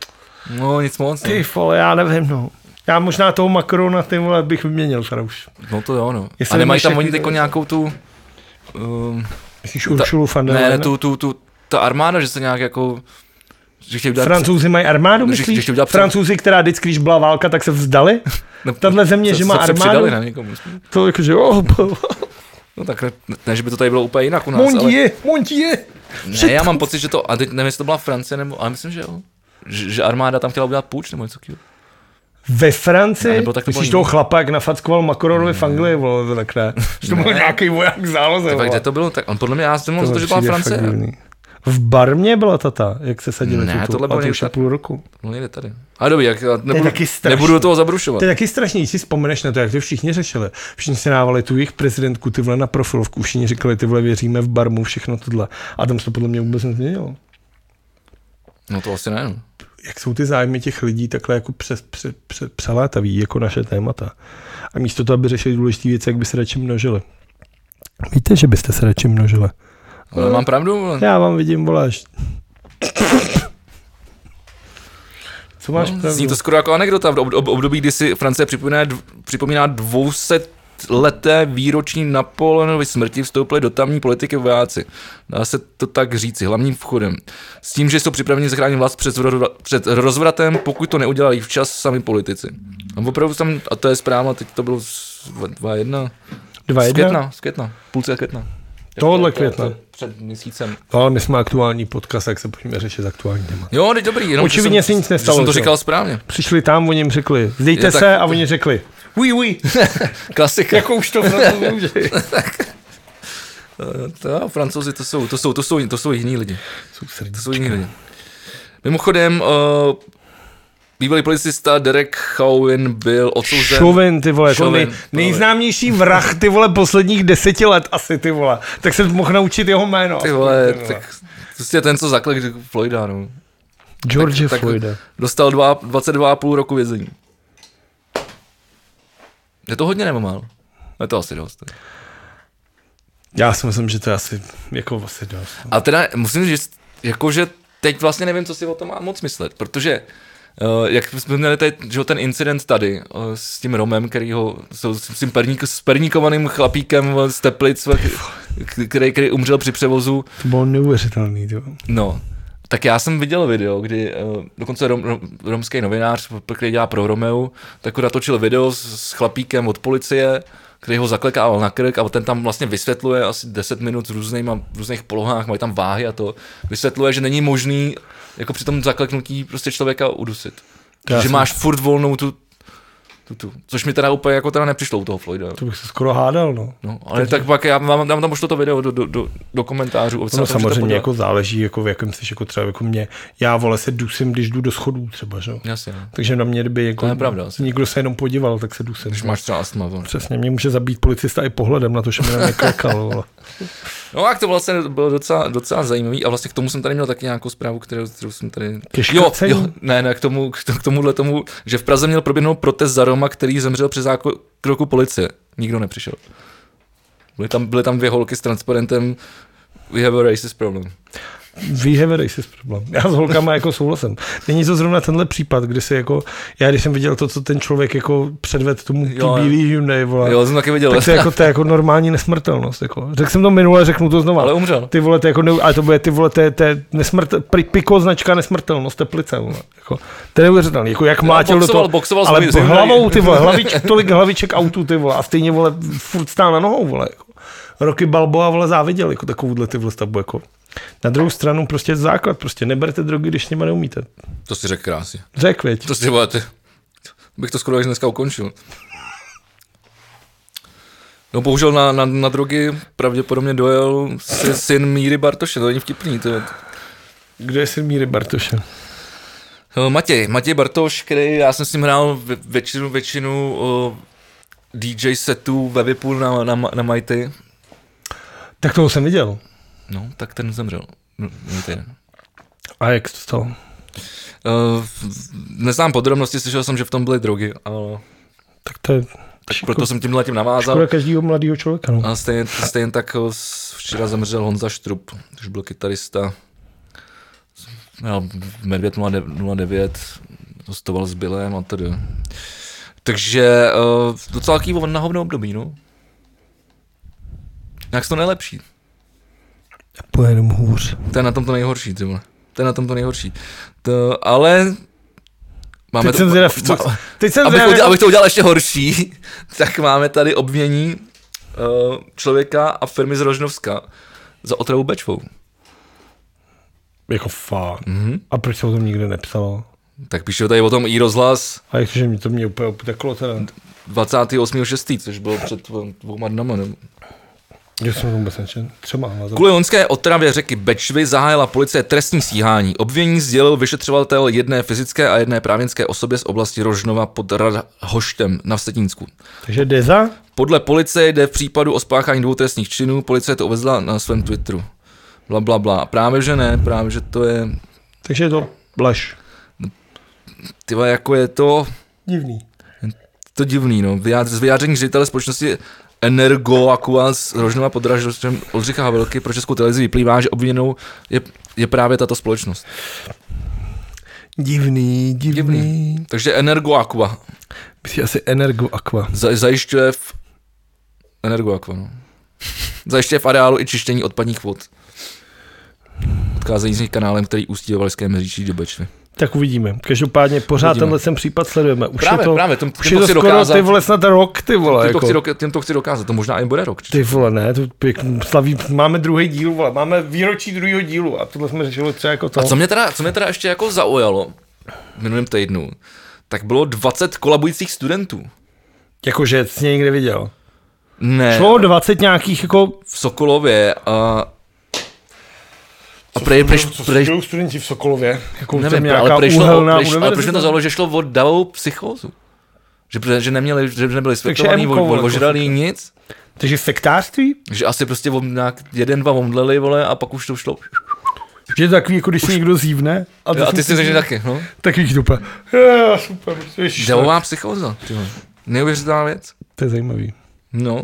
No, nic moc. Ty vole, já nevím, no. Já možná toho Macrona, ty vole, bych vyměnil teda už. No to jo, no. Jestli a nemají tam oni jako nějakou tu... Um, Myslíš Uršulu von der Leyen? Ne, tu, tu, tu, ta armáda, že se nějak jako... Že chtějí udělat... Francouzi mají armádu, myslíš? Že, že Francouzi, která vždycky, když byla válka, tak se vzdali? No, tahle země, že má se armádu? Přidali na někomu. To jakože, oh, no tak ne, ne, že by to tady bylo úplně jinak u nás, Mon Dieu, ale... Mon Dieu. Ne, já mám pocit, že to... A teď nevím, jestli to byla Francie, nebo... Ale myslím, že jo. Že, že armáda tam chtěla udělat půjč, nebo něco takového. Ve Francii? Myslíš toho chlapa, jak nafackoval Macronovi v Anglii, vole, tak ne. Že to byl nějaký voják v záloze, tak kde to bylo? Tak on podle mě, já jsem mohl, že to byla Francie. V Barmě byla tata, jak se sadili Ne, tuto, tohle a bylo to někde už je půl roku. No někde tady. A dobrý, jak, já nebudu, taky strašný. nebudu do toho zabrušovat. To je taky strašný, když si vzpomeneš na to, jak to všichni řešili. Všichni si dávali tu jejich prezidentku, ty vole na profilovku, všichni říkali, ty vole věříme v Barmu, všechno tohle. A tam se to podle mě vůbec nezměnilo. No to asi ne. No. Jak jsou ty zájmy těch lidí takhle jako přes, přes, přes, přelétaví, jako naše témata. A místo toho, aby řešili důležité věci, jak by se radši množili. Víte, že byste se radši množili? Ale mám pravdu? Vole. Já vám vidím, voláš. Co máš No, pravdu? zní to skoro jako anekdota. V ob- ob- období, kdy si Francie připomíná, připomíná dvousetleté výroční Napoleonovy smrti, vstoupili do tamní politiky vojáci. Dá se to tak říci, hlavním vchodem. S tím, že jsou připraveni zachránit vlast před, rozvra- před rozvratem, pokud to neudělají včas sami politici. A opravdu tam, a to je zpráva, teď to bylo dva jedna. Dva Z jedna? května, z května, půlce května. Tohle května. Před měsícem. No, ale my jsme aktuální podcast, jak se pojďme řešit aktuální téma. Jo, teď dobrý. Jenom, Očividně že se jsem, nic nestalo. Že jsem to že? říkal správně. Přišli tam, oni jim řekli, zdejte Je, tak- se, a oni řekli, oui, oui. Klasika. Jako už to francouzů může. To, Francouzi, to jsou, to jsou, to jsou, to jsou jiní lidi. Jsou srdíčka. To jsou jiní lidi. Mimochodem, uh, bývalý policista Derek Chauvin byl odsouzen. Chauvin, ty vole, jako nej, Chauvin, nejznámější vrah, ty vole, posledních deseti let asi, ty vole. Tak se mohl naučit jeho jméno. Ty vole, tak prostě ten, co zaklek Floyda, no. George tak, tak Floyda. Dostal dva, dvacet dva a půl roku vězení. Je to hodně nebo málo? Je to asi dost. Já si myslím, že to je asi, jako asi dost. A teda musím říct, jakože teď vlastně nevím, co si o tom mám moc myslet, protože uh, jak jsme měli teď, že ten incident tady uh, s tím Romem, kterýho, s tím perník, s perníkovaným chlapíkem z Teplic, který, který umřel při převozu. To bylo neuvěřitelný, ty vole. No, tak já jsem viděl video, kdy uh, dokonce rom, rom, romský novinář, který dělá pro Romeu, tak natočil video s, s chlapíkem od policie, který ho zaklekával na krk a ten tam vlastně vysvětluje asi deset minut v, různýma, v různých polohách, mají tam váhy a to. Vysvětluje, že není možný jako při tom zakleknutí prostě člověka udusit. To Že jsem... máš furt volnou tu, tu, tu, což mi teda úplně jako teda nepřišlo u toho Floyda. To bych se skoro hádal, no. No, ale tak pak já mám, dám tam pošlu to video do, do, do, do komentářů. No samozřejmě jako záleží, jako v jakém jsi, jako třeba jako mě, já vole se dusím, když jdu do schodů třeba, že? Jasně. No. Takže na mě, kdyby jako To je pravda, někdo se jenom podíval, tak se dusím. Když máš třeba astma. Vole. Přesně, mě může zabít policista i pohledem na to, že mi na mě klekal, vole. No a to vlastně bylo docela, docela zajímavý a vlastně k tomu jsem tady měl taky nějakou zprávu, kterou, kterou jsem tady... Jo, jo, ne, ne, k tomu, k tomuhle tomu, že v Praze měl proběhnout protest za Roma, který zemřel při zákroku policie. Nikdo nepřišel. Byly tam, byly tam dvě holky s transparentem We have a racist problem. We have a racist problem. Já s holkama jako souhlasím. Není to zrovna tenhle případ, kdy se jako, já když jsem viděl to, co ten člověk jako předvedl tomu Jo, bílý Hyundai, vole, jo, jsem taky viděl. tak to je jako, to je jako normální nesmrtelnost. Jako. Řekl jsem to minule, řeknu to znova. Ale umřel. Ty vole, to je jako, ne, ale to bude ty vole, to je, to je nesmrt, piko značka nesmrtelnost Teplice, vole. Jako, to je neuvěřitelný, jako jak mlátil boxoval, do toho, boxoval ale s hlavou, ty vole, hlaviček, tolik hlaviček autů, ty vole, a stejně, vole, furt stál na nohou, vole, jako. Roky Balboa, vole, záviděl, jako takovouhle ty vole stavbu, jako. Na druhou stranu prostě základ, prostě neberte drogy, když s nima neumíte. To si řekl krásně. Řek, věď. To si ty, bych to skoro až dneska ukončil. No bohužel na, na, na drogy pravděpodobně dojel si syn Míry Bartoše, to není vtipný. To... Kdo je syn Míry Bartoše? No, Matěj, Matěj Bartoš, který já jsem s ním hrál většinu, většinu uh, D J setů ve Vipu na, na, na Mighty. Tak toho jsem viděl. No, tak ten zemřel. No, a jak to stalo? Uh, neznám podrobnosti, slyšel jsem, že v tom byly drogy, ale... Tak to je... Tak šiko, proto jsem tímhle tím navázal. Škoda každýho mladýho člověka, no. A stejně, stejně tak včera zemřel Honza Štrup, což byl kytarista. Medvěd nula devět, hostoval s Billem a tedy. Takže uh, docela taký nahovno období, no. Jak to nejlepší. Pojedem hůř. To je na tom to nejhorší, ty vole. To je na tom to nejhorší. To, ale... Máme teď, to, jsem zvědav, co, teď jsem abych, zvědav, udělal, abych to udělal ještě horší, tak máme tady obvinění uh, člověka a firmy z Rožnovska za otravu Bečvou. Jako fakt. Mm-hmm. A proč se o tom nikde nepsalo? Tak píše tady o tom i rozhlas. A jakže mi to mě úplně uteklo teda. dvacátého osmého šestého což bylo před dvouma dnama. Ne? Já jsem vůbec nečetl. Třeba. Kvůli loňské otravě řeky Bečvy zahájila policie trestní stíhání. Obvinění sdělil vyšetřovatel jedné fyzické a jedné právnické osobě z oblasti Rožnova pod Radhoštěm na Vsetínsku. Takže Deza? Podle policie jde v případu o spáchání dvou trestných činů, policie to uvezla na svém Twitteru. Bla, bla, bla. Právě, že ne, právě, že to je... Takže je to lež. Tyva, jako je to... Divný. To divný, no. Z vyjádření ředitele společnosti Energo Aqua z Rožnova pod Radhoštěm Oldřicha Havelky pro Českou televizi vyplývá, že obviněnou je, je právě tato společnost. Divný, divný. divný. Takže Energo Aqua. Myslíš asi Energo Aqua. Za, zajišťuje v... Energo Aqua, no. Zajišťuje v areálu i čištění odpadních vod. Odkázejí z nich kanálem, který ústí ve Valašském Meříčí do Bečvy. Tak uvidíme. Každopádně pořád uvidíme. Tenhle sem případ sledujeme. Už právě, je to, právě, tom, už je to skoro dokázat, ty vole snad rok, ty vole. Tím to, jako. chci, tím to chci dokázat, to možná i bude rok. Ty vole, ne, to slaví, máme druhý díl, vole, máme výročí druhého dílu a tohle jsme řešili třeba jako to. A co mě teda, co mě teda ještě jako zaujalo v minulém týdnu, tak bylo dvacet kolabujících studentů. Jakože jsi někde viděl? Ne. Šlo dvacet nějakých jako... V Sokolově a... A prej, prej, co prej, studují studenti v Sokolově? Jako nevím, nějaká ale, prej šlo, uhelná prej, ale proč mi to univerzita? zaujalo, že šlo o davou psychózu? Že, že, neměli, že nebyli světovaný, M K, vole, ožralý jako nic? Takže sektářství? Že asi prostě nějak jeden, dva omdleli, vole, a pak už to šlo. Že je to takový, jako když se někdo zívne. A, a ty si řekl taky, no? Taky dupe. Je, super. Davová psychóza, tyhle. Neuvěřitelná věc. To je zajímavý. No.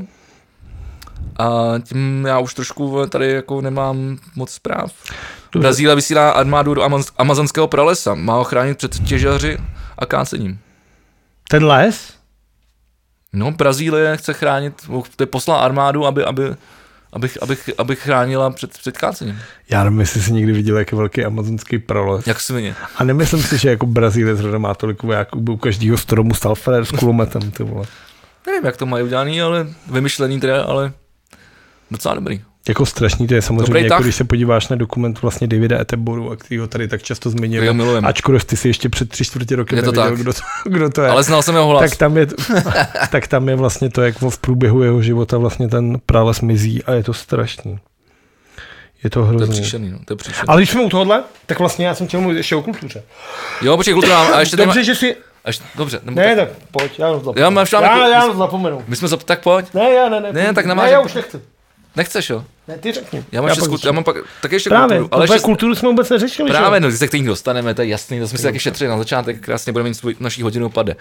A tím já už trošku tady jako nemám moc zpráv. Dobře. Brazílie vysílá armádu do amaz- amazonského pralesa. Má ho chránit před těžaři a kácením. Ten les? No, Brazílie chce chránit, to poslala armádu, aby, aby, abych, abych, abych chránila před, před kácením. Já nevím, jestli jsi někdy viděl, jak je velký amazonský prales. Jak svině. A nemyslím si, že jako Brazílie zrovna má tolik vojáků, by u každého stromu stal frér s kulometem, ty vole. Nevím, jak to mají udělaný, ale vymyšlený teda, ale docela dobrý. Jako strašný to je samozřejmě, Dobrý jako tah. když se podíváš na dokument vlastně Davida Attenborough, a který ho tady tak často zmiňujeme, ačkoliv ty si ještě před tři čtvrtě rokem nevěděl, kdo to, kdo to je. Ale znal jsem jeho hlas. Tak tam je, tak tam je vlastně to, jak v průběhu jeho života vlastně ten prales mizí a je to strašný. Je to hrozný. To je příšerný, no, to je příšerný. Ale když jsme u tohohle, tak vlastně já jsem chtěl mluvit ještě o kultuře. Jo, počkej, kultura, a ještě Dobře, tady... že si... Až, dobře, nebo ne, tak... tak pojď, já to zapomenu. Já, máš já, jako, já to zapomenu. My jsme zap... tak pojď. Ne, já ne, ne. Ne, tak nemáš... Ne, já už nechci. Nechceš, jo? Ne, ty řekni. Já mám, já ještě, já mám pak, tak ještě právě, kulturu. Ale ještě... ještě... kulturu jsme vůbec neřešili, Právě, no, se k ní dostaneme, to je jasný, to jsme si taky šetřili na začátek, krásně budeme mít svůj, naší hodinu pade.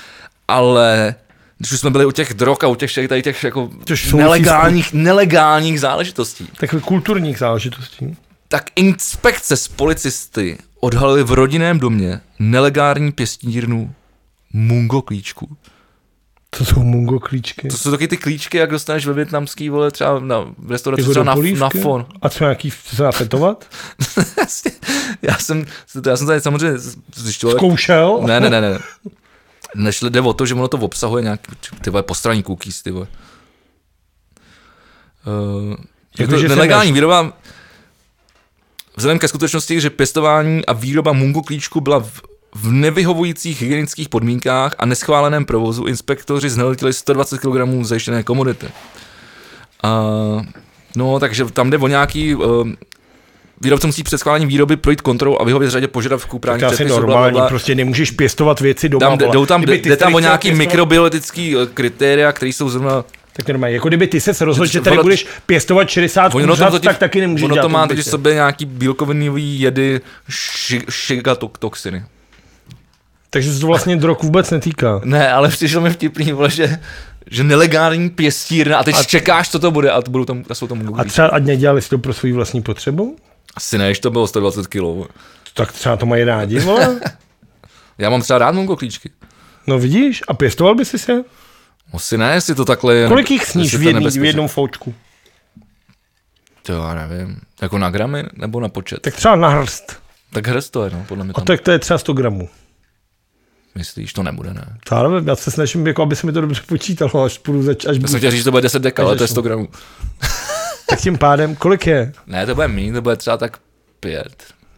Ale když už jsme byli u těch drog a u těch tady těch jako nelegálních, nelegálních záležitostí. Takových kulturních záležitostí. Tak inspekce z policisty odhalili v rodinném domě nelegální pěstírnu mungo klíčků. To jsou mungo klíčky. To jsou taky ty klíčky, jak dostaneš ve vietnamský, vole, třeba na restauraci, třeba na, na fon. A co nějaký, co se dá fetovat? já jsem, já jsem tady samozřejmě zjišťoval. Zkoušel? Ne, ne, ne, ne. Nešli, jde o to, že ono to obsahuje nějaký, ty vole, postranní cookies, ty vole. Uh, je to nelegální výroba, vzhledem ke skutečnosti, že pěstování a výroba mungo klíčku byla v, v nevyhovujících hygienických podmínkách a neschváleném provozu, inspektoři zneletili sto dvacet kilogramů zajištěné komodity. Uh, no, takže tam jde o nějaký... Uh, výrobce musí před schválením výroby projít kontrolou a vyhovět řadě požadavků právní předpisů. To je normální, blablabla. Prostě nemůžeš pěstovat věci doma. Tam, jdou tam, jde tam o nějaký pěstovat... mikrobiologický kritéria, které jsou zrovna... Tak normálně, jako kdyby ty se rozhodl, že tady ono, budeš pěstovat šedesát kuřat, totiž, tak taky nemůžeš ono dělat. Ono to má totiž v sobě nějaký bílkovinový jedy, šigatoxiny. Takže se to vlastně drog vůbec netýká. Ne, ale přišlo mi vtipný, vole, že, že nelegální pěstírna a teď a čekáš, co to bude a to budou tam, a jsou tam A třeba ať nedělali si to pro svou vlastní potřebu? Asi ne, to bylo sto dvacet kilogramů. Tak třeba to mají rádi, vole. Já mám třeba rád mungo klíčky. No vidíš, a pěstoval by si se? Asi ne, jestli to takhle... Kolik jich sníš v, jedný, v jednom foučku? To já nevím. Jako na gramy nebo na počet? Tak třeba na hrst. Tak hrst to je, no, podle mě tam. A tak to je třeba sto gramů. Myslíš, to nebude, ne? To já nevím, já se snažím, jako, aby se mi to dobře počítalo, až půjdu zač... Až já jsem chtěl říct, že to bude deset deka, ale to je sto gramů. Tak tím pádem, kolik je? Ne, to bude méně, to bude třeba tak pět.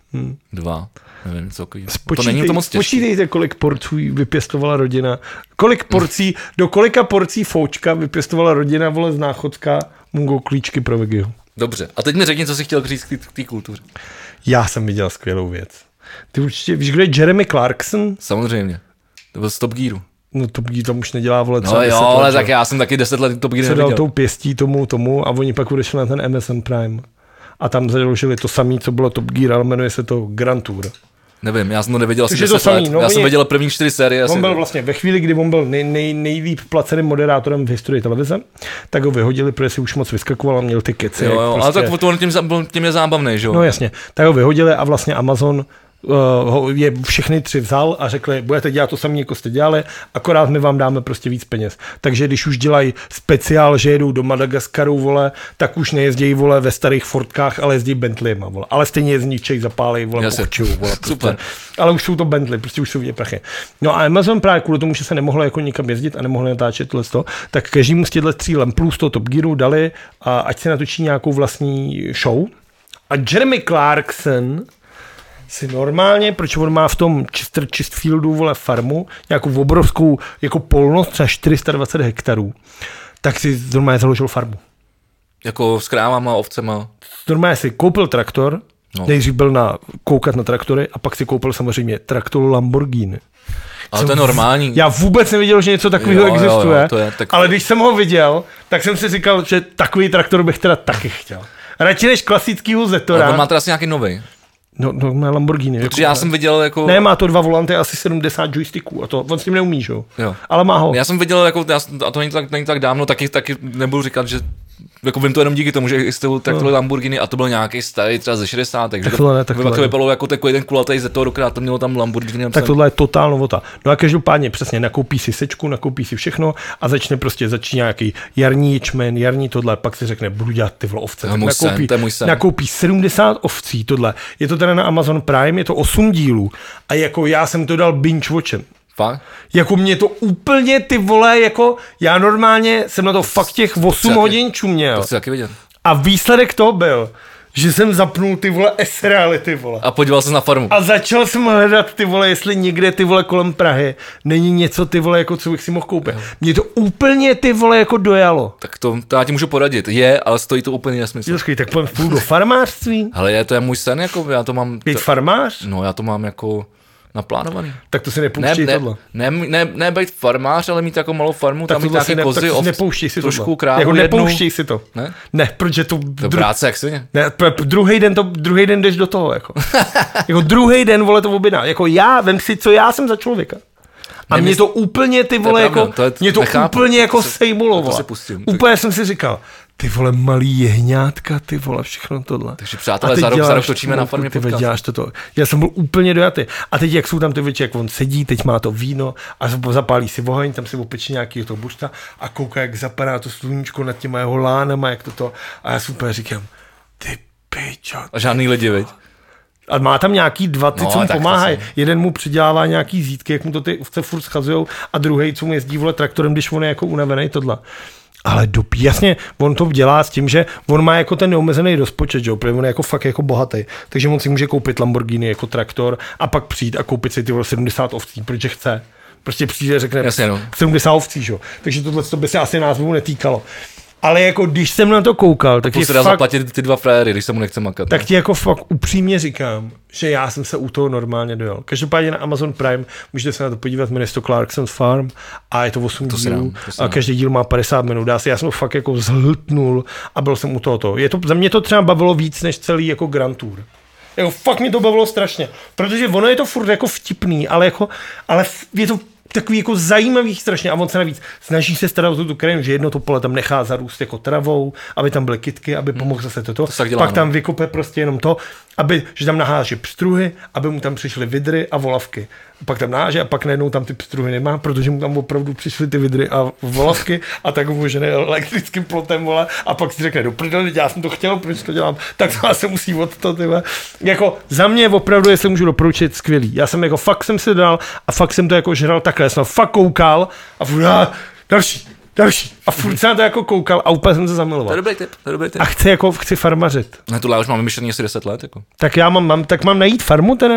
Hmm. Dva. Nevím, co to není to moc těžké. Počítejte, kolik porcí vypěstovala rodina. Kolik porcí, do kolika porcí foučka vypěstovala rodina, vole, z Náchodska, Mungo klíčky pro Vegiho. Dobře. A teď mi řekni, co jsi chtěl říct k té kultuře. Já jsem viděl skvělou věc. Ty určitě, víš, kdo je Jeremy Clarkson? Samozřejmě. To byl z Top Gearu. No Top Gear tam už nedělá, vole, třeba no jo, ale tak já jsem taky deset let Top Gear neviděl. Se dal tou pěstí tomu, tomu a oni pak odešli na ten Amazon Prime. A tam založili to samé, co bylo Top Gear, ale jmenuje se to Grand Tour. Nevím, já jsem to neviděl asi deset to samý, let. No, já jsem viděl první čtyři série. On byl vlastně ve chvíli, kdy on byl nej, nej, nejlíp placeným moderátorem v historii televize, tak ho vyhodili, protože si už moc vyskakoval a měl ty keci. Jo, jo, prostě... ale tak to tím, tím je zábavný, že jo? No jasně, tak ho vyhodili a vlastně Amazon Uh, je všechny tři vzal a řekli, budete dělat to samé, jako jste dělali, akorát my vám dáme prostě víc peněz. Takže když už dělají speciál, že jedou do Madagaskaru, vole, tak už nejezdí, vole, ve starých Fordkách, ale jezdí Bentleyma, vole. Ale stejně je zničej, zapálej, vole, pochčují, vole. Prostě. Super. Ale už jsou to Bentley, prostě už jsou vidět prachy. No a Amazon právě kvůli tomu, že se nemohlo jako nikam jezdit a nemohli natáčet tohleto, tak každému z těchto tří lemplů z toho Top Gearu dali, a ať se natočí nějakou vlastní show. A Jeremy Clarkson si normálně, proč on má v tom Chester Chestfieldu, vole, farmu, nějakou obrovskou jako polnost, třeba čtyři sta dvacet hektarů, tak si normálně založil farmu. Jako s krávama, ovcema? Normálně si koupil traktor, no. Nejdřív byl na koukat na traktory a pak si koupil samozřejmě traktor Lamborghini. Ale to je normální. Já vůbec neviděl, že něco takového jo, existuje, jo, jo, to je, tak... ale když jsem ho viděl, tak jsem si říkal, že takový traktor bych teda taky chtěl. Radši než klasickýho Zetora. Ale on má teda asi nějaký novej. No, no má Lamborghini. Protože jako, já jsem viděl jako... Ne, má to dva volanty, asi sedmdesát joysticků a to on s tím neumí, jo? Jo. Ale má ho. Já jsem viděl, jako, a to není tak, není tak dávno, taky, taky nebudu říkat, že jako vím to jenom díky tomu, že existují takové no. Lamborghini a to byl nějaký starý třeba ze šedesátek. Tak tohle ne, tak tohle. To vypadalo jako takový ten kulatý Zetor, akorát to mělo tam Lamborghini. Tak tohle je totál novota. No a každopádně přesně nakoupí si sečku, nakoupí si všechno a začne prostě začít nějaký jarní ječmen, jarní tohle, pak si řekne, budu dělat ty vole ovce. Tak nakoupí, sen, nakoupí sedmdesát ovcí tohle. Je to teda na Amazon Prime, je to osm dílů a jako já jsem to dal binge watchem. Fakt? Jako mě to úplně ty vole, jako já normálně jsem na to fakt těch osm hodin čuměl. To chci taky vidět. A výsledek toho byl, že jsem zapnul ty vole S-reality, vole. A podíval se na farmu. A začal jsem hledat ty vole, jestli někde ty vole kolem Prahy není něco ty vole, jako co bych si mohl koupit. Jo. Mě to úplně ty vole jako dojalo. Tak to, to já ti můžu poradit. Je, ale stojí to úplně nesmysl. Jo, tak půjdu půjdu do farmářství. Ale je, to je můj sen, jako já to mám... Být farmář? No, já to mám jako... naplánovaný. Tak to si nepouštěj ne, tohle. Ne, ne, ne, ne být farmář, ale mít jako malou farmu, tak tam mít nějaký ne, kozy, ovc, nepouštěj si trošku tohle. krávu, jako jednu. Nepouštěj si to. Ne? Ne, protože to... To dru... práce jak svině. Ne, druhý den to, druhý den jdeš do toho, jako. Jako druhý den, vole, to objedná. Jako já, vem si, co já jsem za člověka. A Nemysl... mě to úplně, ty vole, to jako, to je, mě to nechápu, úplně jako sejmulo, vole. Úplně jsem si říkal, ty vole, malý jehňátka, ty vole, všechno tohle. Takže přátelé, za rok, za rok točíme na farmě podcast. Děláš toto. Já jsem byl úplně dojatý. A teď, jak jsou tam ty věci, jak on sedí, teď má to víno a zapálí si oheň, tam si opeče nějaký toho buřta a kouká, jak zapadá to sluníčko nad těma jeho lánama, jak toto. A já si úplně říkám, ty pičo. A žádný lidi, veď? A má tam nějaký dva, ty, no, co mu pomáhají. Jsem... Jeden mu přidělává nějaký zítky, jak mu to ty ovce furt schazujou, a druhý, co mu jezdí, vole, traktorem, když on je jako unavený, tohle. Ale do, jasně, on to dělá s tím, že on má jako ten neomezený rozpočet, že? Protože on je jako fakt jako bohatý. Takže on si může koupit Lamborghini jako traktor a pak přijít a koupit si ty vole sedmdesát ovcí, protože chce. Prostě přijde a řekne jasně, no. sedmdesát ovcí, že? Takže tohle by se asi nás netýkalo. Ale jako když jsem na to koukal, tak je se dá fakt, zaplatit ty dva frajery, když se mu nechce makat. Tak ti jako fakt upřímně říkám, že já jsem se u toho normálně dojel. Každopádně na Amazon Prime můžete se na to podívat, jmenuje se to Clarkson's Farm a je to osm to dílů to a každý díl má padesát minut. Dá se, já jsem to fakt jako zhltnul a byl jsem u tohoto. Je to, za mě to třeba bavilo víc než celý jako Grand Tour. Jako fakt mě to bavilo strašně, protože ono je to furt jako vtipný, ale jako, ale je to takový jako zajímavý strašně a on se navíc snaží se starat o tu krajinu, že jedno to pole tam nechá zarůst jako travou, aby tam byly kytky, aby pomohl zase toto. To dělá, pak tam vykope prostě jenom to, aby, že tam naháže pstruhy, aby mu tam přišly vidry a volavky. Pak tam naháže a pak najednou tam ty pstruhy nemá, protože mu tam opravdu přišly ty vidry a volavky a tak ho žene elektrickým plotem, vole, a pak si řekne, do prdele, já jsem to chtěl, proč to dělám, tak to se musí od to, tyhle. Jako za mě opravdu, jestli můžu doporučit, skvělý. Já jsem jako fakt jsem si dal a fakt jsem to jako žral takhle, já jsem fakt koukal a furt, další, Další. A furt jsem na to jako koukal a úplně jsem se To zamiloval. je dobrý tip, to je dobrý tip. A chci jako, chci farmařit. Ne, tohle já už mám vymyšlený asi deset let, jako. Tak já mám, mám, tak mám najít farmu teda?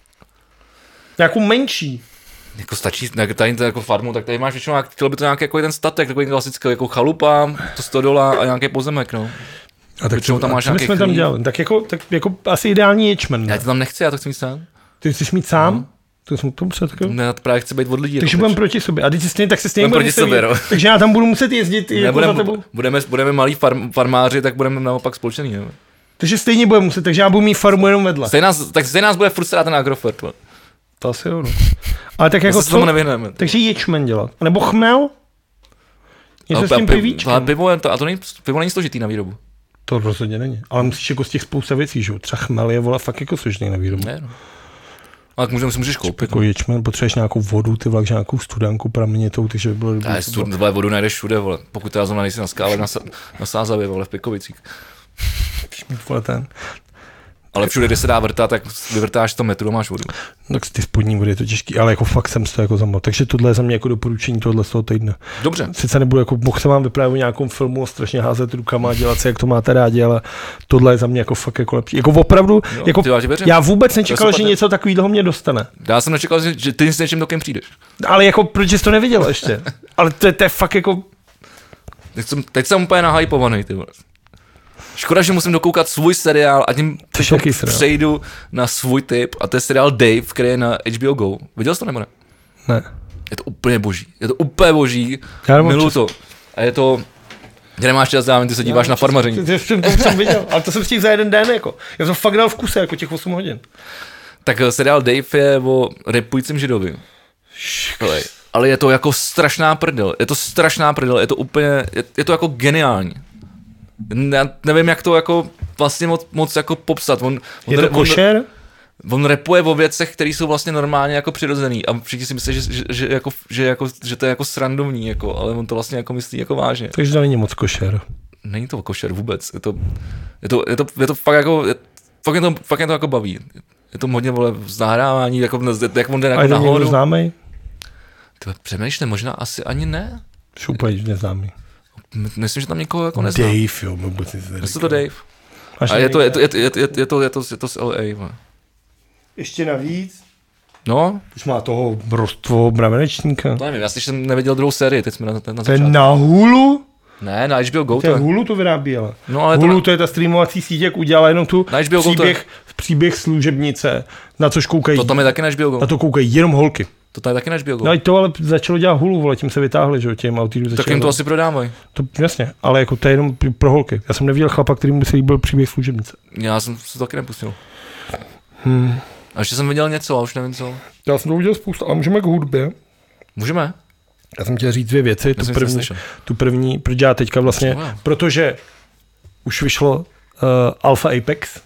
Nějakou menší. Jako stačí, tady to jako farmu, tak tady máš většinou, chtěl by to nějaký jako ten statek, takový klasický, jako chalupa, to stodola a nějaký pozemek, no. A tak Většinou co, tam a máš co my nějaký jsme tam chlív. dělali? Tak jako, tak jako asi ideální ječmen. Já to tam nechci, já to chci mít sám. Ty chceš mít sám? No. To jsem to před takový. Ne, já to právě chci být od lidí. Takže jako budeme proč? proti sobě. A teď si stejně, tak se stejně Budeme budeme proti sobě, muset no. jít. Takže já tam budu muset jezdit i Ne, jako budeme, za tebou. budeme, budeme malí farm, farmáři, tak budeme naopak spolčený. Ne? Takže stejně budeme muset, takže já budu mít farmu jenom vedle. Stejně nás, tak stejně nás bude furt strát ten Agrofert. vole. To asi jo, no. Ale tak Jako jako se tomu co? nevyhneme. Takže ječmen dělat. A nebo chmel? Něco Ale s tím pi- pivíčkem. ale pivo, je to, a to není, pivo není složitý na výrobu. To rozhodně není. Ale musíš jako z těch spousta věcí, že jo. Třeba chmel je vole fakt jako složitý na výrobu. Ne, no. Ale můžeme si můžeš koupit. Jako ječmen, potřebuješ nějakou vodu, ty vlak, nějakou studanku pramenitou, takže by bylo Ne, dobrý. stud, vole, vodu najdeš všude, vole. Pokud teda zrovna nejsi na skále, na, Sa- na Sázavě, vole, v Pikovicích. Vole, ten. Ale všude, kde se dá vrtat, tak vyvrtáš sto metrů, máš vodu. Tak ty spodní vody je to těžký, ale jako fakt jsem to jako zamlel. Takže tohle je za mě jako doporučení tohle z toho týdne. Dobře. Sice nebudu jako, mohl jsem vám vyprávět o nějakém filmu a strašně házet rukama a dělat se, jak to máte rádi, ale tohle je za mě jako fakt jako lepší. Jako opravdu, Jo, jako, ty, já ti věřím. já vůbec nečekal, super, že ne? něco takového mě dostane. Já jsem nečekal, že, že ty s něčím dokem přijdeš. Ale jako, proč jsi to neviděl ještě? Ale to je, to je fakt jako, Teď jsem, teď jsem úplně nahypovaný, ty vole. Škoda, že musím dokoukat svůj seriál a tím Což jaký seriál? přejdu na svůj tip a to je seriál Dave, který je na H B O Go. Viděl jsi to nebo ne? ne. Je to úplně boží. Je to úplně boží. Já nemám Miluju čas. to. A je to... Kde nemáš čas dávám, ty se díváš na farmaření. To jsem, to jsem viděl, ale to jsem stihl za jeden den, jako. Já jsem fakt dal v kuse, jako těch osm hodin. Tak eh, seriál Dave je o rapujícím židovi. Ale, ale je to jako strašná prdel. Je to strašná prdel. Je to úplně... Je, je to jako geniální. Já nevím, jak to jako vlastně moc, moc jako popsat. On, on, Je to on, košer? on rapuje o věcech, které jsou vlastně normálně jako přirozený a všichni si myslí, že, že, že, jako, že, jako, že to je jako srandovní, jako, ale on to vlastně jako myslí jako vážně. Takže to není moc košer. Není to košer vůbec, je to, je to, je to, je to fakt jako, je, fakt, mě to, fakt mě to jako baví. Je to hodně, vole, z nahrávání, jako, jak on jde A jako je to někdo nahoru. známej? Ty přemýšlím, možná asi ani ne. Už úplně neznámý. My- Myslím, že tam někoho jako neznám. Dave, jo, vůbec nic Je to Dave. Máš A je to, je to, někde? je to, je to, je to, je to, je to z L A. vole. Ještě navíc? No, Už má toho brostvo bravenečníka. to nevím, já jsem neviděl druhou sérii, teď jsme na, na, na To je začátku. na Hulu? Ne, na H B O Go To to je je. Hulu to vyrábí, ale. No, ale to Hulu na- to je ta streamovací síť, jak udělala jenom tu Na H B O Go to je. příběh, příběh služebnice, na což koukají. To tam je taky na H B O Go. Na to koukají jenom holky. To tam je taky na H B O Go. No a to ale začalo dělat Hulu, vole, tím se vytáhli, že jo, těm autýrů Tak jim to asi prodávají. to, jasně, ale jako to je jenom pro holky. Já jsem neviděl chlapa, který mu se líbil příběh služebnice. Já jsem se to taky nepustil. Hmm. A ještě jsem viděl něco, a už nevím co. Já jsem to udělal spousta, ale můžeme k hudbě. Můžeme? Já jsem chtěl říct dvě věci. Tu jsem první, neslyšel. tu první, protože já teďka vlastně, Wow. protože už vyšlo uh, Alpha Apex,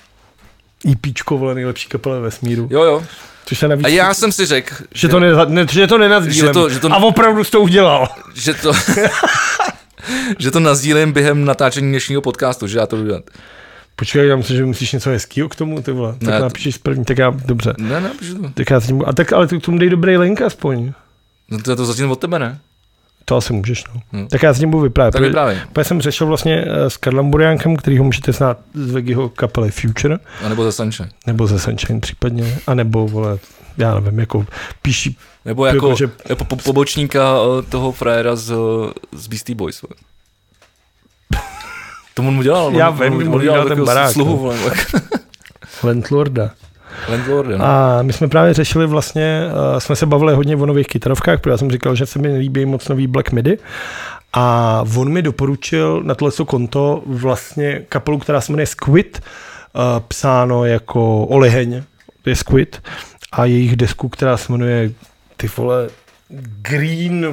EPčko, vole, nejlepší kapela vesmíru. Jo, jo. Což se navíc, A já jsem si řekl, že to, ne, ne, že to nenazdílem. Že to- že to- A opravdu jsi to udělal. že to, že to nazdílím během natáčení dnešního podcastu, že já to budu dělat. Počkej, já myslím, že musíš něco hezkýho k tomu, ty vole. Tak Ne, to- napíšeš první, tak já, dobře. Ne, ne, píšu to. Tak já s tím, a tak, ale ty k tomu dej dobrý link aspoň. No to je to zatím od tebe, ne? To asi můžeš, no. Hmm. Tak já s tím budu vyprávět. Tak Protože- vyprávěj. protože jsem řešil vlastně eh, s Karlem Buriánkem, kterýho můžete znát z Vegiho kapely Future, A nebo ze Sunshine. nebo ze Sunshine případně, anebo, vole, já nevím, jako píší, Nebo jako, Protože- jako po, pobočníka eh, toho frajera z, z Beastie Boys. vole. To on mu dělal. Já on, vím, on, mu on dělal ten takového barák, sluhu, no. vole, Landlorda. Landlorda, no. A my jsme právě řešili vlastně, uh, jsme se bavili hodně o nových kytarovkách, protože já jsem říkal, že se mi nelíbí moc nový Black Midi. A on mi doporučil na tohleto konto vlastně kapelu, která se jmenuje Squid, uh, psáno jako Oliheň, to je Squid, a jejich desku, která se jmenuje ty vole Green,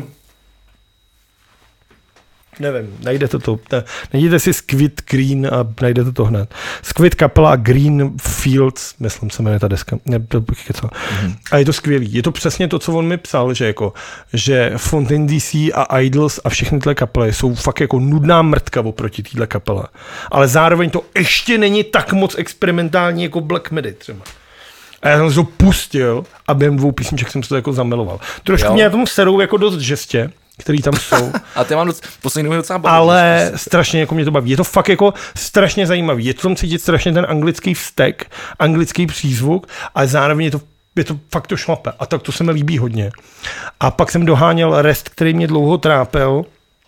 nevím, najdete to, ne, najdete si Squid Green a najdete to hned. Squid kapela Green Fields, myslím se jmenuje ta deska, ne, to bych kecal. Mm-hmm. A je to skvělý, je to přesně to, co on mi psal, že jako, že Fontaine D C a Idols a všechny tyhle kapely jsou fakt jako nudná mrtka oproti téhle kapele. Ale zároveň to ještě není tak moc experimentální jako Black Midi třeba. A já jsem se to pustil a během dvou písniček jsem se to jako zamiloval. Trošku Jo. mě na tom serou jako dost žestě, který tam jsou. A ty mám doc, poslední době docela baví. Ale strašně jako mě to baví. Je to fakt jako strašně zajímavý. Je to tam cítit strašně ten anglický vztek, anglický přízvuk, ale zároveň je to, je to fakt to šlape. A tak to se mi líbí hodně. A pak jsem doháněl rest, který mě dlouho trápil,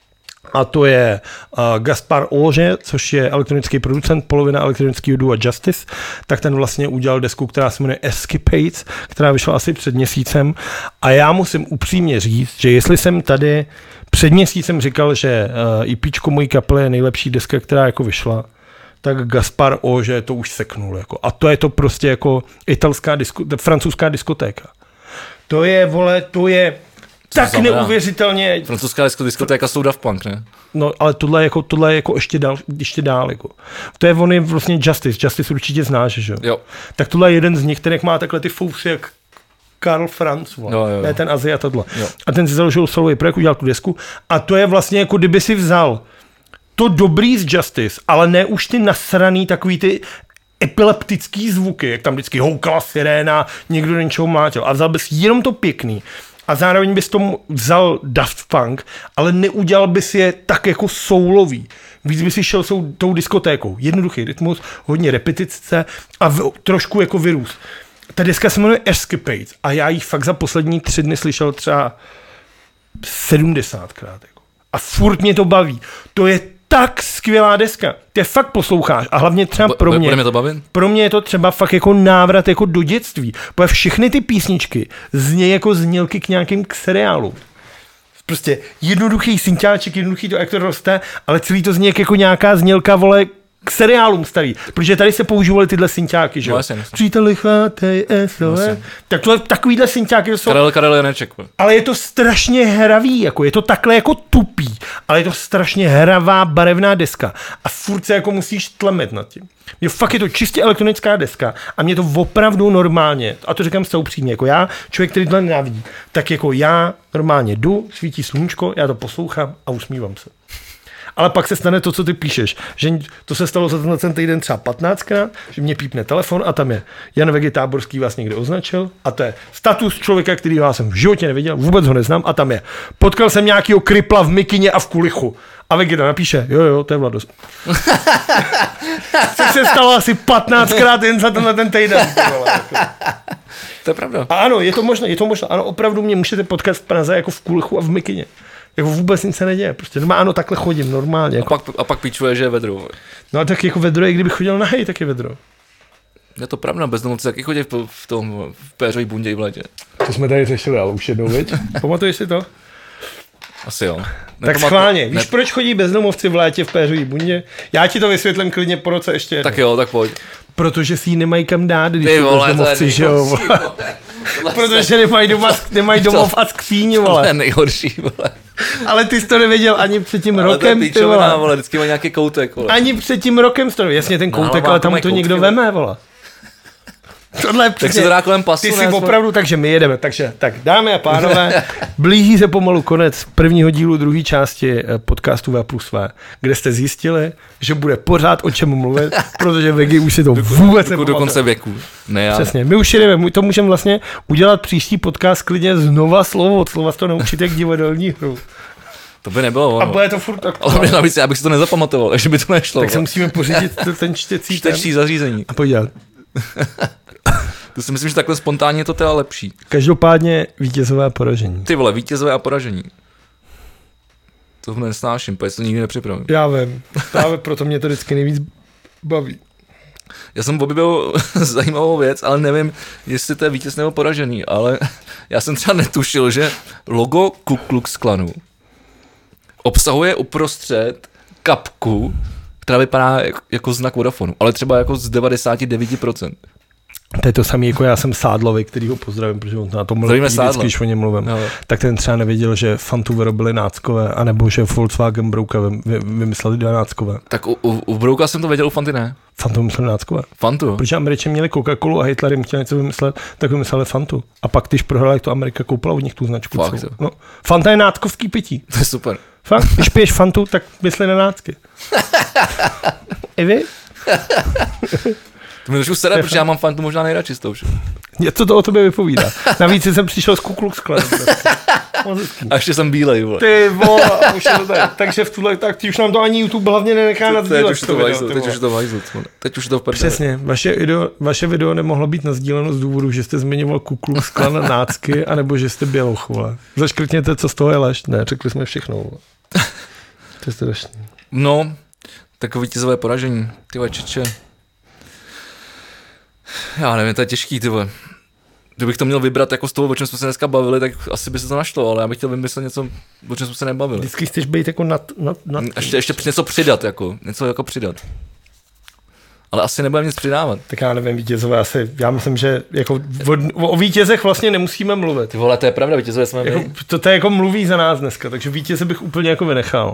a to je uh, Gaspar Olže, což je elektronický producent, polovina elektronického dua Justice, tak ten vlastně udělal desku, která se jmenuje Escapades, která vyšla asi před měsícem. A já musím upřímně říct, že jestli jsem tady před měsícem říkal, že uh, EPčko mojí kapely je nejlepší deska, která jako vyšla, tak Gaspar Olže to už seknul. Jako. A to je to prostě jako italská disko, francouzská diskotéka. To je, vole, to je tak znamená? Neuvěřitelně. Francouzská diskotéka jsou Daft Punk, ne? No, ale tohle je jako, tohle je jako ještě dál, ještě dál jako. To je on je vlastně Justice, Justice určitě znáš, že jo? Tak tohle je jeden z nich, který má takhle ty fousy jak Karl Franz, jo, jo. Ne ten Azia tohle. Jo. A ten si založil solový projekt, udělal tu desku a to je vlastně jako kdyby si vzal to dobrý z Justice, ale ne už ty nasraný takový ty epileptický zvuky, jak tam vždycky houkala siréna, někdo do něčeho mlátil a vzal bys jenom to pěkný. A zároveň bys tomu vzal Daft Punk, ale neudělal bys je tak jako soulový. Víc bys si šel sou, tou diskotékou. Jednoduchý rytmus, hodně repetice a v, trošku jako virus. Ta deska se jmenuje Escapades a já ji fakt za poslední tři dny slyšel třeba sedmdesátkrát. Jako. A furt mě to baví. To je tak skvělá deska. Ty fakt posloucháš a hlavně třeba pro mě, mě to bavit? Pro mě je to třeba fakt jako návrat jako do dětství. Protože všechny ty písničky znějí jako znělky k nějakým k seriálu. Prostě jednoduchý synťáček, jednoduchý to, jak to roste, ale celý to zní jako nějaká znělka, vole, k seriálům starý. Protože tady se používaly tyhle synťáky, že jo? Příteli, chvátej, es, tak to je takovýhle synťáky, to jsou... Karel, Karel Janeček. Ale je to strašně hravý, jako je to takhle jako tupý, ale je to strašně hravá, barevná deska. A furt se jako musíš tlemet nad tím. Je fakt je to čistě elektronická deska a mě to opravdu normálně, a to říkám zcela upřímně, jako já, člověk, který tohle nenávidí, tak jako já normálně jdu, svítí sluníčko, já to poslouchám a usmívám se. Ale pak se stane to, co ty píšeš. Že to se stalo za tenhle ten týden třeba patnáctkrát, že mě pípne telefon a tam je Jan Vegi Táborský vás někde označil a to je status člověka, který vás jsem v životě neviděl, vůbec ho neznám a tam je. Potkal jsem nějakýho krypla v mikině a v kulichu. A Vegeta napíše, jo, jo, to je Vlados. Což se stalo asi patnáctkrát jen za tenhle ten týden. To je pravda. A ano, je to možné, je to možné. Ano, opravdu mě můžete potkat v Praze jako v kulichu a v mikině. Jako vůbec nic se neděje, prostě no, ano, takhle chodím normálně. Jako. A pak, a pak píčuje, že je vedro. No a tak jako vedro je, kdyby chodil nahej, tak je vedro. Je to pravda, bezdomovci taky chodí v, v tom v péřový bundě v létě. To jsme tady řešili, ale už jednou, viď? Pamatuješ si to? Asi jo. Tak schválně, víš, ne... proč chodí bezdomovci v létě v péřový bundě? Já ti to vysvětlím klidně po roce ještě jednou. Tak jo, tak pojď. Protože si ji nemají kam dát, když jsou bezdomovci, že jo? Protože nemají, doma, nemají domov a skříň, vole. To je nejhorší, vole. Ale ty jsi to nevěděl ani před tím ale rokem, ty vole. vole. Vždycky má nějaký koutek, vole. Ani před tím rokem jsi to nevěděl. Jasně ten koutek, no, ale tam to někdo veme, vole. Tohle je tak se to dá kolem pasu. Ty jsi opravdu, takže my jedeme. Takže, tak dámy a pánové, blíží se pomalu konec prvního dílu druhé části podcastu V plus V, kde jste zjistili, že bude pořád o čem mluvit, protože Vegi už si to vůbec nepamatuje. Do konce věku. Ne, já. Přesně, my už jedeme, to můžeme vlastně udělat příští podcast klidně znova slovo od slova, to naučit jak divadelní hru. To by nebylo ono. A bude to furt tak. Ale navíc, já bych si to nezapamatoval, takže by to nešlo. Tak se musíme pořídit ten čtecí, čtecí zařízení. A podívat. To si myslím, že takhle spontánně to teda lepší. Každopádně vítězové a poražení. Ty vole, vítězové a poražení. To nesnáším, protože to nikdy nepřipravím. Já vím, právě proto mě to vždycky nejvíc baví. Já jsem objevil zajímavou věc, ale nevím, jestli to je vítěz nebo poražený, ale já jsem třeba netušil, že logo Ku Klux Klanu obsahuje uprostřed kapku, která vypadá jako, jako znak Vodafonu, ale třeba jako z devadesát devět procent. To je to samý, jako já jsem Sádlovi, který ho pozdravím, protože on na tom mluví vždycky, když o něm mluvím. No. Tak ten třeba nevěděl, že Fantu vyrobili náckové, anebo že Volkswagen Brouka vymysleli dva náckové. Tak u, u, u Brouka jsem to věděl, u Fanty ne. Fantu vymysleli náckové. Fantu? Protože Američané měli Coca-Colu a Hitler jim chtěl něco vymyslet, tak vymysleli Fantu. A pak, když prohráli, to Amerika koupila u nich tu značku. Fakt, no. Fanta je náckovský pití. To je super. Fakt, když piješ Fantu, tak mysli na nácky. I vy? To mi trošku sere, protože já mám Fantu možná nejradši s tou. Něco to o tobě vypovídá. Navíc jsem přišel z Ku Klux Klanu. A ještě jsem bílej, vole. Ty vole, už je to tak. Takže v tuhle, tak ti už nám to ani YouTube hlavně nenechá nadsdílet. Teď už to vajzl, teď už to vajzl, teď už to vpadne. Přesně, vaše video, vaše video nemohlo být nazdíleno z důvodu, že jste zmiňoval Ku Klux Klan na nácky, anebo že jste bělouch, vole. Zaškrtněte, co z toho je lež. Ne, řekli jsme všechno, vole. To je strašný. No, takové vítězové poražení, ty vole, čeče. Já nevím, to je těžký, ty vole. Kdybych to měl vybrat jako z toho, o čem jsme se dneska bavili, tak asi by se to našlo, ale já bych chtěl vymyslet něco, o čem jsme se nebavili. Vždycky chceš být jako nad... nad, nad ještě, ještě něco přidat, jako, něco jako přidat. Ale asi nebudeme nic přidávat. Tak já nevím, vítězové asi, já myslím, že jako o, o vítězech vlastně nemusíme mluvit. Ty vole, to je pravda, vítězové jsme jako, my. To, to je jako mluví za nás dneska, takže vítěze bych úplně jako vynechal.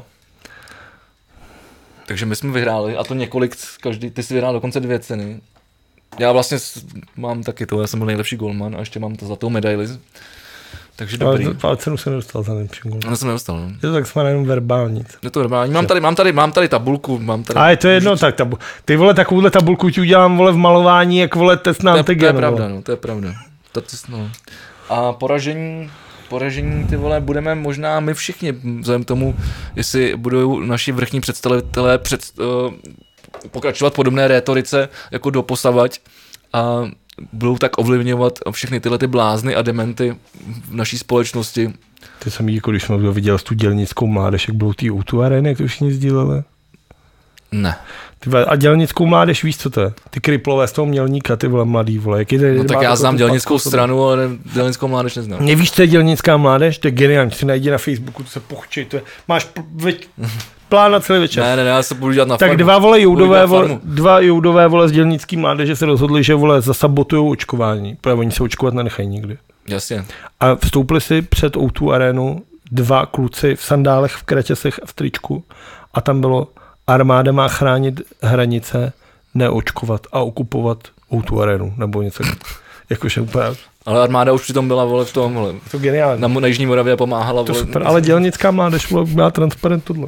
Takže my jsme vyhráli, a to několik, každý, ty jsi vyhrál dokonce dvě ceny. Já vlastně mám taky to, já jsem byl nejlepší golman a ještě mám to zlatou medaili. Takže dobrý. Ale, ale cenu jsem nedostal za nejlepší golman. Já jsem nedostal, no. Je to tak jsme jenom verbální. Je to verbální. Mám tady, mám tady, mám tady tabulku, mám tady. A je to jedno, tak tabu. Ty vole, takovouhle tabulku ti udělám, vole, v malování, jak vole test na antigen. To je pravda, no, to je pravda. To, to, no. A poražení, poražení, ty vole, budeme možná my všichni, vzhledem k tomu, jestli budou naši vrchní představitelé před, uh, pokračovat podobné rétorice jako doposavať a budou tak ovlivňovat všechny tyhle ty blázny a dementy v naší společnosti. To jsem jako když jsem viděl tu dělnickou mládež, jak budou ty ó dva areny, jak to všichni sdíleli? Ne. Ty vole, a dělnickou mládež, víš co to je? Ty kriplové z toho Mělníka, ty vole mladý, vole. Jaký to je, no tak já znám dělnickou stranu, ale dělnickou mládež neznám. Nevíš, co je dělnická mládež? To je geniální, si najdi na Facebooku, to se pochčej, to je, máš pl- plán na celý večer. Ne, ne, ne, já se budu dělat na tak farmu. dva vole joudové, vole, dva joudové vole z dělnický mládeže se rozhodli, že vole zasabotujou očkování, protože oni se očkovat nenechají nikdy. Jasně. A vstoupili si před ó dva arénu dva kluci v sandálech, v kraťasech a v tričku a tam bylo: armáda má chránit hranice, neočkovat a okupovat ó dva arénu, nebo něco. Jakože úplně. Ale armáda už přitom byla, vole, v tom, vole. To geniální. Na, na Jižní Moravě pomáhala, to vole. Super, ale dělnická mládež, vole, má transparent tohle.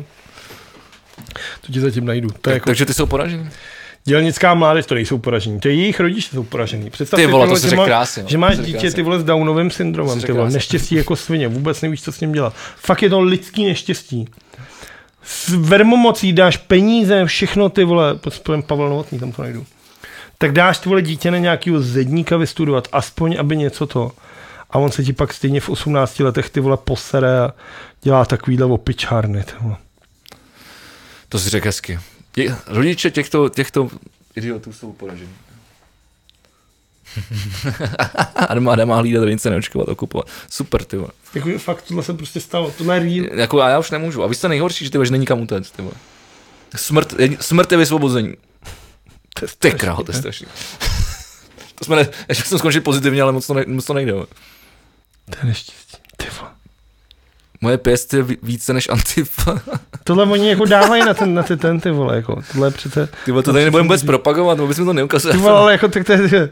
To ti zatím najdu. To tak, jako... Takže ty jsou poražení. Dělnická mládež, to nejsou poražení, to je jejich rodiče jsou poražení. Představ ty vole, si, to si že, má, krásně, že máš dítě, krásně. Ty vole, s Downovým syndromem, ty vole, neštěstí jako svině, vůbec nevíš, co s ním dělat. Fakt je to lidský neštěstí. S vermomocí dáš peníze, všechno, ty vole, podspojím Pavel Novotný, tam to najdu. Tak dáš ty vole dítě na nějakýho zedníka vystudovat, aspoň aby něco to. A on se ti pak stejně v osmnácti letech ty vole posere a dělá takovýhle opičárny, ty vole. To si řekl hezky. Je, rodiče těchto, těchto idiotů jsou poražení. Armáda má hlídat, hranice neočkovat, okupovat. Super, ty vole. Jako fakt, tohle se prostě stalo, tohle je real. Jako a já už nemůžu. A vy jste nejhorší, že ty vole, že není kam utéct, ty vole. Smrt, smrt je vysvobození. Ty král, to je strašný. To jsme ne, ještě jsem skončil pozitivně, ale moc to, ne, moc to nejde. Vole. To je neštěstí, ty vole. Moje pěst je více než Antifa. Tohle oni jako dávají na, ten, na ty tenty, vole, jako, tohle přece... Ty vole, to tady nebudeme vůbec propagovat, nebo bychom to neukazovali. Ty vole, ale jako, tak to je...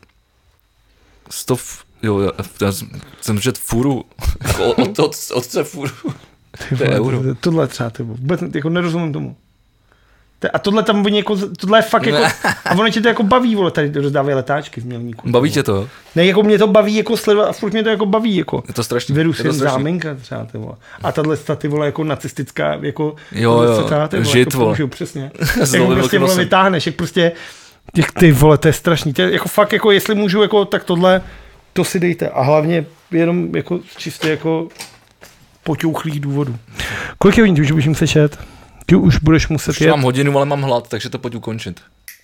Stov, jo, já, já jsem žet furu, jako od, od, otce furu. Ty vole, to je euro. Tohle třeba, ty vole, vůbec jako nerozumím tomu. A tohle tam oni jako, tohle je fakt jako, a ono tě to jako baví, vole, tady rozdávají letáčky z Mělníku. Baví tě to? Ne, jako mě to baví jako sledovat, a furt mě to jako baví, jako. Je to strašný. Virus je záminka třeba, ty vole. A tahle ty vole jako nacistická, jako. Jo, jo, třeba, ty vole, žit, jako vole. Použiju, přesně. Jak prostě vole vytáhneš, jak prostě, jak ty vole, to je strašný. To je, jako fakt, jako jestli můžu, jako, tak tohle, to si dejte. A hlavně jenom jako čistě jako poťouchlých důvodů. Kolik je hodin, už budeš muset šet? Ty už budeš muset už jet. Mám hodinu, ale mám hlad, takže to pojď ukončit.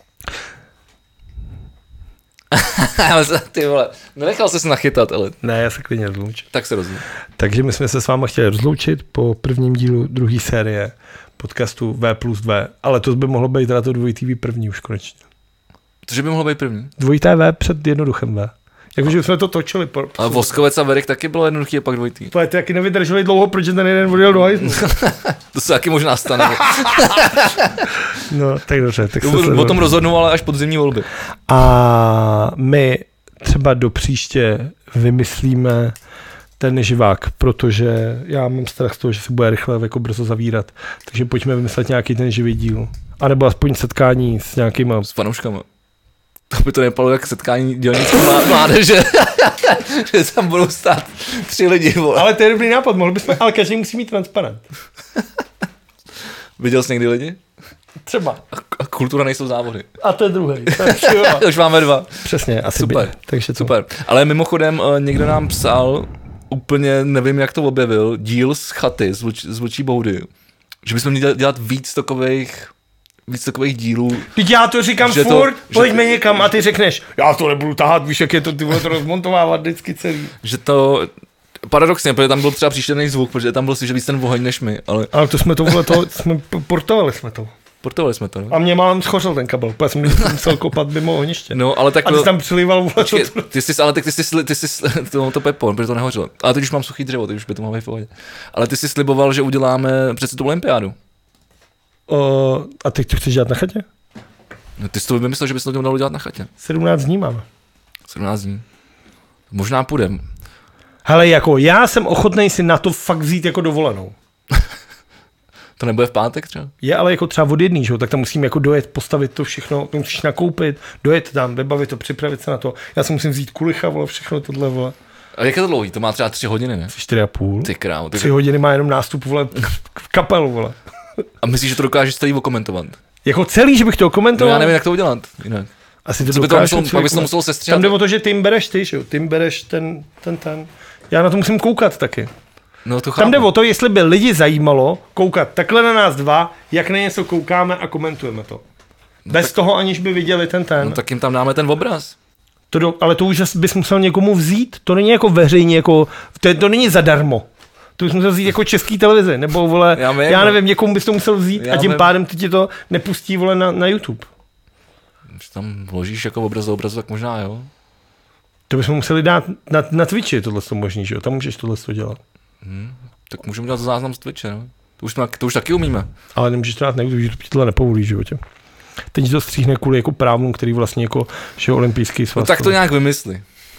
Ty vole, nenechal jsi se nachytat, ale... Ne, já se klidně rozloučím. Tak se rozumím. Takže my jsme se s váma chtěli rozloučit po prvním dílu druhé série podcastu V plus dva, ale to by mohlo být teda to dvojitý V první už konečně. Cože by mohlo být první? Dvojité V před jednoduchým V. Jakože jsme to točili. Po, ale Voskovec a Verek taky bylo jednoduchý a pak dvojitý. To je taky nevydrželi dlouho, protože ten jeden odjel do hajzlu. To se taky možná stane. No, tak dobře. Tak o tom rozhodnu, ale až podzimní volby. A my třeba do příště vymyslíme ten živák, protože já mám strach z toho, že se bude rychle jako brzo zavírat. Takže pojďme vymyslet nějaký ten živý díl. A nebo aspoň setkání s nějakýma... S fanouškama. to by to nepadlo jak setkání dělnické mládeže, že tam budou stát tři lidi, vole. Ale to je dobrý nápad, mohli bychom, ale každý musí mít transparent. Viděl jsi někdy lidi? Třeba. A kultura nejsou závody. A to je druhý. Už máme dva. Přesně, asi super. By. Takže to... Super. Ale mimochodem někdo nám psal, úplně nevím, jak to objevil, díl z chaty, z, vlč, z Vlčí boudy, že bychom měli dělat víc takových víc takových dílů. Teď já to říkám že furt, to, pojďme že... někam a ty řekneš, já to nebudu tahat, víš, jak je to, ty vole to rozmontovávat vždycky celý. Že to, paradoxně, protože tam byl třeba příšerný zvuk, protože tam byl si, že víc ten oheň než my, ale... Ale to jsme to, vole, to, jsme portovali jsme to. Portovali jsme to, no. A mě málem schořel ten kabel, protože jsem musel kopat mimo ohniště. No, ale tak... A ty tam přilíval, vole, počkej, to... Ty jsi, ale tak ty jsi, ty jsi, to, to pepon, protože to nehořelo. Ale teď už mám suchý dřevo, teď už by to mohlo být v pohodě. Ale ty jsi sliboval, že uděláme přece tu olympiádu. O, a teď to chceš dělat na chatě? No, ty jsi to vymyslel, že bys to měl dělat na chatě. sedmnáct dní máme. sedmnáct dní. Možná půjdem. Hele, jako já jsem ochotnej si na to fakt vzít jako dovolenou. To nebude v pátek třeba? Je ale jako třeba od jedný, že? Tak tam musím jako dojet, postavit to všechno, to musíš nakoupit, dojet tam, vybavit to, připravit se na to. Já si musím vzít kulicha, vole, všechno tohle, vole. A jak je to dlouhý? To má třeba tři hodiny, ne? Čtyři a půl. Ty krávo. Ty... Tři hodiny má jenom nástup, vole, v kapelu, vole. A myslíš, že to dokážeš celý okomentovat? Jako celý, že bych to komentoval? No já nevím, jak to udělat jinak. Asi to Co by to musel, pak bys to musel sestříhat. Tam jde o to, že ty jim bereš ty, že jo? Ty jim bereš ten, ten, ten. Já na to musím koukat taky. No, to Tam jde o to, jestli by lidi zajímalo koukat takhle na nás dva, jak na něco koukáme a komentujeme to. No Bez tak, toho, aniž by viděli ten ten. No tak jim tam dáme ten obraz. To do, ale to už bys musel někomu vzít. To není jako veřejně, jako, to, to není zadarmo. To bys musel vzít jako český televizi, nebo vole, já, vím, já nevím, někomu bys to musel vzít já a tím vím. Pádem ty ti to nepustí, vole, na, na YouTube. Když tam vložíš jako obraz do obrazu, tak možná, jo. To bychom museli dát na, na Twitchi, tohle to možný, že jo, tam můžeš tohle to dělat. Hmm, tak můžeme dělat záznam z Twitche, no. To už, to už taky umíme. Ale nemůžeš to dát na YouTube, že to tohle nepovolí v životě. Teď to stříhne kvůli jako právům, který vlastně jako, že olympijský svaz. No tak to nějak vymysli.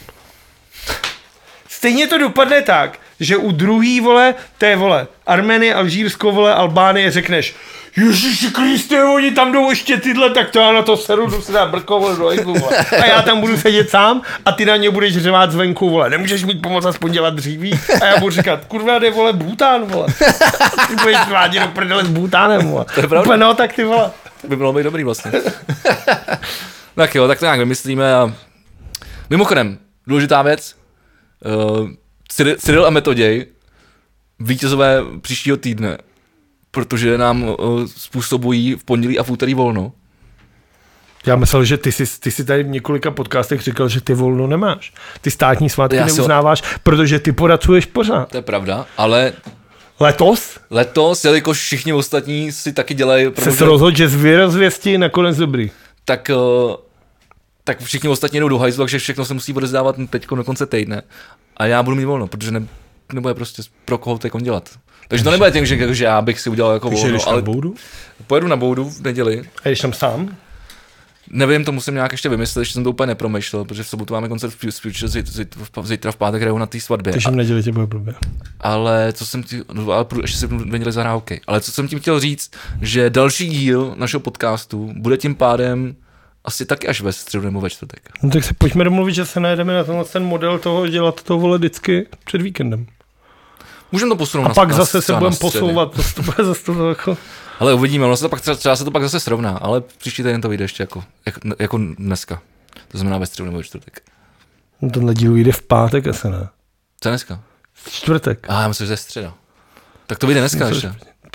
Stejně to dopadne tak, že u druhý, vole, té, vole, Arménie, Alžírsko, vole, Albánie řekneš, Ježiši Kriste, oni tam jdou ještě tyhle, tak to já na to seru, jdu se dát brko, vole, do hejtlu, vole. A já tam budu sedět sám a ty na ně budeš řevát zvenku, vole, nemůžeš mít pomoc aspoň dělat dříví? A já budu říkat, kurva, jde, vole, Bhútán, vole. Ty budeš svádět do prdele s Bhútánem, vole. To je pravda. No, tak ty, vole. To by bylo být dobrý vlastně. Tak jo, tak to nějak vymyslíme a... Mimochodem, důležitá věc, uh, Cyril a Metoděj, vítězové příštího týdne, protože nám uh, způsobují v pondělí a v úterý volno. Já myslel, že ty jsi, ty jsi tady v několika podcastech říkal, že ty volno nemáš. Ty státní svátky Já neuznáváš, ho... protože ty poracuješ pořád. To je pravda, ale... Letos? Letos, jelikož všichni ostatní si taky dělají... Jsi se rozhodl, že zvěrozvěstí nakonec dobrý. Tak... Uh, tak všichni ostatní jdou do hajzlu, takže všechno se musí odezdávat teď do konce týdne. A já budu mít volno, protože ne, nebude prostě pro koho teď dělat. Takže to nebude tím, že, že já bych si udělal jako volno, ale boudu? Pojedu na boudu v neděli. A jdeš tam sám? Nevím, to musím nějak ještě vymyslet, ještě jsem to úplně nepromýšlel, protože v sobotu máme koncert v Future, zítra v pátek hraju na té svatbě. Takže v neděli tě bude blbě. Ale co jsem ti, no, ale ještě si v neděli zahrál hokej. Ale co jsem tím chtěl říct, že další díl našeho podcastu bude tím pádem asi taky až ve středu nebo ve čtvrtek. No tak se pojďme domluvit, že se najedeme na tenhle ten model toho dělat to, vole, vždycky před víkendem. Můžeme to posunout. A na, pak na, zase se budeme posouvat, to, to bude zase to jako... Ale uvidíme, ono se to pak, třeba, třeba se to pak zase srovná, ale příští týden to vyjde ještě jako, jako, jako dneska. To znamená ve středu nebo ve čtvrtek. No tenhle díl vyjde v pátek asi ne. Co dneska? V čtvrtek. A já myslím, že ze středa. Tak to vyjde dneska ještě.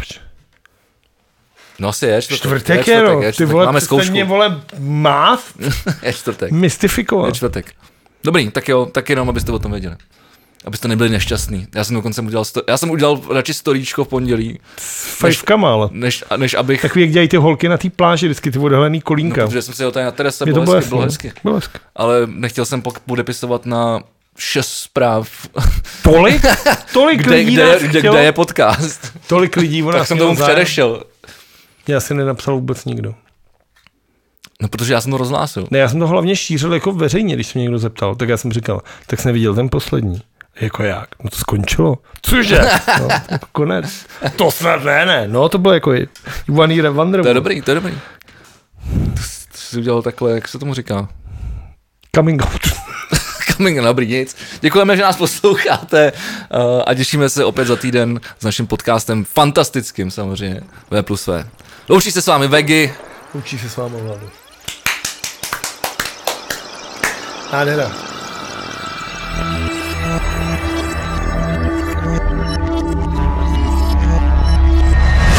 No asi je čtvrtek. Čtvrtek je, no. Je čtvrtek. Ty vole, máme zkoušku. Mě, vole, mást? Je čtvrtek. Mystifikovat. Je čtvrtek. Dobrý, tak jo, tak jenom, abyste o tom věděli. Abyste nebyli nešťastní. Já jsem dokonce udělal, sto- já jsem udělal radši storíčko v pondělí. S fajfkama, ale. Než, než abych... Takový, jak dělají ty holky na té pláži, vždycky ty odhalený kolínka. No, protože jsem si ho tady na terase, bylo, bylo, to hezky, bylo hezky. Bylo hezky. Ale nechtěl jsem podepisovat na šest zpráv. Tolik? Tolik kde, lidí kde, nás kde, chtělo? kde je podcast? Tolik lidí, ona tak jsem tomu předešel. Já si nenapsal vůbec nikdo. No, protože já jsem to rozhlásil. Ne, já jsem to hlavně šířil jako veřejně, když se mě někdo zeptal, tak já jsem říkal, tak jsem neviděl ten poslední. Jako jak? No to skončilo. Cože? No, jako konec. To snad ne, ne. No to bylo jako One Year Wonder. To je dobrý, to je dobrý. To jsi udělal takhle, jak se tomu říká? Coming out. Coming out, dobrý, nic. Děkujeme, že nás posloucháte uh, a těšíme se opět za týden s naším podcastem fantastickým samozřejmě. V plus V. Loučí se s vámi Vegy. Loučí se s vámi Vlado. Nádhera.